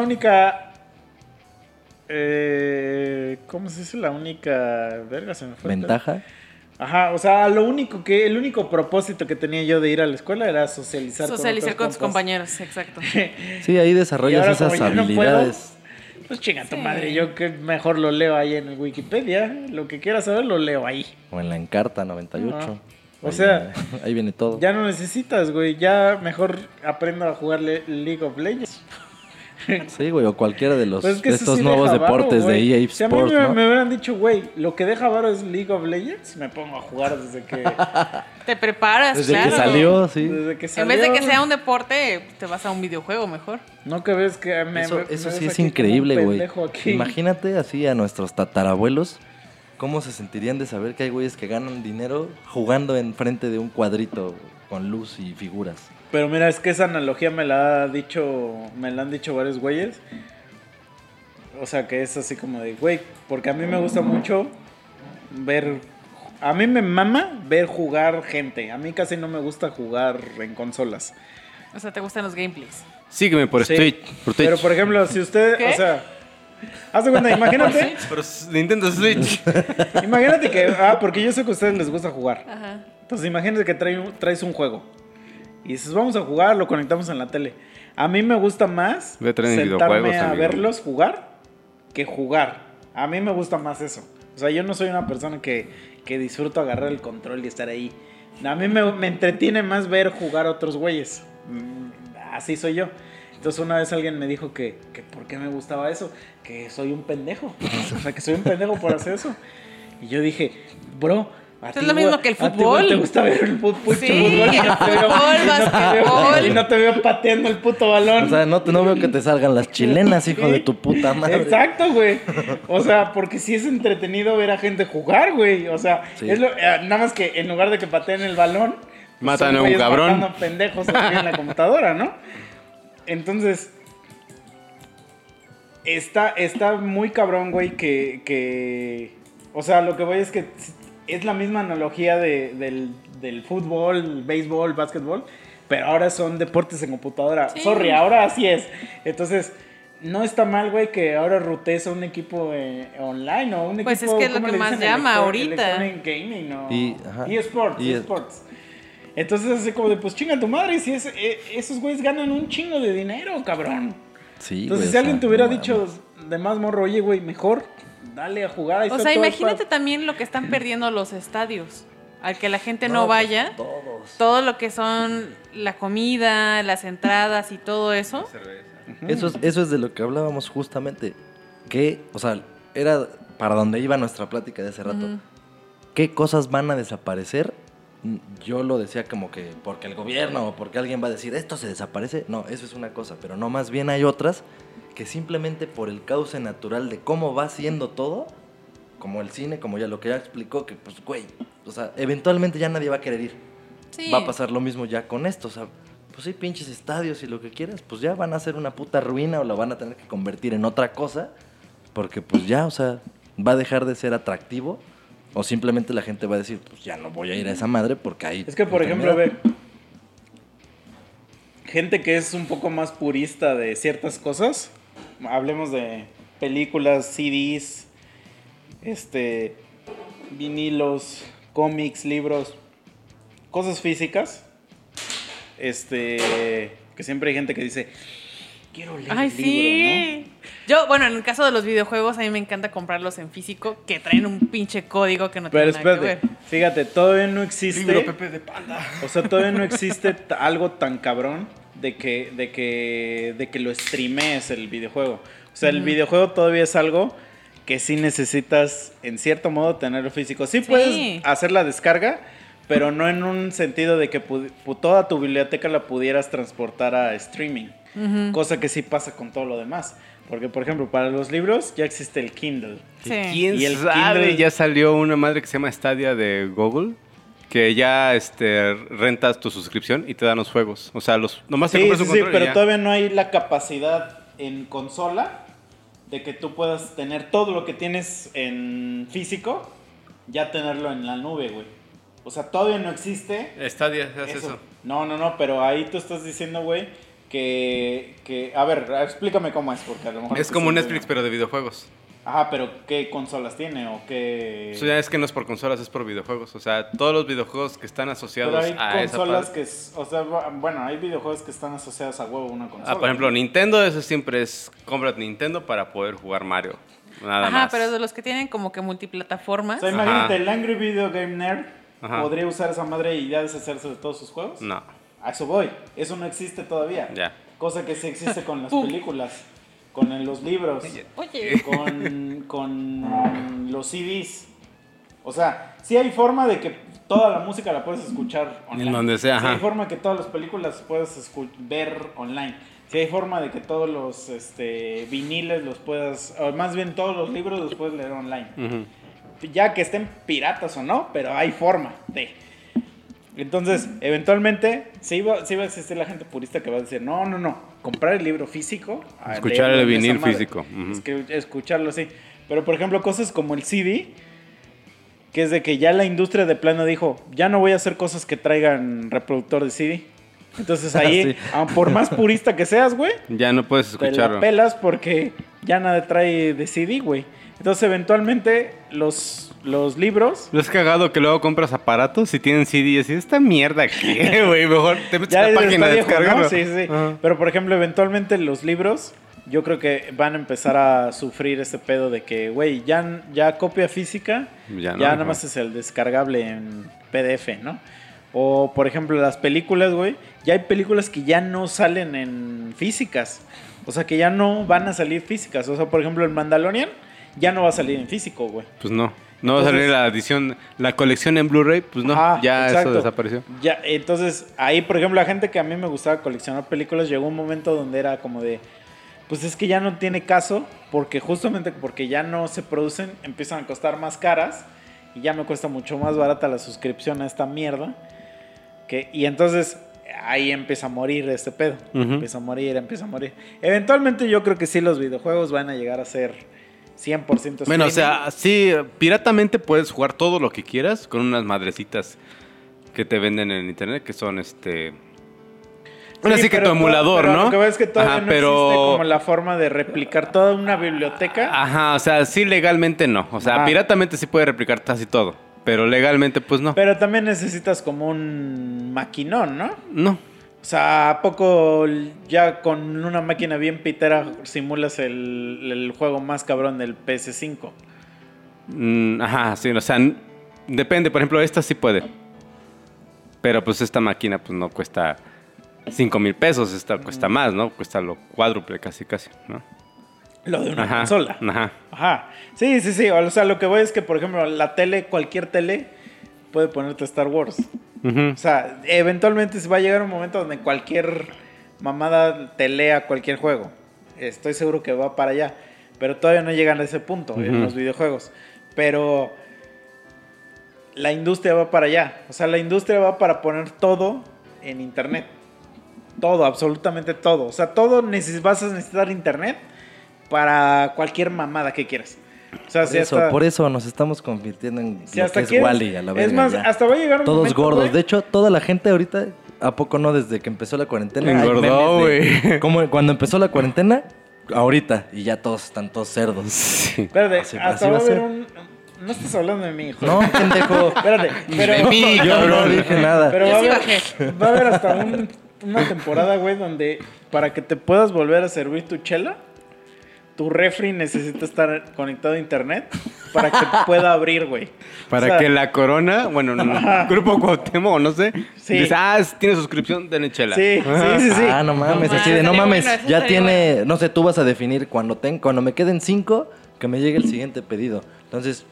¿cómo se dice? La única, verga, se me fue. Ventaja. Ajá, o sea, el único propósito que tenía yo de ir a la escuela era socializar Socializar con otros tus compas. compañeros, exacto. Sí, ahí Y desarrollas ahora, esas como yo no habilidades. Pues chinga tu Sí. madre, yo que mejor lo leo ahí en el Wikipedia. Lo que quieras saber lo leo ahí. O en la Encarta 98. Ajá. O Ahí sea, viene- ahí viene todo. Ya no necesitas, güey. Ya mejor aprendo a jugar League of Legends. Sí, güey, o cualquiera de los Pues es que de eso estos sí nuevos deja varo, deportes güey. de EA Si a mí Sports, me, ¿no? me hubieran dicho, güey, lo que deja varo es League of Legends, me pongo a jugar desde que, Te preparas, Desde claro. que salió, sí. desde que En salió. vez de que sea un deporte, te vas a un videojuego mejor. No que ves que Eso me sí ves es aquí como increíble, un güey. pendejo aquí. Imagínate así a nuestros tatarabuelos, cómo se sentirían de saber que hay güeyes que ganan dinero jugando enfrente de un cuadrito con luz y figuras. Pero mira, es que esa analogía me la han dicho varios güeyes. O sea, que es así como de, güey, porque a mí me gusta mucho a mí me mama ver jugar gente. A mí casi no me gusta jugar en consolas. O sea, te gustan los gameplays. Sígueme por Sí. Twitch. Por Twitch. Pero por ejemplo, si usted, ¿Qué? o sea, haz de cuenta, imagínate, Por Nintendo Switch. imagínate que, porque yo sé que a ustedes les gusta jugar. Ajá. Entonces imagínate que traes un juego y dices, vamos a jugar, lo conectamos en la tele. A mí me gusta más Voy a traer sentarme videojuegos, a amigo. verlos jugar que jugar. A mí me gusta más eso. O sea, yo no soy una persona que disfruto agarrar el control y estar ahí. A mí me entretiene más ver jugar a otros güeyes. Así soy yo. Entonces una vez alguien me dijo que por qué me gustaba eso, que soy un pendejo. O sea, que soy un pendejo por hacer eso. Y yo dije, bro, a Es ti, lo mismo güey, que el a ti, fútbol. güey, ¿te gusta ver el fútbol? Sí, fútbol? Y el no te veo- fútbol, y no te veo- basquetbol. Y no te veo pateando el puto balón. O sea, no veo que te salgan las chilenas, hijo de tu puta madre. Exacto, güey. O sea, porque sí es entretenido ver a gente jugar, güey. O sea, Sí. nada más que en lugar de que pateen el balón, pues Matan son a un güeyes cabrón. matando pendejos aquí en la computadora, ¿no? Entonces, está muy cabrón, güey, o sea, lo que voy es que es la misma analogía del fútbol, béisbol, básquetbol, pero ahora son deportes en computadora. Sí. Sorry, ahora así es. Entonces, no está mal, güey, que ahora rutees a un equipo online o un Pues equipo... es que es lo ¿cómo que le más dicen? llama ahorita. Electronic Gaming o Ajá. eSports, Y- eSports. Entonces, así como de, pues chinga tu madre, si esos güeyes ganan un chingo de dinero, cabrón. Sí, Entonces, güey, si o alguien sea, te hubiera no dicho mames. de más morro, oye, güey, mejor dale a jugar. Ahí O está sea, todo el imagínate pad". también lo que están perdiendo los estadios. Al que la gente No, no pues, vaya, todos. todo lo que son la comida, las entradas y todo eso. Eso es de lo que hablábamos justamente. Que, o sea, era para donde iba nuestra plática de hace rato. Ujú. ¿Qué cosas van a desaparecer? Yo lo decía como que porque el gobierno o porque alguien va a decir esto se desaparece. No, eso es una cosa, pero no, más bien hay otras que simplemente por el cauce natural de cómo va siendo todo, como el cine, como ya lo que ya explicó, que pues, güey, o sea, eventualmente ya nadie va a querer ir. Sí. Va a pasar lo mismo ya con esto, o sea, pues sí, pinches estadios y lo que quieras, pues ya van a ser una puta ruina o lo van a tener que convertir en otra cosa, porque pues ya, o sea, va a dejar de ser atractivo o simplemente la gente va a decir, pues ya no voy a ir a esa madre porque hay... Es que, por ejemplo, ve, gente que es un poco más purista de ciertas cosas, hablemos de películas, CDs, vinilos, cómics, libros, cosas físicas, que siempre hay gente que dice, quiero leer Ay, el libro, sí. Yo, bueno, en el caso de los videojuegos, a mí me encanta comprarlos en físico, que traen un pinche código que no ¿no? Pero tiene nada que espérate, ver. fíjate, todavía no existe, Libro Pepe de Panda. o sea, todavía no existe algo tan cabrón de que lo streamees el videojuego. O sea, el videojuego todavía es algo que sí necesitas, en cierto modo, tenerlo físico. Sí puedes hacer la descarga, pero no en un sentido de que toda tu biblioteca la pudieras transportar a streaming. Cosa que sí pasa con todo lo demás. Porque, por ejemplo, para los libros ya existe el Kindle. Sí. ¿Quién Y el sabe? Kindle- Ya salió una madre que se llama Stadia de Google, que ya rentas tu suscripción y te dan los juegos. O sea, nomás te Sí, compras sí, un sí, control y pero ya. todavía no hay la capacidad en consola de que tú puedas tener todo lo que tienes en físico, ya tenerlo en la nube, güey. O sea, todavía no existe Stadia hace eso. No, pero ahí tú estás diciendo, güey, a ver, explícame cómo es, porque a lo mejor... Es como Netflix, pero de videojuegos. Ajá, pero ¿qué consolas tiene o qué...? Eso ya es que no es por consolas, es por videojuegos. O sea, todos los videojuegos que están Pero asociados hay a esa consolas parte. o sea, bueno, hay videojuegos que están asociados a huevo a una consola. Por ejemplo, Nintendo, eso siempre es compra Nintendo para poder jugar Mario. Nada Ajá, más. pero de los que tienen como que O multiplataformas. sea, imagínate, el Angry Video Game Nerd Ajá. podría usar esa madre y ya deshacerse de todos sus juegos. No, A eso voy. Eso no existe todavía. ya. Cosa que sí existe con las Pum. películas, con los libros, Oye. con los CDs. O sea, sí hay forma de que toda la música la puedes escuchar online. En donde sea, Sí ajá. hay forma de que todas las películas puedes ver online. Sí hay forma de que todos los viniles los puedas, o más bien todos los libros los puedes leer online. Ujú. Ya que estén piratas o no, pero hay forma de. Entonces, eventualmente, sí va a existir la gente purista que va a decir, no, comprar el libro físico. Escuchar leerlo el en esa vinil madre. físico. Ujú. Es que escucharlo, sí. Pero, por ejemplo, cosas como el CD, que es de que ya la industria de plano dijo, ya no voy a hacer cosas que traigan reproductor de CD. Entonces ahí, Sí. por más purista que seas, güey, Ya no puedes te la escucharlo. pelas porque ya nada trae de CD, güey. Entonces, eventualmente, los libros... ¿Lo has cagado que luego compras aparatos y tienen CD y así? ¿Esta mierda qué, güey? Mejor te metes a la está página de viejo, ¿no? descargarlo. Sí, sí. Ajá. Pero, por ejemplo, eventualmente los libros, yo creo que van a empezar a sufrir este pedo de que, güey, ya copia física, Ya no, nada ajá. más es el descargable en PDF, ¿no? O, por ejemplo, las películas, güey, ya hay películas que ya no salen en físicas. O sea, que ya no van a salir físicas. O sea, por ejemplo, el Mandalorian ya no va a salir en físico, güey. Pues no. No va a Entonces- salir la edición, la colección en Blu-ray, pues no. Ajá, ya exacto. eso desapareció. Ya, entonces, ahí, por ejemplo, la gente que a mí me gustaba coleccionar películas, llegó un momento donde era como de, pues es que ya no tiene caso, porque justamente porque ya no se producen, empiezan a costar más caras, y ya me cuesta mucho más barata la suscripción a esta mierda. Y entonces, ahí empieza a morir este pedo. Ujú. Empieza a morir. Eventualmente yo creo que sí los videojuegos van a llegar a ser 100% Bueno, o streaming. sea, sí, piratamente puedes jugar todo lo que quieras con unas madrecitas que te venden en internet, que son Bueno, sí que pero tu emulador, pero ¿no? Lo que veo es que todavía Ajá, no pero- existe como la forma de replicar toda una biblioteca. Ajá, o sea, sí legalmente no. O sea, Ajá. piratamente sí puede replicar casi todo. Pero legalmente, pues no. Pero también necesitas como un maquinón, ¿no? No. O sea, ¿a poco ya con una máquina bien pitera simulas el juego más cabrón del PS5? Ajá, sí, o sea, depende. Por ejemplo, esta sí puede. Pero pues esta máquina pues no cuesta 5,000 pesos. Esta cuesta más, ¿no? Cuesta lo cuádruple casi, ¿no? Lo de una Ajá, consola. Ajá. Ajá. Sí. O sea, lo que voy es que, por ejemplo, la tele, cualquier tele, puede ponerte Star Wars. Ujú. O sea, eventualmente se va a llegar un momento donde cualquier mamada te lea cualquier juego. Estoy seguro que va para allá. Pero todavía no llegan a ese punto en Ujú. los videojuegos. Pero la industria va para allá. O sea, la industria va para poner todo en internet. Todo, absolutamente todo. O sea, vas a necesitar internet para cualquier mamada que quieras. O sea, Por eso nos estamos convirtiendo en si lo hasta que es quieres, Wall-E a la vez. es más, hasta va a llegar un Todos momento, gordos. güey. De hecho, toda la gente ahorita, ¿a poco no? Desde que empezó la cuarentena. hay Engordó, memes de güey. Como cuando empezó la cuarentena, ahorita. Y ya todos están todos cerdos. Sí. Espérate, Así hasta va va a a haber ser. un... No estás hablando de mí, hijo. No, pendejo. Espérate, pero... De mí, Yo no cabrón. dije nada. Pero Yo va a sí haber, va a haber hasta una temporada, güey, donde para que te puedas volver a servir tu chela, tu refri necesita estar conectado a internet para que pueda abrir, güey. Para O sea, que la Corona, bueno, Grupo Cuauhtémoc, no sé, Sí. dice, tiene suscripción, denle chela. Sí. Ah, no mames, No así de mames, no estaría mames, bueno, eso ya estaría tiene, no sé, tú vas a definir cuando me queden 5, que me llegue el siguiente pedido. Entonces,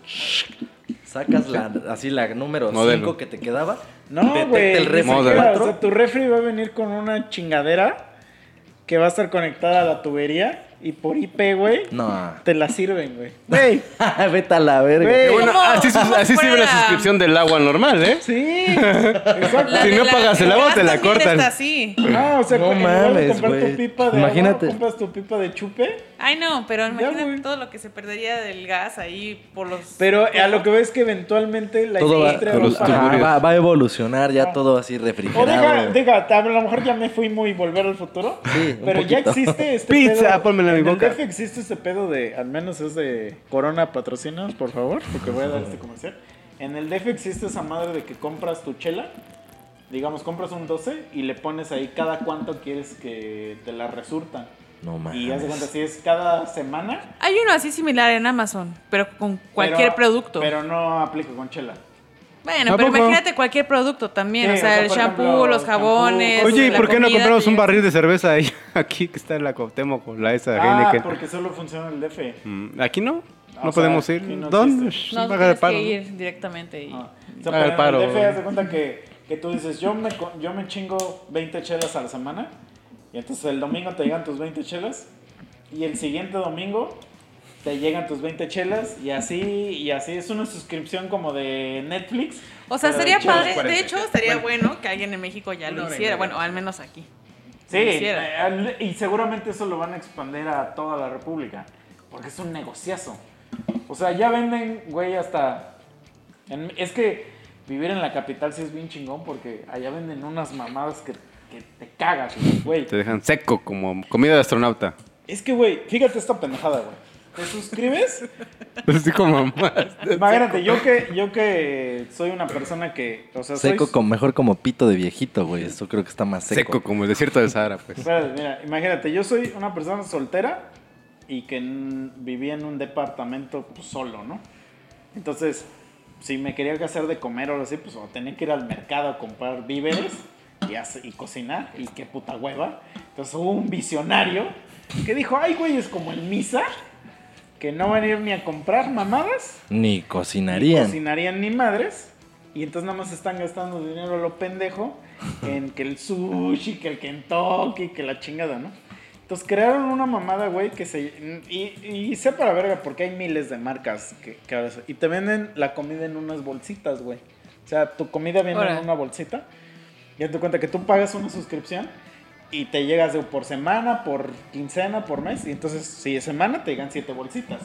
sacas así la número Modelo. 5 que te quedaba, No, detecta güey. el refri Modelo. 4. O sea, tu refri va a venir con una chingadera que va a estar conectada a la tubería y por IP, güey, No. te la sirven, güey. Güey. Vete a la verga. Güey. Bueno, ¿Cómo? así ¿Cómo sirve la fuera? suscripción del agua normal, ¿eh? Sí. Exacto. La Si de no pagas el agua, gas te la también cortan. está así. No, o sea, No en lugar de mames, comprar güey. tu pipa de Imagínate. agua, compras tu pipa de chupe. Ay, no, pero imagínate güey. todo lo que se perdería del gas ahí por los... Pero a lo que ves que eventualmente la Todo va, industria con los va a pagar. tuburios. va a evolucionar ya Ah. todo así O refrigerado. deja, a lo mejor ya me fui muy volver al futuro. Sí, un pero ya poquito. existe este Pizza, pedo. pónmela en mi boca. el DF existe este pedo de, al menos es de Corona, patrocínanos, por favor, porque voy a dar este comercial. En el DF existe esa madre de que compras tu chela, digamos, compras un 12 y le pones ahí cada cuánto quieres que te la resurtan. No mames. Y haz de cuenta, si es cada semana. Hay uno así similar en Amazon, pero con cualquier pero- producto. Pero no aplica con chela. Bueno, ¿A pero poco? imagínate cualquier producto también. Sí, o sea, o sea, el por shampoo, ejemplo, los jabones. shampoo, Oye, ¿y la por qué no comida, compramos un te- barril de cerveza ahí, aquí que está en la Cuauhtémoc con la esa Ah, Heineken? porque solo funciona el DF. Aquí no. O No sea, podemos ir. aquí no ¿Dónde? existe. No, Paga tienes de paro. que ¿no? ir directamente y... Ah, o sea, Haga el pero paro. en el DF haz de cuenta que tú dices, yo me chingo 20 chelas a la semana, y entonces el domingo te llegan tus 20 chelas, y el siguiente domingo te llegan tus 20 chelas, y así es una suscripción como de Netflix. O sea, pero sería de chelas. padre. De 47. hecho, sería bueno que alguien en México ya lo Una hora y hiciera. media. Bueno, al menos aquí. Sí, lo hiciera. y seguramente eso lo van a expandir a toda la República, porque es un negociazo. O sea, ya venden, güey, hasta... Es que vivir en la capital sí es bien chingón, porque allá venden unas mamadas que te cagas, güey. Te dejan seco como comida de astronauta. Es que, güey, fíjate esta pendejada, güey. ¿Te suscribes? Así como más. Imagínate, yo que soy una persona que... O sea, Seco, soy... mejor como pito de viejito, güey. Eso creo que está más seco. Seco como el desierto de Sahara, pues. Espérate, mira, imagínate, yo soy una persona soltera y que vivía en un departamento pues, solo, ¿no? Entonces, si me quería hacer de comer o algo así, pues o tenía que ir al mercado a comprar víveres y cocinar, y qué puta hueva. Entonces hubo un visionario que dijo, ay, güey, es como el Misa, que no van a ir ni a comprar mamadas, Ni ni cocinarían. cocinarían ni madres, y entonces nada más están gastando dinero a lo pendejo en que el sushi, que el Kentucky, que la chingada, ¿no? Entonces crearon una mamada, güey, que y sé para verga, porque hay miles de marcas que ahora y te venden la comida en unas bolsitas, güey. O sea, tu comida viene Ahora. en una bolsita, y te cuenta que tú pagas una suscripción y te llegas por semana, por quincena, por mes, y entonces si es semana te llegan 7 bolsitas.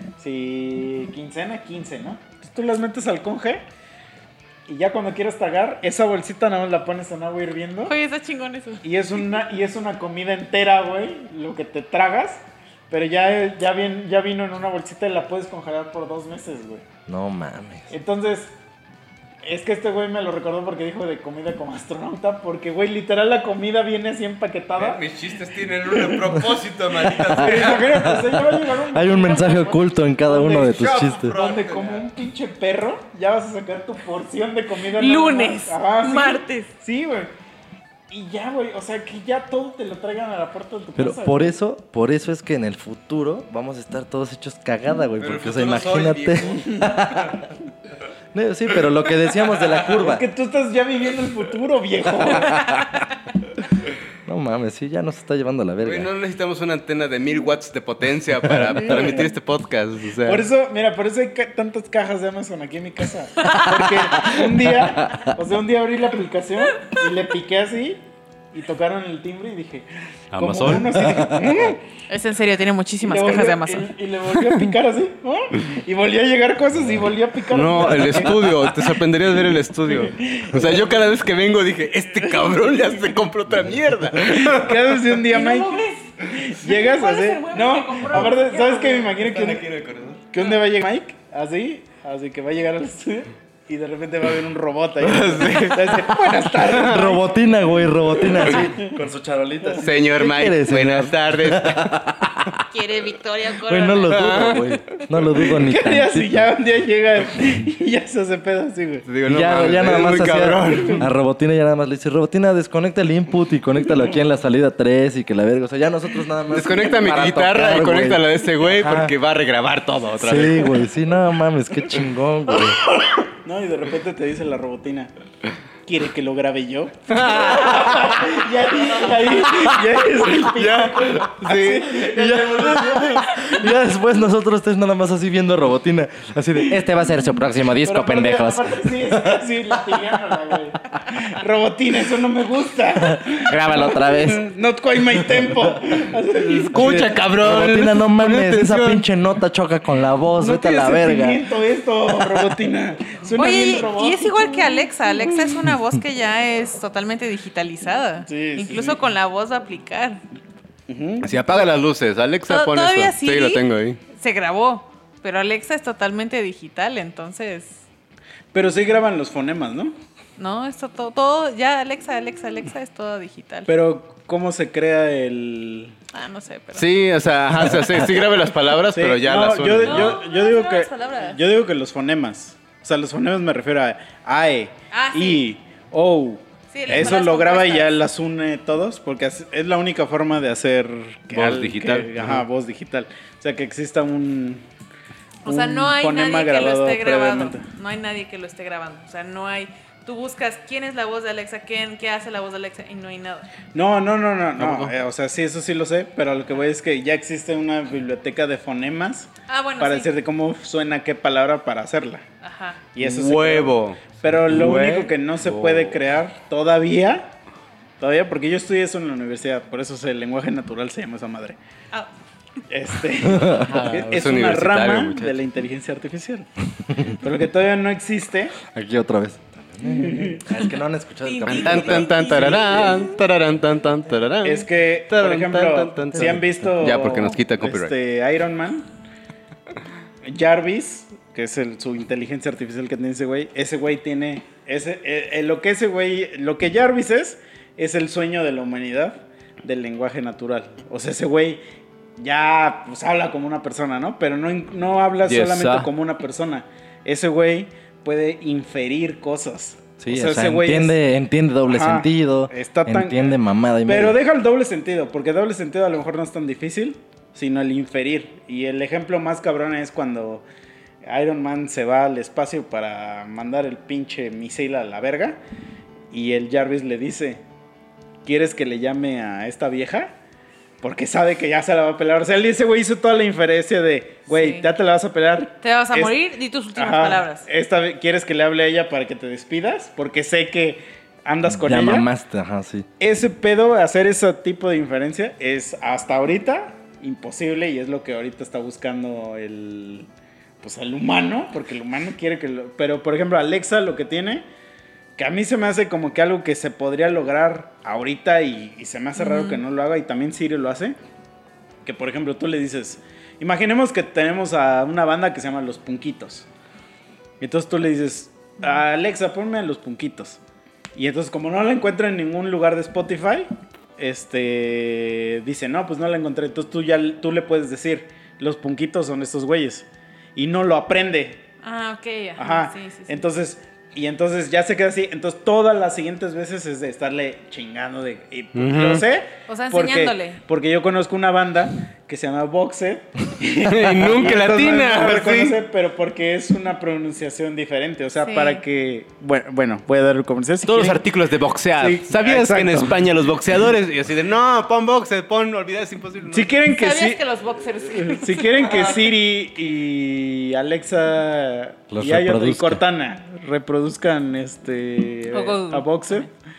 Si quincena, 15, ¿no? Entonces tú las metes al conge y ya cuando quieras tragar, esa bolsita nada más la pones en agua hirviendo. Oye, está chingón eso. Y es una comida entera, güey, lo que te tragas, pero ya vino en una bolsita y la puedes congelar por 2 meses, güey. No mames. Entonces, es que este güey me lo recordó porque dijo de comida como astronauta, porque, güey, literal la comida viene así empaquetada. Mis chistes tienen un propósito, maldita Pero sea. imagínate, o sea, ya va a llegar Hay un mensaje oculto en cada uno de tus Shop, chistes. bro. donde como un pinche perro ya vas a sacar tu porción de comida. nada Lunes, más. Ajá, sí. martes. Sí, güey. Y ya, güey, o sea, que ya todo te lo traigan a la puerta de tu Pero casa. por güey. eso es que en el futuro vamos a estar todos hechos cagada, güey. Pero el Porque, o sea, futuro soy, imagínate. No, sí, pero lo que decíamos de la curva. Es que tú estás ya viviendo el futuro, viejo. No mames, sí, ya nos está llevando la verga. Güey, no necesitamos una antena de 1000 watts de potencia para transmitir este podcast. O sea, Por eso hay tantas cajas de Amazon aquí en mi casa. Porque un día abrí la aplicación y le piqué así Y tocaron el timbre y dije... Amazon. Como uno así, dije, Es en serio, tiene muchísimas Y le cajas de volvió- Amazon. Y le volvió a picar así, ¿no? Y volvió a llegar cosas y volvió a picar. No, el estudio. Te sorprendería ver el estudio. O sea, yo cada vez que vengo dije, este cabrón ya se compró otra mierda. Cada vez un día, ¿Y no Mike, lo ves? llegas ¿Cuál es así. el huevo No, que compró? aparte, ¿Qué ¿sabes qué? Me haces? imagino Están aquí en el corredor. que un día va a llegar Mike, así que va a llegar al estudio y de repente va a haber un robot ahí. Va a decir, buenas tardes. Robotina, güey, robotina, así, con su charolita. así. Señor ¿Qué Mike, quieres, señor? buenas tardes. Quiere Victoria Güey, no lo dudo, güey. No lo dudo ni ¿Qué harías tantito. si ya un día llega y ya se hace pedo así, güey? Digo, Y no ya, mames, ya nada eres más muy hacía cabrón. a Robotina ya nada más le dice, Robotina, desconecta el input y conéctalo aquí en la salida 3 y que la verga. O sea, ya nosotros nada más. Desconecta mi para guitarra tocar, y güey. conéctala de ese güey Ajá. porque va a regrabar todo otra vez. Sí, güey, sí, no mames, qué chingón, güey. No, y de repente te dice la robotina, ¿quiere que lo grabe yo? ya, Ya, sí. Y ya después nosotros tres nada más así viendo a Robotina. Así de, este va a ser su próximo disco, pendejos. Sí, así latigándola, güey. Robotina, eso no me gusta. Grábalo otra vez. Not quite my tempo. Así, Escucha, cabrón. Robotina, no Pon mames, esa atención. pinche nota choca con la voz, no vete a tiene la verga. sentimiento esto, Robotina. Suena Oye, bien robot. y es igual que Alexa. Alexa es una voz que ya es totalmente digitalizada. Sí, sí, Incluso sí. con la voz va a aplicar. Si apaga las luces, Alexa pone Todavía eso. Sí, lo tengo ahí. se grabó, pero Alexa es totalmente digital, entonces... Pero sí graban los fonemas, ¿no? No, esto todo ya Alexa es todo digital. Pero, ¿cómo se crea el...? No sé, pero... Sí, o sea, ajá, o sea, sí grabe las palabras, Sí, pero ya no, las yo, une. yo, No, yo no, digo no, que las palabras. yo digo que los fonemas. O sea, los fonemas me refiero a AE, Sí. I, O. Sí, las Eso palabras lo graba y ya compuestas. las une todos porque es la única forma de hacer Voz digital. ajá, voz digital. O sea, que exista un O sea, no hay fonema nadie que lo grabado esté grabando. previamente. No hay nadie que lo esté grabando. O sea, no hay... Tú buscas quién es la voz de Alexa, qué hace la voz de Alexa y no hay nada. No. ¿Tampoco? O sea, sí, eso sí lo sé, pero lo que voy es que ya existe una biblioteca de fonemas Bueno, para sí. decir de cómo suena qué palabra para hacerla. Ajá. Y eso se Huevo. creó. Pero lo Huevo. único que no se puede crear todavía, porque yo estudié eso en la universidad, por eso el lenguaje natural se llama esa madre. Ah, Es es una universitario, rama muchacho. de la inteligencia artificial. Pero lo que todavía no existe, Aquí otra vez. Es que no han escuchado el Tin, capítulo. Tan, tan, tan, tararán, tararán, tan, tan, tararán. es que, por Tararán, ejemplo, tan, tan, tan, si han visto Ya, porque nos quita copyright. Iron Man, Jarvis, que es su inteligencia artificial que tiene ese güey tiene lo que Jarvis es el sueño de la humanidad del lenguaje natural. O sea, ese güey ya pues habla como una persona, ¿no? Pero no habla Yes, solamente sir. como una persona. Ese güey puede inferir cosas. Sí, ese güey entiende doble Ajá, sentido, está tan- entiende mamada y Pero media. deja el doble sentido, porque doble sentido a lo mejor no es tan difícil, sino el inferir. Y el ejemplo más cabrón es cuando Iron Man se va al espacio para mandar el pinche misil a la verga y el Jarvis le dice, ¿quieres que le llame a esta vieja? Porque sabe que ya se la va a pelar. O sea, ese güey hizo toda la inferencia de, güey, Sí. ya te la vas a pelar. te vas a Es- morir, di tus últimas Ajá, palabras. ¿Quieres que le hable a ella para que te despidas? Porque sé que andas con Ya ella. mamaste, ajá, sí. Ese pedo, hacer ese tipo de inferencia es hasta ahorita imposible y es lo que ahorita está buscando el humano, porque el humano quiere que Pero, por ejemplo, Alexa lo que tiene, que a mí se me hace como que algo que se podría lograr ahorita y se me hace raro que no lo haga y también Siri lo hace, que por ejemplo tú le dices, imaginemos que tenemos a una banda que se llama Los Punquitos. Y entonces tú le dices, Alexa, ponme a Los Punquitos. Y entonces como no la encuentra en ningún lugar de Spotify, dice, no, pues no la encontré. Entonces tú le puedes decir, Los Punquitos son estos güeyes. Y no lo aprende. Ok. Ajá. Sí, sí, sí. Entonces ya se queda así. Entonces todas las siguientes veces es de estarle chingando lo sé. O sea, porque- enseñándole. Porque yo conozco una banda que se llama Boxed. Y nunca latina. No sí. reconoce, pero porque es una pronunciación diferente. O sea, Sí. para que... Bueno, voy a dar el comercial. Si Todos los quieren. artículos de boxear. Sí, ¿Sabías que en exacto. España los boxeadores... Y así de, no, pon boxe, pon olvidar, es imposible. No. Si quieren que ¿Sabías sí... que los boxers... Si quieren que Siri y Alexa Los y reproduzca. Cortana reproduzcan O Google. a Boxer,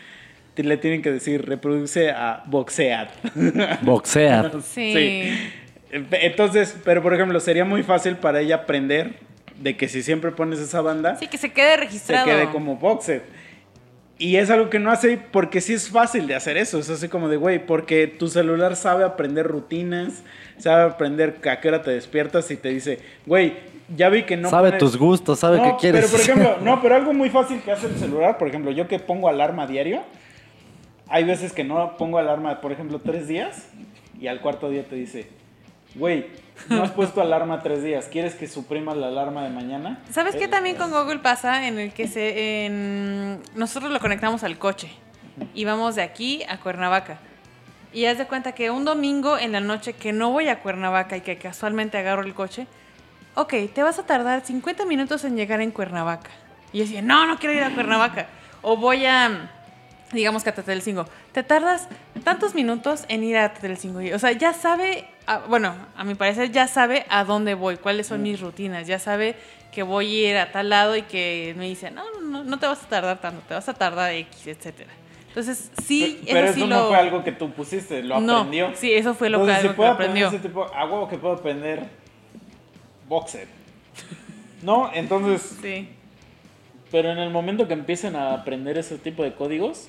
le tienen que decir, reproduce a boxear. Boxear. Sí. Entonces, pero por ejemplo, sería muy fácil para ella aprender de que si siempre pones esa banda, Sí, que se quede se registrado. quede como boxer. Y es algo que no hace porque sí es fácil de hacer eso. Es así como de, güey, porque tu celular sabe aprender rutinas, sabe aprender a qué hora te despiertas y te dice, güey, ya vi que no Sabe pones- tus gustos, sabe No, qué quieres. Pero por ejemplo, no, pero algo muy fácil que hace el celular, por ejemplo, yo que pongo alarma diario, hay veces que no pongo alarma, por ejemplo, 3 días y al cuarto día te dice, güey, no has puesto alarma 3 días, ¿quieres que suprimas la alarma de mañana? ¿Sabes qué también con Google pasa? En el que nosotros lo conectamos al coche y vamos de aquí a Cuernavaca. Y haz de cuenta que un domingo en la noche que no voy a Cuernavaca y que casualmente agarro el coche, ok, te vas a tardar 50 minutos en llegar en Cuernavaca. Y yo decía, no quiero ir a Cuernavaca. O voy a, digamos que a Tetelcingo. Te tardas tantos minutos en ir a Tetelcingo. O sea, ya sabe, bueno, a mi parecer ya sabe a dónde voy, cuáles son mis rutinas. Ya sabe que voy a ir a tal lado y que me dice, no te vas a tardar tanto, te vas a tardar X, etcétera. Entonces, sí, Pero eso sí eso no fue algo que tú pusiste, lo aprendió. No, sí, eso fue lo que, Entonces, algo si que puedo aprendió. aprender ese tipo, a huevo que puedo aprender boxer. ¿No? Entonces, Sí. pero en el momento que empiecen a aprender ese tipo de códigos,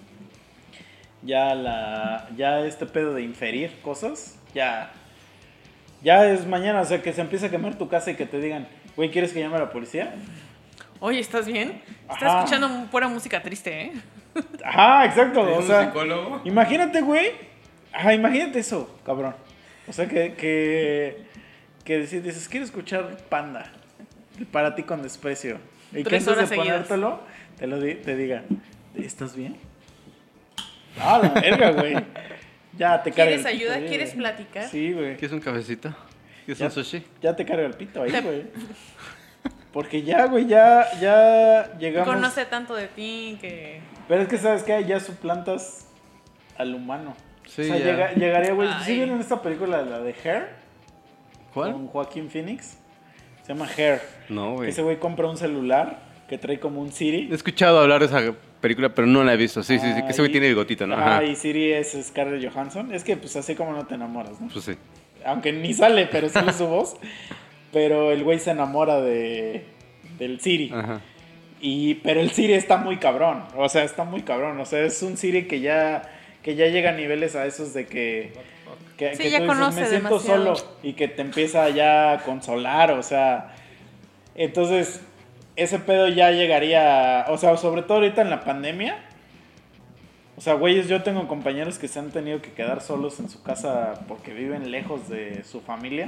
ya este pedo de inferir cosas, ya es mañana, o sea, que se empiece a quemar tu casa y que te digan, güey, ¿quieres que llame a la policía? Oye, ¿estás bien? Estás Ajá. escuchando pura música triste, ¿eh? Ajá, exacto, o ¿Un sea, psicólogo? imagínate, güey, ajá, imagínate eso, cabrón. O sea, que dices, quiero escuchar Panda, para ti con desprecio. Y que 3 antes de horas seguidas. ponértelo, te diga, ¿estás bien? Ah, la verga, güey. Ya te carga ¿Quieres el pito ayuda? ahí, ¿Quieres güey. platicar? Sí, güey. ¿Quieres un cafecito? ¿Quieres Ya, un sushi? ya te carga el pito ahí, güey. Porque ya, güey, ya llegamos. Conoce tanto de ti que... Pero es que, ¿sabes qué? Ya suplantas al humano. Sí, o sea, ya. llegaría, güey. Ay. ¿Sí vieron esta película, la de Hair? ¿Cuál? Con Joaquín Phoenix. Se llama Hair. No, Que güey. ese güey compra un celular que trae como un Siri. He escuchado hablar de esa película, pero no la he visto. Sí, que ese güey tiene bigotito, ¿no? Ajá. Y Siri es Scarlett Johansson. Es que, pues, así como no te enamoras, ¿no? Pues sí. Aunque ni sale, pero sale su voz. Pero el güey se enamora del Siri. Ajá. Pero el Siri está muy cabrón. O sea, está muy cabrón. O sea, es un Siri que ya llega a niveles a esos de que Sí, tú ya dices, conoce me siento demasiado. solo y que te empieza ya a consolar. O sea, entonces ese pedo ya llegaría. O sea, sobre todo ahorita en la pandemia. O sea, güeyes, yo tengo compañeros que se han tenido que quedar solos en su casa porque viven lejos de su familia.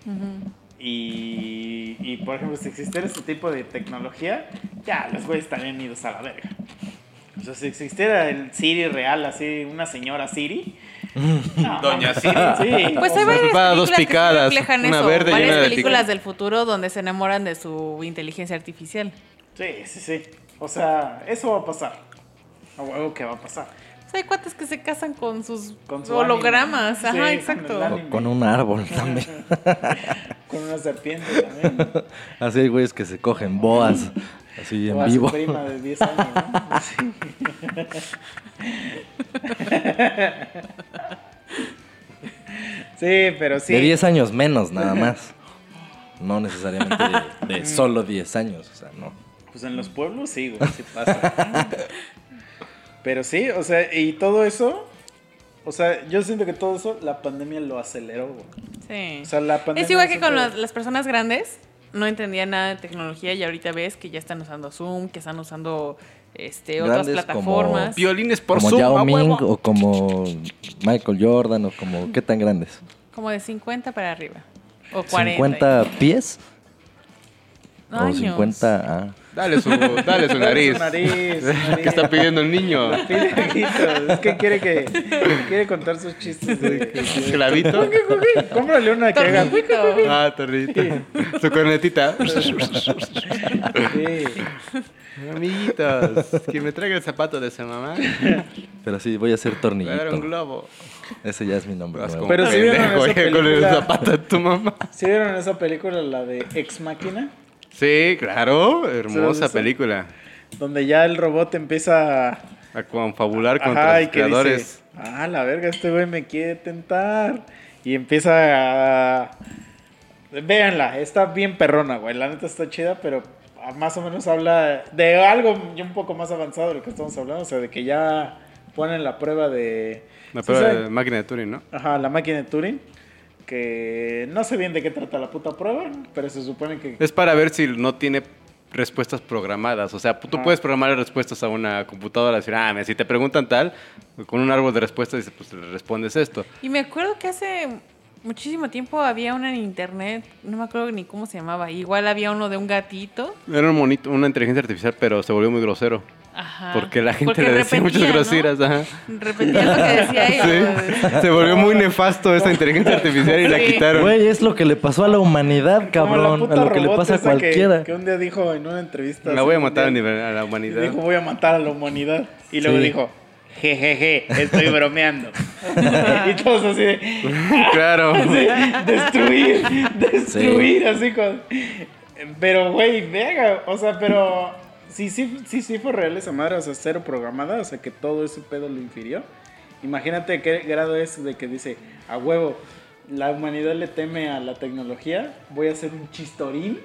Y, por ejemplo, si existiera este tipo de tecnología, ya los güeyes estarían idos a la verga. O sea, si existiera el Siri real, así, una señora Siri. no, Doña mames, Siri. Sí. Pues o hay sea, varias para dos películas que sí picadas, reflejan una eso. verde y Varias una de películas pico. del futuro donde se enamoran de su inteligencia artificial. sí. O sea, eso va a pasar. A huevo que va a pasar. O sea, hay cuates que se casan con sus Con su hologramas. anime. Ajá, Sí, exacto. con el anime. Con un árbol también. Con una serpiente también. Así hay güeyes que se cogen boas. Así O en a su vivo. prima de 10 años, ¿no? Sí. Sí, pero sí. De 10 años menos, nada más. No necesariamente de solo 10 años. O sea, no. Pues en los pueblos sí, güey, sí pasa. Pero sí, o sea, y todo eso, o sea, yo siento que todo eso la pandemia lo aceleró, güey. Sí. O sea, la pandemia Es igual que siempre- con las personas grandes. No entendían nada de tecnología y ahorita ves que ya están usando Zoom, que están usando otras Grandes plataformas. Violines por Como Zoom, Yao a Ming huevo. o como Michael Jordan o como... ¿Qué tan grandes? Como de 50 para arriba. O 40. ¿50 pies? No, ¿O años. 50? Ah. Dale su nariz. Su nariz, su nariz. ¿Qué está pidiendo el niño? Pide gritos. Es que quiere contar sus chistes de... ¿Clavito? Cómprale una que haga... Tornito. Ah, torrito. Su cornetita. Sí. Amiguitos, que me traiga el zapato de su mamá. Pero sí, voy a hacer Voy a dar un tornillito. globo. Ese ya es mi nombre Vas nuevo. como Pero sí vieron pendejo, esa oye, con el película. zapato de tu mamá. ¿Sí vieron esa película, la de Ex Máquina? Sí, claro. ¿Sí lo has Hermosa visto? película. Donde ya el robot empieza A confabular contra Ajá, los y que creadores. dice, la verga, este güey me quiere tentar. Y empieza a... Véanla, está bien perrona, güey. La neta está chida, pero más o menos habla de algo ya un poco más avanzado de lo que estamos hablando. O sea, de que ya ponen la prueba de... La ¿sí prueba saben? de máquina de Turing, ¿no? Ajá, la máquina de Turing. Que no sé bien de qué trata la puta prueba, pero se supone que... Es para ver si no tiene respuestas programadas. O sea, tú Ah. puedes programar respuestas a una computadora. Decir, mira, si te preguntan tal, con un árbol de respuestas, dices, pues le respondes esto. Y me acuerdo que hace muchísimo tiempo había una en internet, no me acuerdo ni cómo se llamaba. Igual había uno de un gatito. Era un monito, una inteligencia artificial, pero se volvió muy grosero. Ajá. Porque la gente Porque le decía muchas repetía, ¿no? groserías. Ajá. Repetía lo que decía y Sí. Se volvió muy nefasto esta inteligencia artificial y la Sí. quitaron. Güey, es lo que le pasó a la humanidad, Como la cabrón. puta A lo que le robot pasa a esa cualquiera. Que un día dijo en una entrevista... La así voy a matar a mundial, la y humanidad. dijo, voy a matar a la humanidad. Y luego Sí. dijo, jejeje, estoy bromeando. Y todos así de... Claro. Sí, destruir, así con... Pero, güey, venga, o sea, pero... Sí fue real esa madre, o sea, cero programada, o sea, que todo ese pedo lo infirió. Imagínate qué grado es de que dice, a huevo, la humanidad le teme a la tecnología, voy a hacer un chistorín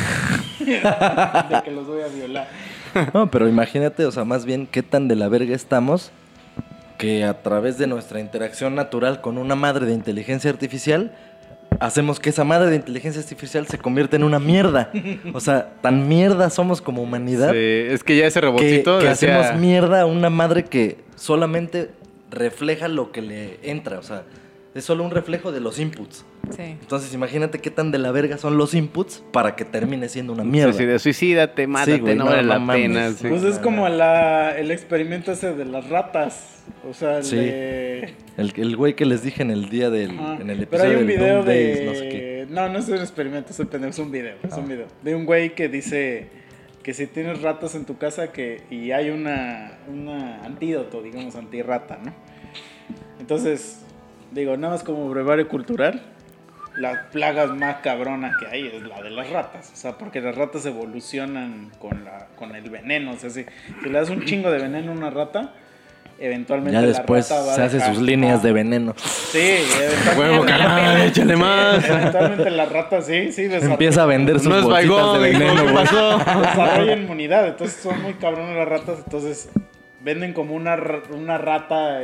de que los voy a violar. No, pero imagínate, o sea, más bien qué tan de la verga estamos que a través de nuestra interacción natural con una madre de inteligencia artificial hacemos que esa madre de inteligencia artificial se convierta en una mierda. O sea, tan mierda somos como humanidad Sí, es que ya ese que robotito decía- hacemos mierda a una madre que solamente refleja lo que le entra. O sea, es solo un reflejo de los inputs. Sí. Entonces imagínate qué tan de la verga son los inputs para que termine siendo una mierda. Sí, de suicídate, mátate, güey, no no, vale no la mames. pena. Sí. Pues es como el experimento ese de las ratas. O sea, el Sí. de... El güey que les dije en el día del... Ajá. En el Pero hay episodio un del video Doom de... Days, no sé qué. No es un experimento, es un video. Es un video. De un güey que dice que si tienes ratas en tu casa y hay una antídoto, digamos, antirrata, ¿no? Entonces, digo, nada más como brevario cultural, la plaga más cabrona que hay es la de las ratas. O sea, porque las ratas evolucionan con el veneno. O sea, si le das un chingo de veneno a una rata, eventualmente Ya la después rata va a se hace dejar- sus líneas de veneno. Sí, eventualmente. Huevo, carnal, échale más. Eventualmente la rata sí Empieza a vender sus No es bolsitas Baigón, de hijo, veneno, ¿qué güey. pasó? desarrolla inmunidad. Entonces son muy cabrones las ratas. Entonces venden como una rata,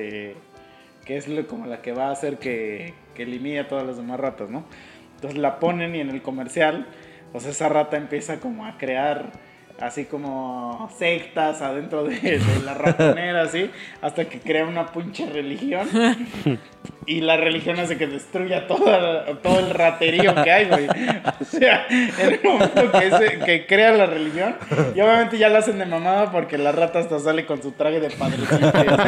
que es como la que va a hacer que elimine a todas las demás ratas, ¿no? Entonces la ponen y en el comercial, pues esa rata empieza como a crear así como sectas adentro de la ratonera, así, hasta que crea una pinche religión. Y la religión hace que destruya todo el raterío que hay, güey. O sea, en el momento que crea la religión, y obviamente ya la hacen de mamada porque la rata hasta sale con su traje de padrecito.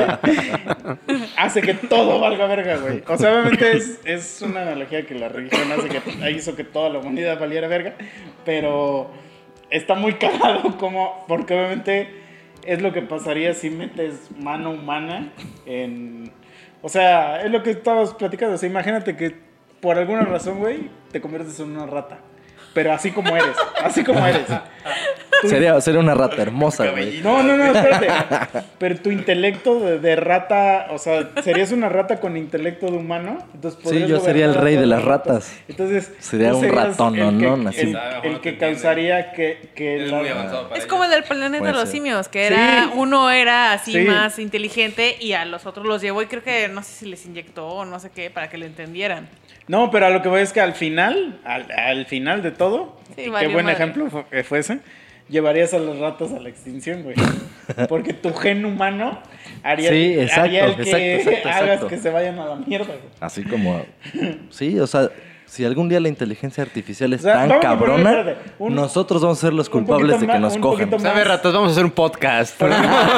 Hace que todo valga verga, güey. O sea, obviamente es una analogía que la religión hizo que toda la humanidad valiera verga, pero está muy cagado porque obviamente es lo que pasaría si metes mano humana en... O sea, es lo que estabas platicando. O sea, imagínate que por alguna razón, güey, te conviertes en una rata. Pero así como eres. Así como eres. Sería una rata hermosa, güey. No, espérate. Pero tu intelecto de rata, o sea, serías una rata con intelecto de humano. Entonces Sí, podrías yo sería el gobernar a rey de todas las ratas. Entonces, Sería tú un serías ratononón, así. El que causaría que Es muy avanzado para Es ellos. como el del planeta Puede de los ser. simios, que era Sí. uno era así Sí. más inteligente y a los otros los llevó y creo que no sé si les inyectó o no sé qué para que lo entendieran. No, pero a lo que voy es que al final de todo, Sí, qué valió buen madre. ejemplo fue ese, llevarías a las ratas a la extinción, güey. Porque tu gen humano haría, Sí, exacto, haría el que exacto. hagas que se vayan a la mierda, güey. Así como... Sí, o sea, si algún día la inteligencia artificial es O sea, tan vamos a ponerle, cabrona, espérate, nosotros vamos a ser los un culpables poquito de que más- nos un cojan. poquito más- ¿Sabe, ratas? Vamos a hacer un podcast. Por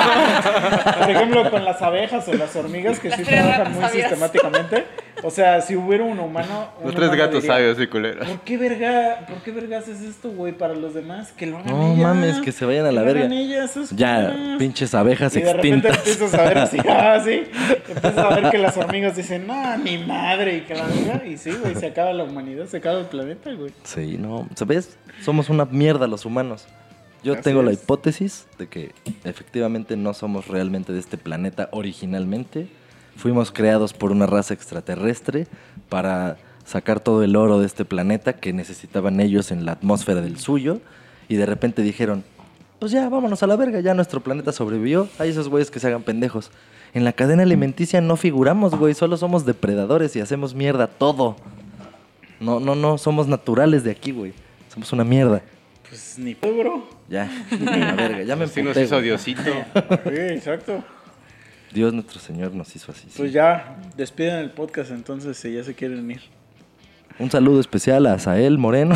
ejemplo, con las abejas o las hormigas que Las sí tres trabajan ratas muy sabias. sistemáticamente. O sea, si hubiera un humano... Los tres gatos sabios y culeros. ¿Por qué verga haces esto, güey, para los demás? Que lo hagan No ellas. mames, que se vayan a la lo verga. hagan ellas, esas Ya, culeras. pinches abejas Y de repente extintas. empiezas a ver así, sí. Empiezas a ver que las hormigas dicen, no, ni madre, y que la verga. Y sí, güey, se acaba la humanidad, se acaba el planeta, güey. Sí, no, ¿sabes? Somos una mierda los humanos. Yo Así tengo la es. hipótesis de que efectivamente no somos realmente de este planeta originalmente. Fuimos creados por una raza extraterrestre para sacar todo el oro de este planeta que necesitaban ellos en la atmósfera del suyo. Y de repente dijeron, pues ya, vámonos a la verga, ya nuestro planeta sobrevivió. Hay esos güeyes que se hagan pendejos. En la cadena alimenticia no figuramos, güey. Solo somos depredadores y hacemos mierda todo. No, somos naturales de aquí, güey. Somos una mierda. Pues ni pedo, bro. Ya, a la verga, ya me Así nos emputé, hizo güey. Diosito. Sí, exacto. Dios nuestro Señor nos hizo así. sí. Pues ya, despiden el podcast entonces si ya se quieren ir. Un saludo especial a Asael Moreno.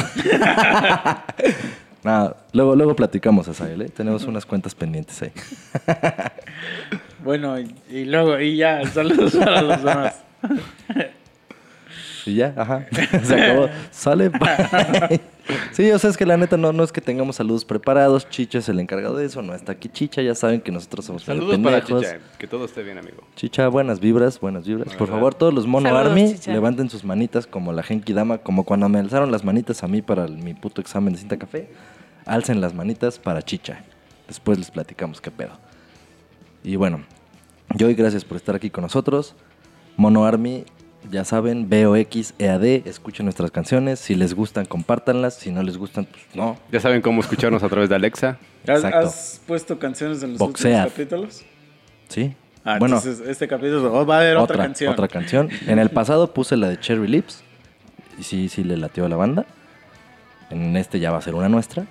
Nada, luego platicamos, Asael, ¿eh? Tenemos unas cuentas pendientes ahí. Bueno, y luego, y ya, saludos para los demás. Y ya, ajá. Se acabó. Sale, bye. Sí, o sea, es que la neta no es que tengamos saludos preparados. Chicha es el encargado de eso. No está aquí Chicha. Ya saben que nosotros somos medio Saludos para pendejos. Chicha. Que todo esté bien, amigo. Chicha, buenas vibras, buenas vibras. Por verdad. favor, todos los Mono Saludos, Army, Chicha. levanten sus manitas como la Genki Dama, como cuando me alzaron las manitas a mí para mi puto examen de cinta café. Alcen las manitas para Chicha. Después les platicamos qué pedo. Y bueno, Joy, gracias por estar aquí con nosotros. Mono Army, ya saben, BOX, EAD, escuchen nuestras canciones. Si les gustan, compártanlas. Si no les gustan, pues no. Ya saben cómo escucharnos a través de Alexa. Exacto. ¿Has puesto canciones en los Boxea. últimos capítulos? Sí. Ah, bueno, entonces este capítulo va a haber otra canción. Otra canción. En el pasado puse la de Cherry Lips. Y sí le latió a la banda. En este ya va a ser una nuestra.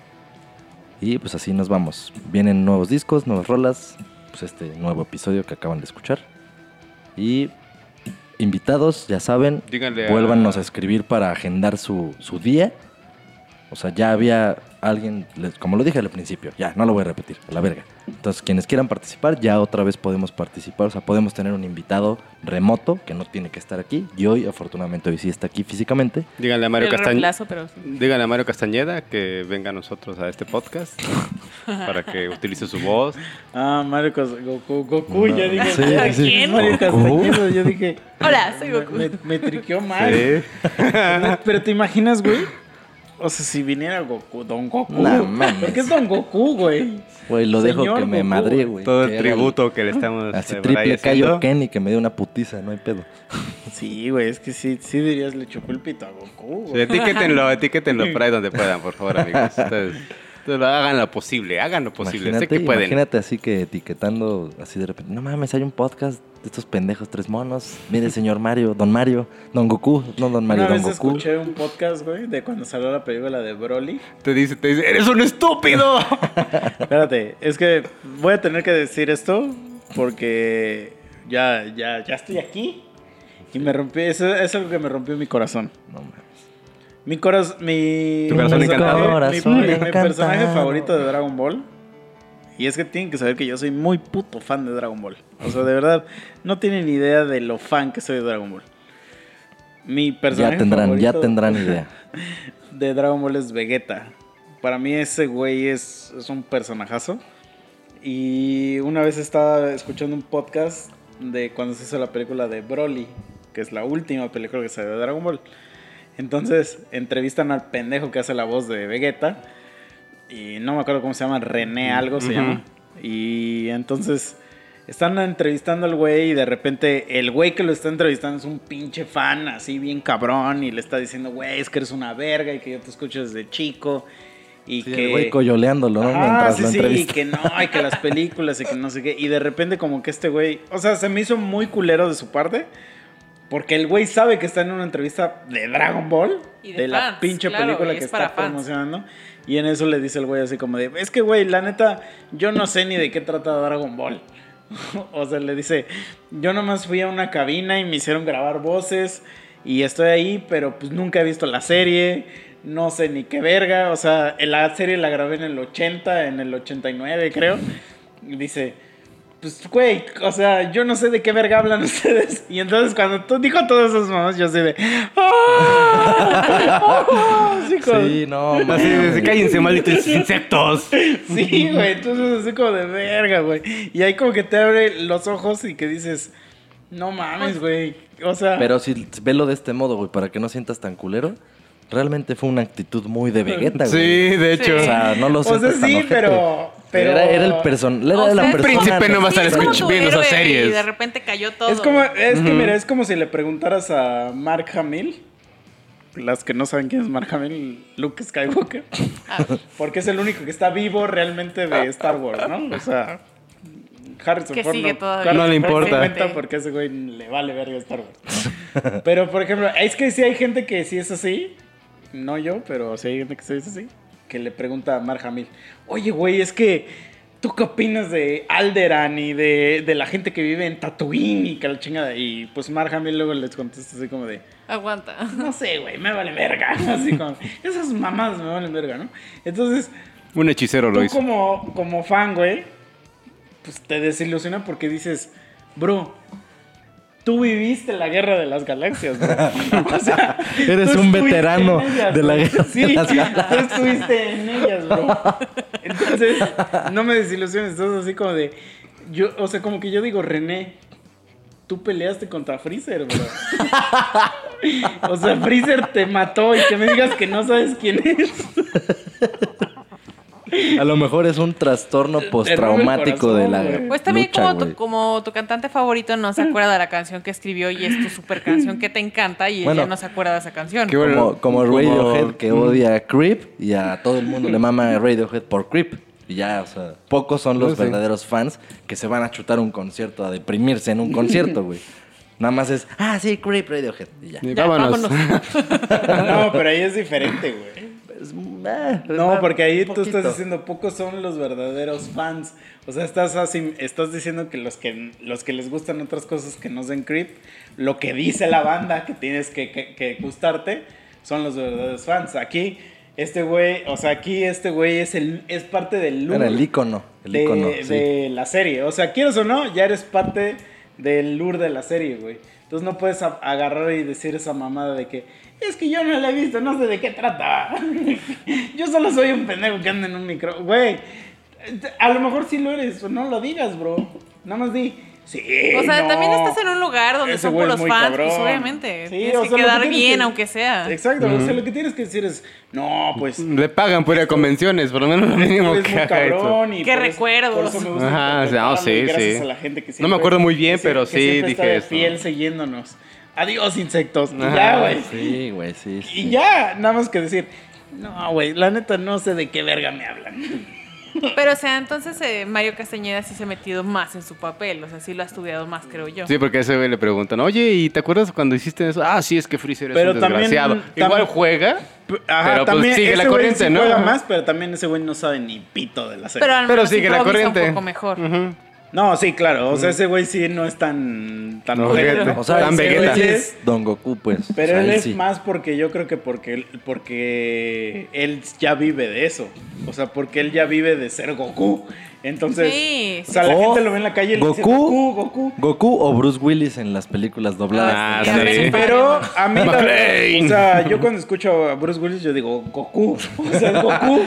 Y pues así nos vamos. Vienen nuevos discos, nuevas rolas. Pues este nuevo episodio que acaban de escuchar. Y invitados, ya saben, Díganle vuélvanos a escribir para agendar su día. O sea, ya había alguien, como lo dije al principio, ya, no lo voy a repetir, a la verga. Entonces, quienes quieran participar, ya otra vez podemos participar. O sea, podemos tener un invitado remoto que no tiene que estar aquí. Y hoy, afortunadamente, hoy sí está aquí físicamente. Díganle a Mario El Castañeda. reemplazo, pero sí. Díganle a Mario Castañeda que venga a nosotros a este podcast para que utilice su voz. Ah, Mario Goku, No, yo dije, sí, ¿a sí. quién? Mario Goku. Castañeda, yo dije, Hola, soy Goku. me triqueó mal. Sí. Pero te imaginas, güey, o sea, si viniera Goku, Don Goku. No mames. ¿Por qué es Don Goku, güey? Güey, lo dejo Señor que me Goku, madre, güey. güey. Todo Que el haga tributo que le estamos Así por ahí triple haciendo. Kaioken y que me dé una putiza, no hay pedo. Sí, güey, es que sí dirías le chupó el pito a Goku, Sí, güey. etiquétenlo por ahí donde puedan, por favor, amigos. Ustedes hagan lo posible, sé que pueden. Imagínate así que etiquetando así de repente. No mames, hay un podcast de estos pendejos tres monos. Mire, señor Mario, Don Goku, no Don Mario, Una Don vez Goku. escuché un podcast, güey, de cuando salió la película de Broly. Te dice, ¡eres un estúpido! Espérate, es que voy a tener que decir esto porque ya estoy aquí y me rompí, eso es algo que me rompió mi corazón. No mames. Mi corazón, mi ¿Tu corazón encantado? Corazón mi personaje encantado. favorito de Dragon Ball. Y es que tienen que saber que yo soy muy puto fan de Dragon Ball. O sea, de verdad, no tienen idea de lo fan que soy de Dragon Ball. Mi personaje Ya favorito tendrán idea. de Dragon Ball es Vegeta. Para mí ese güey es un personajazo. Y una vez estaba escuchando un podcast de cuando se hizo la película de Broly, que es la última película que salió de Dragon Ball. Entonces entrevistan al pendejo que hace la voz de Vegeta. Y no me acuerdo cómo se llama, René algo se llama. Y entonces están entrevistando al güey y de repente el güey que lo está entrevistando es un pinche fan así bien cabrón y le está diciendo, güey, es que eres una verga y que yo te escucho desde chico. Y Sí, que... el güey coyoleándolo, ¿no? Ajá, Mientras sí, lo sí, y entrevista. que no, y que las películas y que no sé qué. Y de repente como que este güey, o sea, se me hizo muy culero de su parte. Porque el güey sabe que está en una entrevista de Dragon Ball. Y de la fans, pinche claro, película y que es para está fans. promocionando. Y en eso le dice el güey así como de, es que güey, la neta, yo no sé ni de qué trata Dragon Ball. O sea, le dice, yo nomás fui a una cabina y me hicieron grabar voces. Y estoy ahí, pero pues nunca he visto la serie. No sé ni qué verga. O sea, la serie la grabé en el 80, en el 89 creo. Y dice, pues güey, o sea, yo no sé de qué verga hablan ustedes. Y entonces cuando tú dijo todos esos momentos, yo así de, así como- Sí, no, Así, mames. cállense, malditos insectos. Sí, güey, entonces así como de verga, güey. Y ahí como que te abre los ojos y que dices, no mames, güey. O sea, Pero si velo de este modo, güey, para que no sientas tan culero. realmente fue una actitud muy de Vegeta, güey. Sí, de hecho. O sea, no lo sé. O sea, sí, pero Era el O la sea, persona. príncipe no va a estar es como escuchando tu viendo esas héroe series. Y de repente cayó todo. es que mira, es como si le preguntaras a Mark Hamill, las que no saben quién es Mark Hamill, Luke Skywalker, porque es el único que está vivo realmente de Star Wars, ¿no? O sea, Harrison Que Ford sigue no, todavía. No le importa. cuenta porque a ese güey le vale verga Star Wars. Pero, por ejemplo, es que sí hay gente que sí es así, no yo, pero sí hay gente que sí es así, que le pregunta a Mark Hamill, oye, güey, es que ¿tú qué opinas de Alderaan y de la gente que vive en Tatooine y que la chingada? Y pues Mark Hamill luego les contesta así como de, Aguanta. no sé, güey, me vale verga. Así como, esas mamadas me valen verga, ¿no? Entonces, Un hechicero lo tú hizo. como fan, güey, pues te desilusiona porque dices, bro, tú viviste la guerra de las galaxias, bro. O sea, Eres tú un estuviste veterano en ellas, de la bro. guerra de Sí, las galaxias. tú estuviste en ellas, bro. Entonces, no me desilusiones, estás así como de, o sea, como que yo digo, René, tú peleaste contra Freezer, bro. O sea, Freezer te mató y que me digas que no sabes quién es. A lo mejor es un trastorno postraumático corazón, de la güey. Pues también lucha, güey. como tu cantante favorito no se acuerda de la canción que escribió y es tu super canción que te encanta y Bueno. ella no se acuerda de esa canción. Qué bueno. Como Radiohead que odia a Creep y a todo el mundo le mama a Radiohead por Creep. Y ya, o sea, pocos son los Sí. verdaderos fans que se van a chutar un concierto, a deprimirse en un concierto, güey. Nada más es, sí, Creep, Radiohead. Y ya. Y Ya, vámonos. No, pero ahí es diferente, güey. No, porque ahí tú estás diciendo, pocos son los verdaderos fans. O sea, estás diciendo que los que les gustan otras cosas que no sean Creep, lo que dice la banda que tienes que gustarte, son los verdaderos fans. Aquí, este güey es parte del look Era el ícono. de la serie. O sea, quieres o no, ya eres parte del lure de la serie, güey. Entonces no puedes agarrar y decir esa mamada de que es que yo no la he visto, no sé de qué trata. Yo solo soy un pendejo que anda en un micro. Güey, a lo mejor sí lo eres, o no lo digas, bro. Nada más di, sí. O sea, no. también estás en un lugar donde Ese son güey es puros muy fans, cabrón. pues obviamente. Sí, tienes o que sea, lo quedar tienes bien, que- aunque sea. Exacto, o sea, lo que tienes que decir es, no, pues. Le pagan por ir a convenciones, por lo menos lo mínimo Es que muy haga eso. cabrón y Qué por eso- recuerdos. por eso me gusta Ajá, o sea, interpretarlo, sí, y gracias sí. a la gente que No me siempre- acuerdo muy bien, que pero siempre sí está dije de eso. fiel siguiéndonos. Adiós, insectos. Y Ajá. ya, güey. Sí, güey, sí. Y ya, nada más que decir, no, güey, la neta no sé de qué verga me hablan. Pero, o sea, entonces Mario Castañeda sí se ha metido más en su papel. O sea, sí lo ha estudiado más, creo yo. Sí, porque a ese güey le preguntan, oye, ¿y te acuerdas cuando hiciste eso? Ah, sí, es que Freezer es Pero un también- desgraciado. Igual juega, Ajá, pero pues también sigue la ese güey corriente, sí ¿no? juega Ajá. más, pero también ese güey no sabe ni pito de la serie. Pero al Pero menos sigue la improvisa corriente. un poco mejor. No, sí, claro. O sea, ese güey sí no es tan No, ojete. ojete. O sea, Tan ese Vegeta. güey sí es Don Goku, pues. Pero O sea, él es sí. más porque yo creo que porque él ya vive de eso. O sea, porque él ya vive de ser Goku. Entonces, Sí, o sea, la sí. gente lo ve en la calle y le dice Goku. Goku o Bruce Willis en las películas dobladas. Ah, en cada sí. escena. Pero a mí, McLean. o sea, yo cuando escucho a Bruce Willis, yo digo Goku. O sea,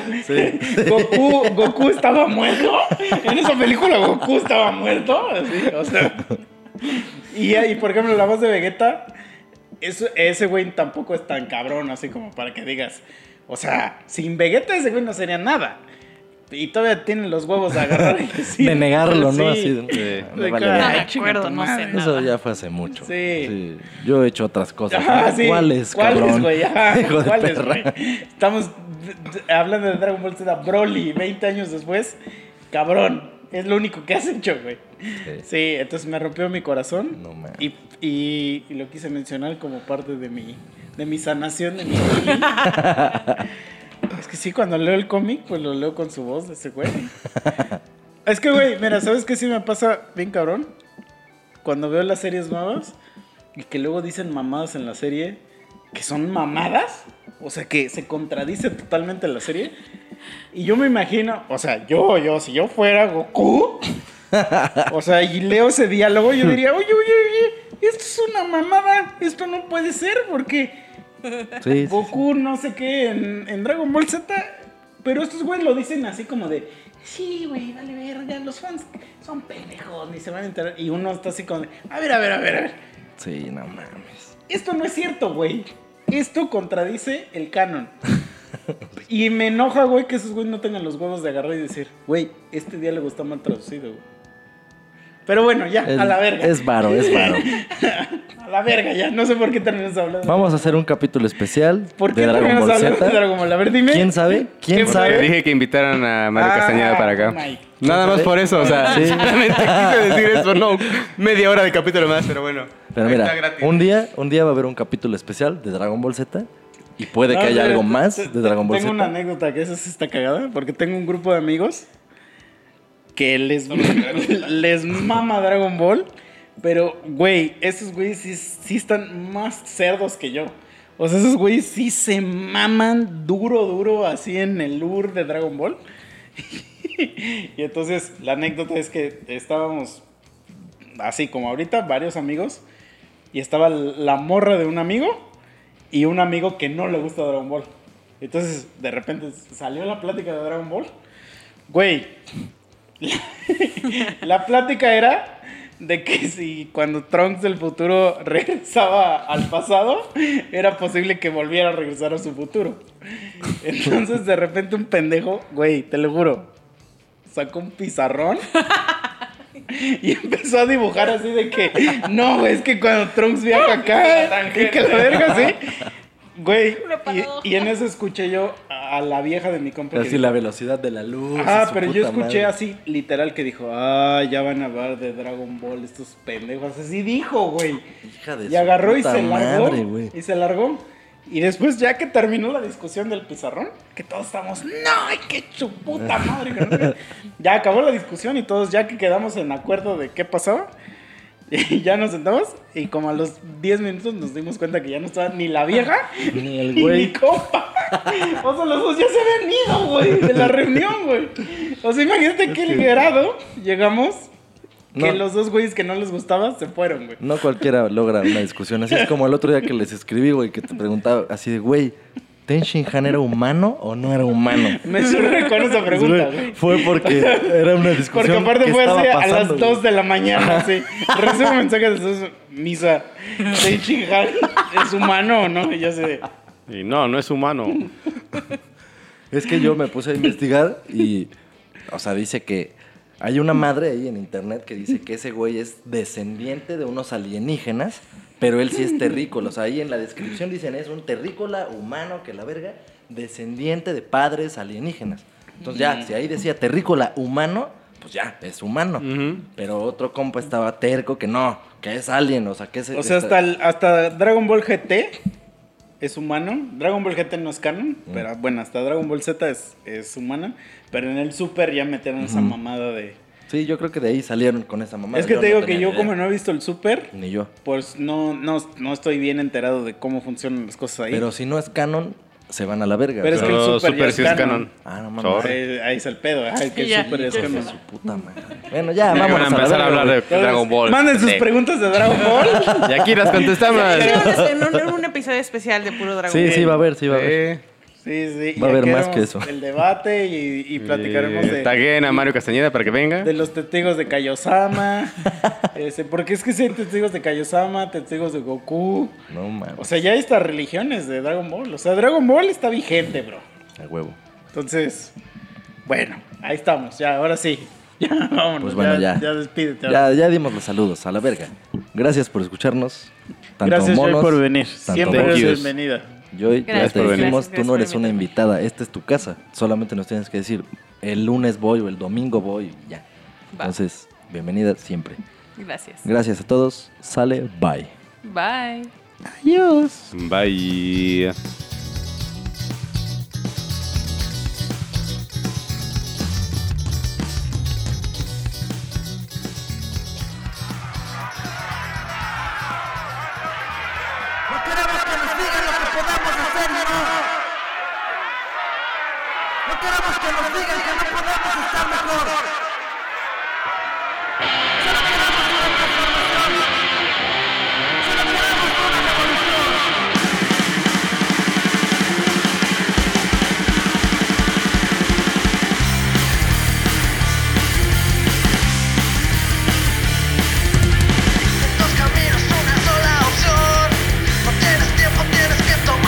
Goku estaba muerto. En esa película Goku estaba muerto. Así, o sea. Y por ejemplo, la voz de Vegeta, ese güey tampoco es tan cabrón, así como para que digas. O sea, sin Vegeta ese güey no sería nada. Y todavía tienen los huevos de agarrar y decir. De negarlo, ¿no? Sí. Así De me vale cara, verga. No me "Ay, chinga acuerdo, tu no sé madre". nada. Eso ya fue hace mucho. Sí. Yo he hecho otras cosas. Ah, sí. ¿Cuáles, cabrón? güey? Ajá, Hijo de ¿cuáles, perra. güey? Estamos hablando de Dragon Ball Z Broly 20 años después. Cabrón, es lo único que has hecho, güey. Sí, entonces me rompió mi corazón. No mames. Y lo quise mencionar como parte de mi sanación, de mi healing. Es que sí, cuando leo el cómic, pues lo leo con su voz de ese güey. Es que, güey, mira, ¿sabes qué sí me pasa bien cabrón? Cuando veo las series nuevas y que luego dicen mamadas en la serie, que son mamadas, o sea, que se contradice totalmente la serie. Y yo me imagino, o sea, si yo fuera Goku, o sea, y leo ese diálogo, yo diría, oye, esto es una mamada, esto no puede ser, porque Sí, Goku no sé qué en Dragon Ball Z, pero estos güeyes lo dicen así como de, sí, güey, vale verga, los fans son pendejos, ni se van a enterar. Y uno está así como de, a ver. Sí, no mames. Esto no es cierto, güey. esto contradice el canon. Y me enoja, güey, que esos güeyes no tengan los huevos de agarrar y decir, güey, este diálogo está mal traducido, güey. Pero bueno, ya, a la verga. Es varo, es varo. A la verga, ya. No sé por qué terminas hablando. Vamos a hacer un capítulo especial ¿Por qué de Dragon terminas Ball hablando de Z. Dragon Ball? A ver, dime. ¿Quién sabe? ¿Quién ¿Qué sabe? fue? Dije que invitaran a Mario Castañeda para acá. Mike. Nada más por eso, o sea, Sí. solamente quise decir eso, no media hora de capítulo más, pero bueno. Pero ahí mira, está gratis. un día va a haber un capítulo especial de Dragon Ball Z y puede que haya algo más de Dragon Ball Tengo una Z. anécdota que esa sí está cagada, porque tengo un grupo de amigos que les mama Dragon Ball, pero, güey, esos güeyes sí están más cerdos que yo. O sea, esos güeyes sí se maman duro, así en el lore de Dragon Ball. Y entonces, la anécdota es que estábamos, así como ahorita, varios amigos, y estaba la morra de un amigo y un amigo que no le gusta Dragon Ball. Entonces, de repente salió la plática de Dragon Ball. Güey, la plática era de que si cuando Trunks del futuro regresaba al pasado, era posible que volviera a regresar a su futuro. Entonces, de repente un pendejo, güey, te lo juro, sacó un pizarrón y empezó a dibujar así de que, no, güey, es que cuando Trunks viaja acá, y que la verga, sí. Güey, y en eso escuché yo a la vieja de mi compa. Así la velocidad de la luz. Ah, su pero yo puta escuché madre. así, literal, que dijo, ya van a hablar de Dragon Ball estos pendejos. Así dijo, güey. Hija de Y su agarró y puta se largó. madre, güey. Y se largó. Y después, ya que terminó la discusión del pizarrón, que todos estábamos, no, ay, qué su puta madre. que no sé qué". Ya acabó la discusión y todos, ya que quedamos en acuerdo de qué pasaba, y ya nos sentamos. Y como a los 10 minutos nos dimos cuenta que ya no estaba ni la vieja Ni el y güey. mi compa. O sea, los dos ya se habían ido, güey, de la reunión, güey. O sea, imagínate qué liberado llegamos. Que No. los dos güeyes que no les gustaba se fueron, güey. No cualquiera logra una discusión. Así es como el otro día que les escribí, güey, que te preguntaba así de, güey, ¿Ten Shin Han era humano o no era humano? Me surre con esa pregunta, güey. Fue porque era una discusión Porque aparte que fue estaba así a pasando, las 2 güey. de la mañana, sí. Recibo mensajes de esos, Misa, ¿Ten Shin Han es humano o no? Y yo sé, Y no es humano. Es que yo me puse a investigar y, o sea, dice que hay una madre ahí en internet que dice que ese güey es descendiente de unos alienígenas, pero él sí es terrícola. O sea, ahí en la descripción dicen es un terrícola humano que la verga, descendiente de padres alienígenas. Entonces ya, si ahí decía terrícola humano, pues ya, es humano. Ujú. Pero otro compa estaba terco que no, que es alien, o sea, que es... o sea, hasta Dragon Ball GT es humano. Dragon Ball GT no es canon, pero bueno, hasta Dragon Ball Z es humana. Pero en el Super ya metieron esa mamada de... Sí, yo creo que de ahí salieron con esa mamá. es que te digo que yo como no he visto el Super, Ni yo. pues no estoy bien enterado de cómo funcionan las cosas ahí. Pero si no es canon, se van a la verga. Pero es que el Pero Super ya es sí es canon. canon. Ah, no mames. Sorry. Ahí está el pedo, que el Ya. Super es canon. Su puta madre. Bueno, ya, Ya vamos van a empezar a hablar de Entonces, Dragon Ball. Manden sus Sí. preguntas de Dragon Ball. Y aquí las contestamos. En un episodio especial de puro Dragon Sí, Ball. sí, va a haber, sí va a haber. Sí. Va a y haber aquí más haremos que eso. El debate y platicaremos Taguen a Mario Castañeda para que venga. de los testigos de Kaiosama. Porque es que sí hay testigos de Kaiosama, testigos de Goku. No mames. O sea, ya hay estas religiones de Dragon Ball. O sea, Dragon Ball está vigente, bro. A huevo. Entonces, bueno, ahí estamos. Ya, ahora sí. Ya, vámonos. Pues bueno, ya. Ya despídete. ahora. Ya dimos los saludos, a la verga. Gracias por escucharnos. Tanto Gracias, Joy, monos, por venir. tanto Siempre monos. eres bienvenida. Joy, ya Gracias te por dijimos, venir. tú no eres Gracias por una invitarme. invitada. Esta es tu casa. Solamente nos tienes que decir, el lunes voy o el domingo voy y ya. Va. Entonces, bienvenida siempre. Gracias. Gracias a todos. Sale, bye. Bye. Adiós. Bye. No queremos que nos digan lo que podamos hacer, no. No queremos que nos digan que no podemos estar mejor. Solo queremos una transformación. Solo queremos una revolución. Dos caminos, una sola opción. No tienes tiempo, tienes que tomar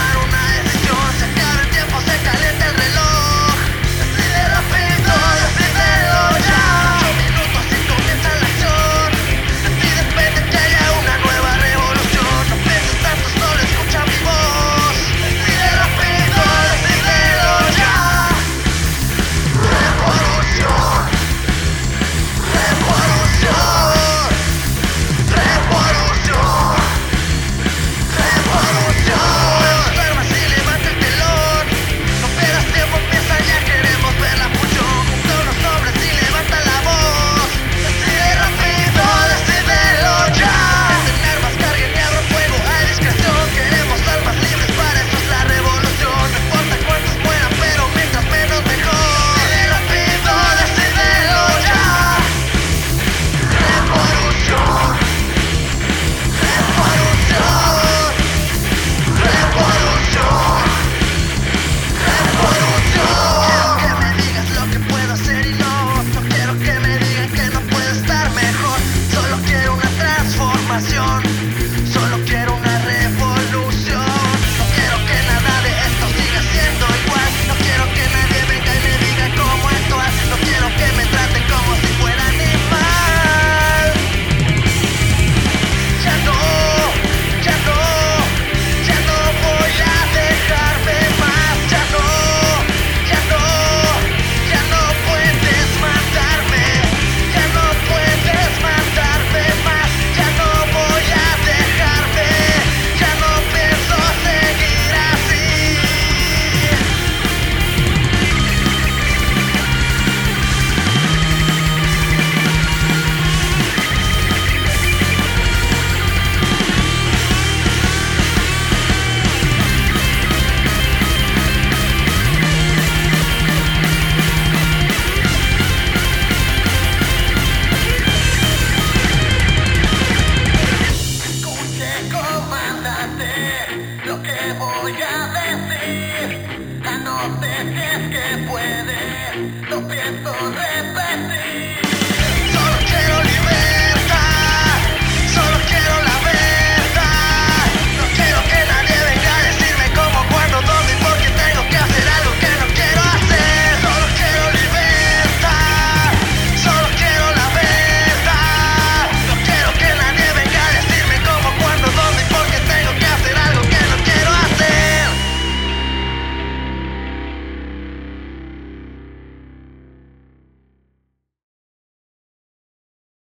no sé si es que puede, no pienso